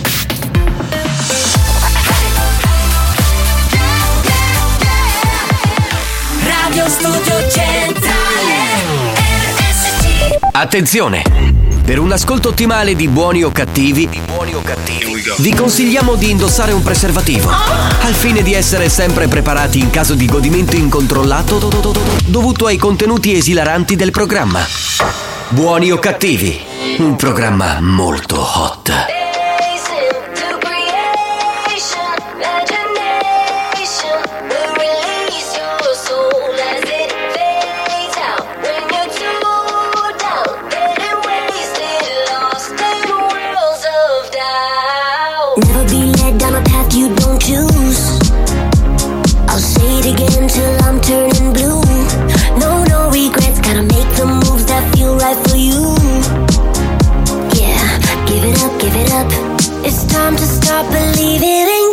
Radio Studio Centrale R S C. Attenzione! Per un ascolto ottimale di Buoni o Cattivi, di Buoni o Cattivi, vi consigliamo di indossare un preservativo, al fine di essere sempre preparati in caso di godimento incontrollato dovuto ai contenuti esilaranti del programma. Buoni o Cattivi, un programma molto hot. Never be led down a path you don't choose. I'll say it again till I'm turning blue. No, no regrets, gotta make the moves that feel right for you. Yeah, give it up, give it up. It's time to start believing in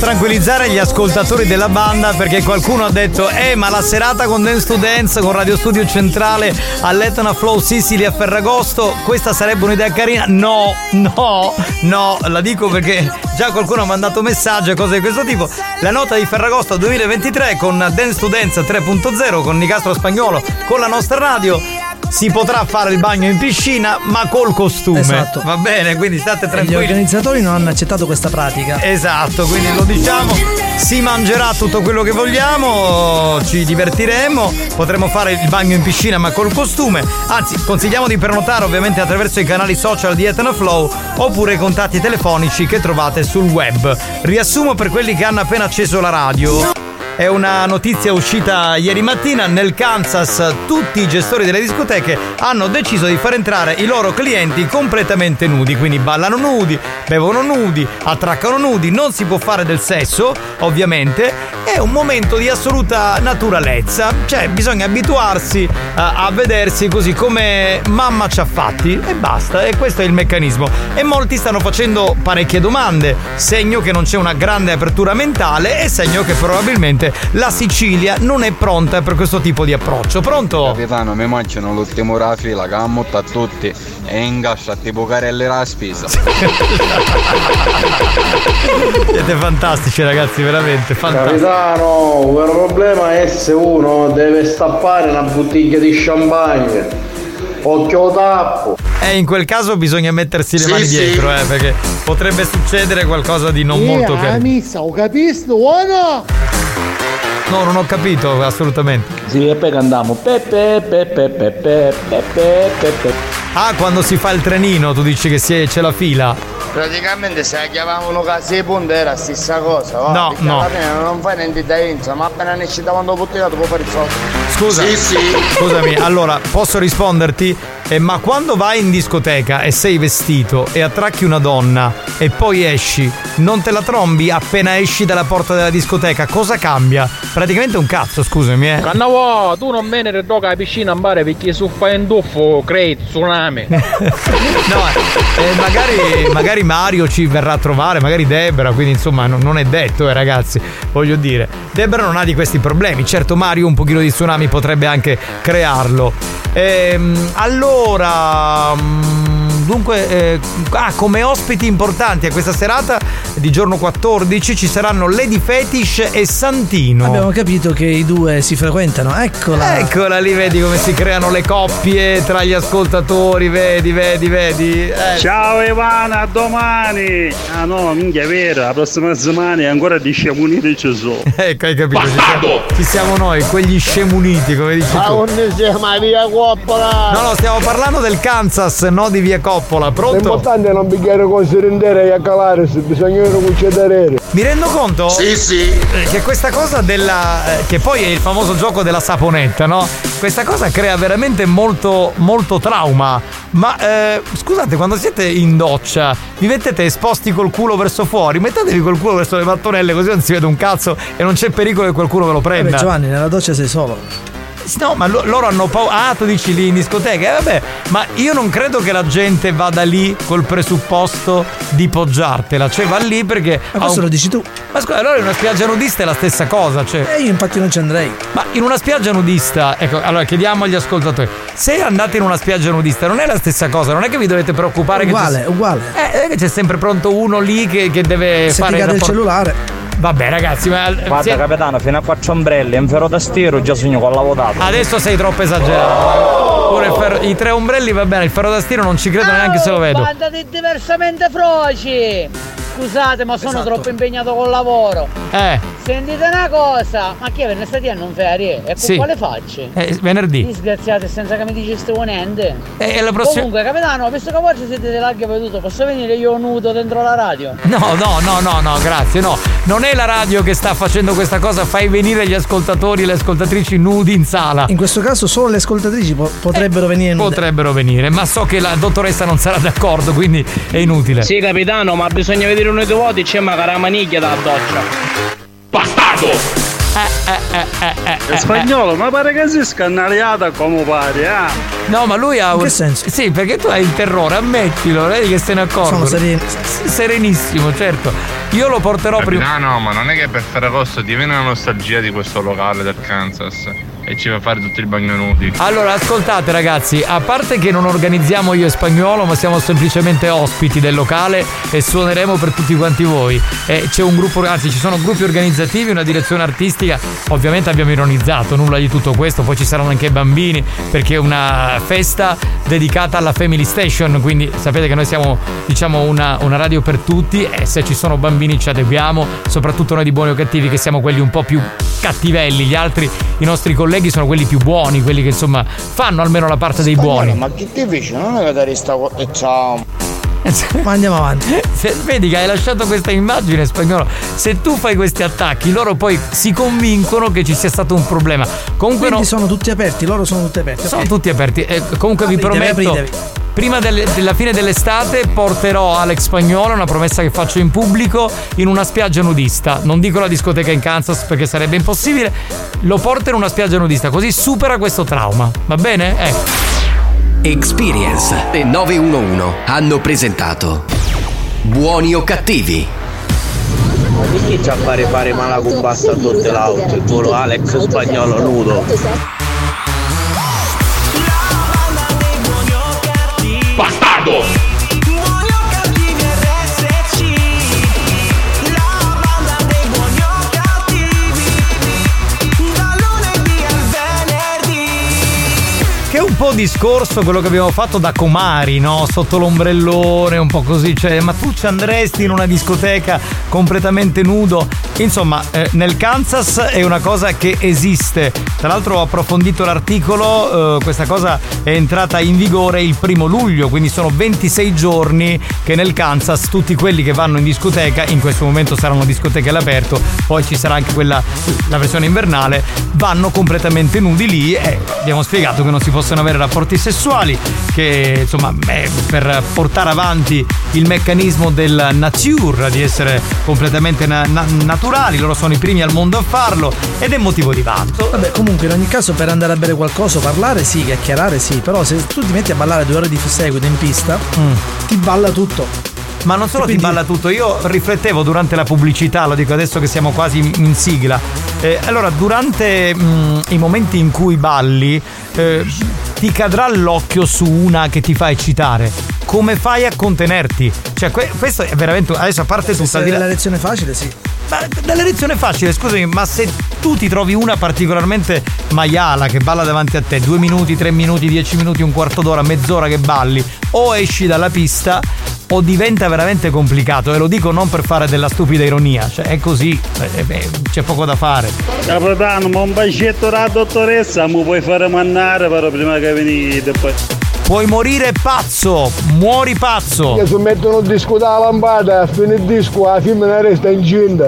tranquillizzare gli ascoltatori della banda, perché qualcuno ha detto eh ma la serata con Dance to Dance con Radio Studio Centrale all'Etna Flow Sicily a Ferragosto, questa sarebbe un'idea carina. No, no, no, la dico perché già qualcuno ha mandato messaggi e cose di questo tipo. La nota di Ferragosto duemilaventitré con Dance to Dance tre punto zero con Nicastro Spagnuolo, con la nostra radio. Si potrà fare il bagno in piscina, ma col costume. Esatto. Va bene, quindi state tranquilli. Gli organizzatori non hanno accettato questa pratica. Esatto, quindi lo diciamo. Si mangerà tutto quello che vogliamo, ci divertiremo, potremo fare il bagno in piscina ma col costume. Anzi, consigliamo di prenotare ovviamente attraverso i canali social di Etna Flow oppure i contatti telefonici che trovate sul web. Riassumo per quelli che hanno appena acceso la radio. È una notizia uscita ieri mattina. Nel Kansas tutti i gestori delle discoteche hanno deciso di far entrare i loro clienti completamente nudi, quindi ballano nudi, bevono nudi, attraccano nudi, non si può fare del sesso ovviamente. È un momento di assoluta naturalezza, cioè bisogna abituarsi a, a vedersi così come mamma ci ha fatti e basta, e questo è il meccanismo. E molti stanno facendo parecchie domande, segno che non c'è una grande apertura mentale e segno che probabilmente la Sicilia non è pronta per questo tipo di approccio. Pronto? Capitano, mi mangiano l'ultimo ora fila che ha molto a tutti e ingascia tipo carelle la spesa. Siete fantastici ragazzi, veramente fantastici. Capitano, il vero problema è se uno deve stappare una bottiglia di champagne. Occhio tappo. E in quel caso bisogna mettersi le Sì, mani sì. dietro, eh, perché potrebbe succedere qualcosa di non molto carino. missa, ho capito o no? No, non ho capito assolutamente. Sì, e poi andiamo pepe pepe pepe pepe pepe. Ah, quando si fa il trenino tu dici che si è, c'è la fila. Praticamente se chiamavano case di punta era la stessa cosa, va? No, Perché no. alla fine non fai niente da vinza, ma appena ne esci da quando bottiglia tu puoi fare il soldo. Scusa, Sì, sì. scusami, allora posso risponderti? Eh, ma quando vai in discoteca e sei vestito e attracchi una donna e poi esci, non te la trombi appena esci dalla porta della discoteca? Cosa cambia? Praticamente un cazzo, scusami, eh. Cannavo, tu non me ne tocca la piscina a mare perché su fai un tuffo, crei tsunami. No, eh, magari, magari Mario ci verrà a trovare, magari Debra, quindi insomma non, non è detto, eh, ragazzi, voglio dire. Debra non ha di questi problemi, certo Mario un pochino di tsunami potrebbe anche crearlo. Ehm, allora, mh, dunque, eh, ah, come ospiti importanti a questa serata di giorno quattordici ci saranno Lady Fetish e Santino. Abbiamo capito che i due si frequentano, eccola. Eccola lì, vedi come si creano le coppie tra gli ascoltatori, vedi, vedi, vedi. Eh. Ciao Ivana, a domani! Ah no, minchia è vero, la prossima settimana ancora di scemuniti ci sono. Ecco, hai capito, ci siamo, ci siamo noi, quegli scemuniti, come dici Ma tu. non siamo via Coppola! No, no, stiamo parlando del Kansas, no di via Coppola, pronto? L'importante è non pigliare con serendere e a calare, se bisogna concedere. Mi rendo conto? Sì, sì. eh, Che questa cosa della. eh, che poi è il famoso gioco della saponetta, no? Questa cosa crea veramente molto, molto trauma. Ma eh, scusate, quando siete in doccia, vi mettete esposti col culo verso fuori, mettetevi col culo verso le mattonelle, così non si vede un cazzo e non c'è pericolo che qualcuno ve lo prenda. Vabbè, Giovanni, nella doccia sei solo. No, ma lo- loro hanno paura. Ah, tu dici lì in discoteca? Eh, vabbè, ma io non credo che la gente vada lì col presupposto di poggiartela. Cioè va lì perché. Ma questo un... lo dici tu. Ma scusa, allora in una spiaggia nudista è la stessa cosa, cioè. E io infatti non ci andrei. Ma in una spiaggia nudista, ecco, allora chiediamo agli ascoltatori. Se andate in una spiaggia nudista non è la stessa cosa, non è che vi dovete preoccupare Uguale, che c'è... uguale. Eh, è che c'è sempre pronto uno lì che, che deve Se fare ti cade il rapport- cellulare. Vabbè ragazzi, ma Guarda si- capitano, fino a quattro ombrelli, un ferro tastiero già sogno con la votato. adesso sei troppo esagerato. Pure il ferro- i tre ombrelli va bene, il ferro da stiro non ci credo neanche se lo vedo. Banda di diversamente froci! Scusate, ma sono Esatto. troppo impegnato col lavoro. Eh, Sentite una cosa, ma chi è venerdì a non ferie? E con Sì. quale facce? eh, venerdì. Disgraziate senza che mi diceste niente. E la prossima. Comunque, capitano, visto che oggi siete dell'alga veduto, posso venire io nudo dentro la radio? No, no, no, no, no, grazie, no. Non è la radio che sta facendo questa cosa, fai venire gli ascoltatori e le ascoltatrici nudi in sala. In questo caso solo le ascoltatrici po- potrebbero venire nude. Potrebbero venire, ma so che la dottoressa non sarà d'accordo, quindi è inutile. Sì, capitano, ma bisogna vedere uno dei voti, c'è magari la maniglia dalla doccia. Bastardo! Eh, eh, eh, eh, eh, È spagnolo, ma pare che si scannaliata come pare, ah. No, ma lui ha In un. che senso? Sì, perché tu hai il terrore, ammettilo, vedi che se ne accorge. Sono sereno. Serenissimo, certo. Io lo porterò prima. No, no, ma non è che per Ferragosto ti viene la nostalgia di questo locale del Kansas e ci fa fare tutti il bagno nudi. Allora, ascoltate ragazzi, a parte che non organizziamo io e Spagnuolo, ma siamo semplicemente ospiti del locale e suoneremo per tutti quanti voi. E c'è un gruppo, anzi ci sono gruppi organizzativi, una direzione artistica. Ovviamente abbiamo ironizzato, nulla di tutto questo, poi ci saranno anche i bambini perché è una festa dedicata alla Family Station, quindi sapete che noi siamo, diciamo, una, una radio per tutti e se ci sono bambini ci adeguiamo, soprattutto noi di Buoni o Cattivi che siamo quelli un po' più cattivelli, gli altri, i nostri colleghi sono quelli più buoni, quelli che insomma fanno almeno la parte dei buoni. Ma chi ti dice? Non è che sta e ciao. Ma andiamo avanti. Se, vedi che hai lasciato questa immagine, Spagnolo. Se tu fai questi attacchi, loro poi si convincono che ci sia stato un problema. Comunque Quindi no, sono tutti aperti, loro sono tutti aperti. sono okay. tutti aperti. Eh, comunque Apritevi, vi prometto apritevi. prima delle, della fine dell'estate porterò Alex Spagnuolo, una promessa che faccio in pubblico, in una spiaggia nudista. Non dico la discoteca in Kansas perché sarebbe impossibile. Lo porto in una spiaggia nudista, così supera questo trauma. Va bene? Eh. Experience e nove uno uno hanno presentato Buoni o Cattivi. Ma di chi c'ha a fare fare malacubasta a tutte l'auto? Il volo Alex Spagnuolo nudo. Bastardo! Che è un po' discorso quello che abbiamo fatto da Comari, no? Sotto l'ombrellone, un po' così, cioè, ma tu ci andresti in una discoteca completamente nudo? Insomma, eh, nel Kansas è una cosa che esiste. Tra l'altro ho approfondito l'articolo, eh, questa cosa è entrata in vigore il primo luglio, quindi sono ventisei giorni che nel Kansas tutti quelli che vanno in discoteca, in questo momento saranno discoteche all'aperto, poi ci sarà anche quella, la versione invernale, vanno completamente nudi lì e abbiamo spiegato che non si possono avere rapporti sessuali, che insomma è per portare avanti il meccanismo del nature, di essere completamente na- na- naturali. Loro sono i primi al mondo a farlo ed è motivo di vanto. Vabbè, comunque in ogni caso per andare a bere qualcosa, parlare sì, chiacchierare sì, però se tu ti metti a ballare due ore di seguito in pista, mm. ti balla tutto. Ma non solo quindi... ti balla tutto, io riflettevo durante la pubblicità, lo dico adesso che siamo quasi in sigla. Eh, allora, durante mh, i momenti in cui balli, eh, ti cadrà l'occhio su una che ti fa eccitare. Come fai a contenerti? Cioè, que- questo è veramente. Adesso a parte tutta. Se è la lezione facile, sì. Ma dalla lezione facile, scusami, ma se tu ti trovi una particolarmente maiala che balla davanti a te, due minuti, tre minuti, dieci minuti, un quarto d'ora, mezz'ora che balli, o esci dalla pista o diventa veramente complicato, e lo dico non per fare della stupida ironia, cioè è così, eh, beh, c'è poco da fare. Capitano, ma un bacetto alla dottoressa mi puoi fare mannare però prima che venite poi. Puoi morire pazzo, muori pazzo. Che se mettono il disco dalla lampada, a fine il disco la femmina resta incinta.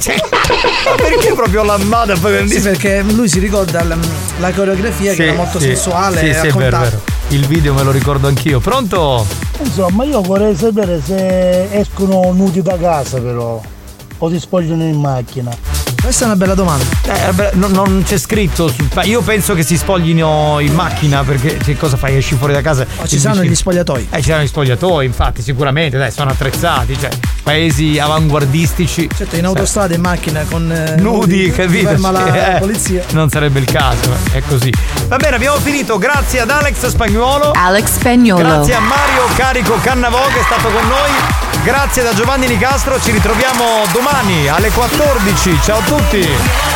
Ma perché proprio lampada? Sì, perché lui si ricorda la, la coreografia sì, che era molto sì, sensuale. Sì, sì, è vero, vero. Il video me lo ricordo anch'io. Pronto? Insomma, io vorrei sapere se escono nudi da casa però, o si spogliano in macchina. Questa è una bella domanda. Eh, non, non c'è scritto. Io penso che si spoglino in macchina, perché che cosa fai? Esci fuori da casa? Oh, ci saranno gli spogliatoi. Eh, ci saranno gli spogliatoi, infatti, sicuramente, dai, sono attrezzati, cioè, paesi avanguardistici. Certo, in autostrada, in macchina con eh, nudi, capito? Ferma la eh, polizia. Non sarebbe il caso, è così. Va bene, abbiamo finito. Grazie ad Alex Spagnuolo. Alex Spagnuolo. Grazie a Mario Carico Cannavò che è stato con noi. Grazie da Giovanni Nicastro, ci ritroviamo domani alle quattordici. Ciao a tutti.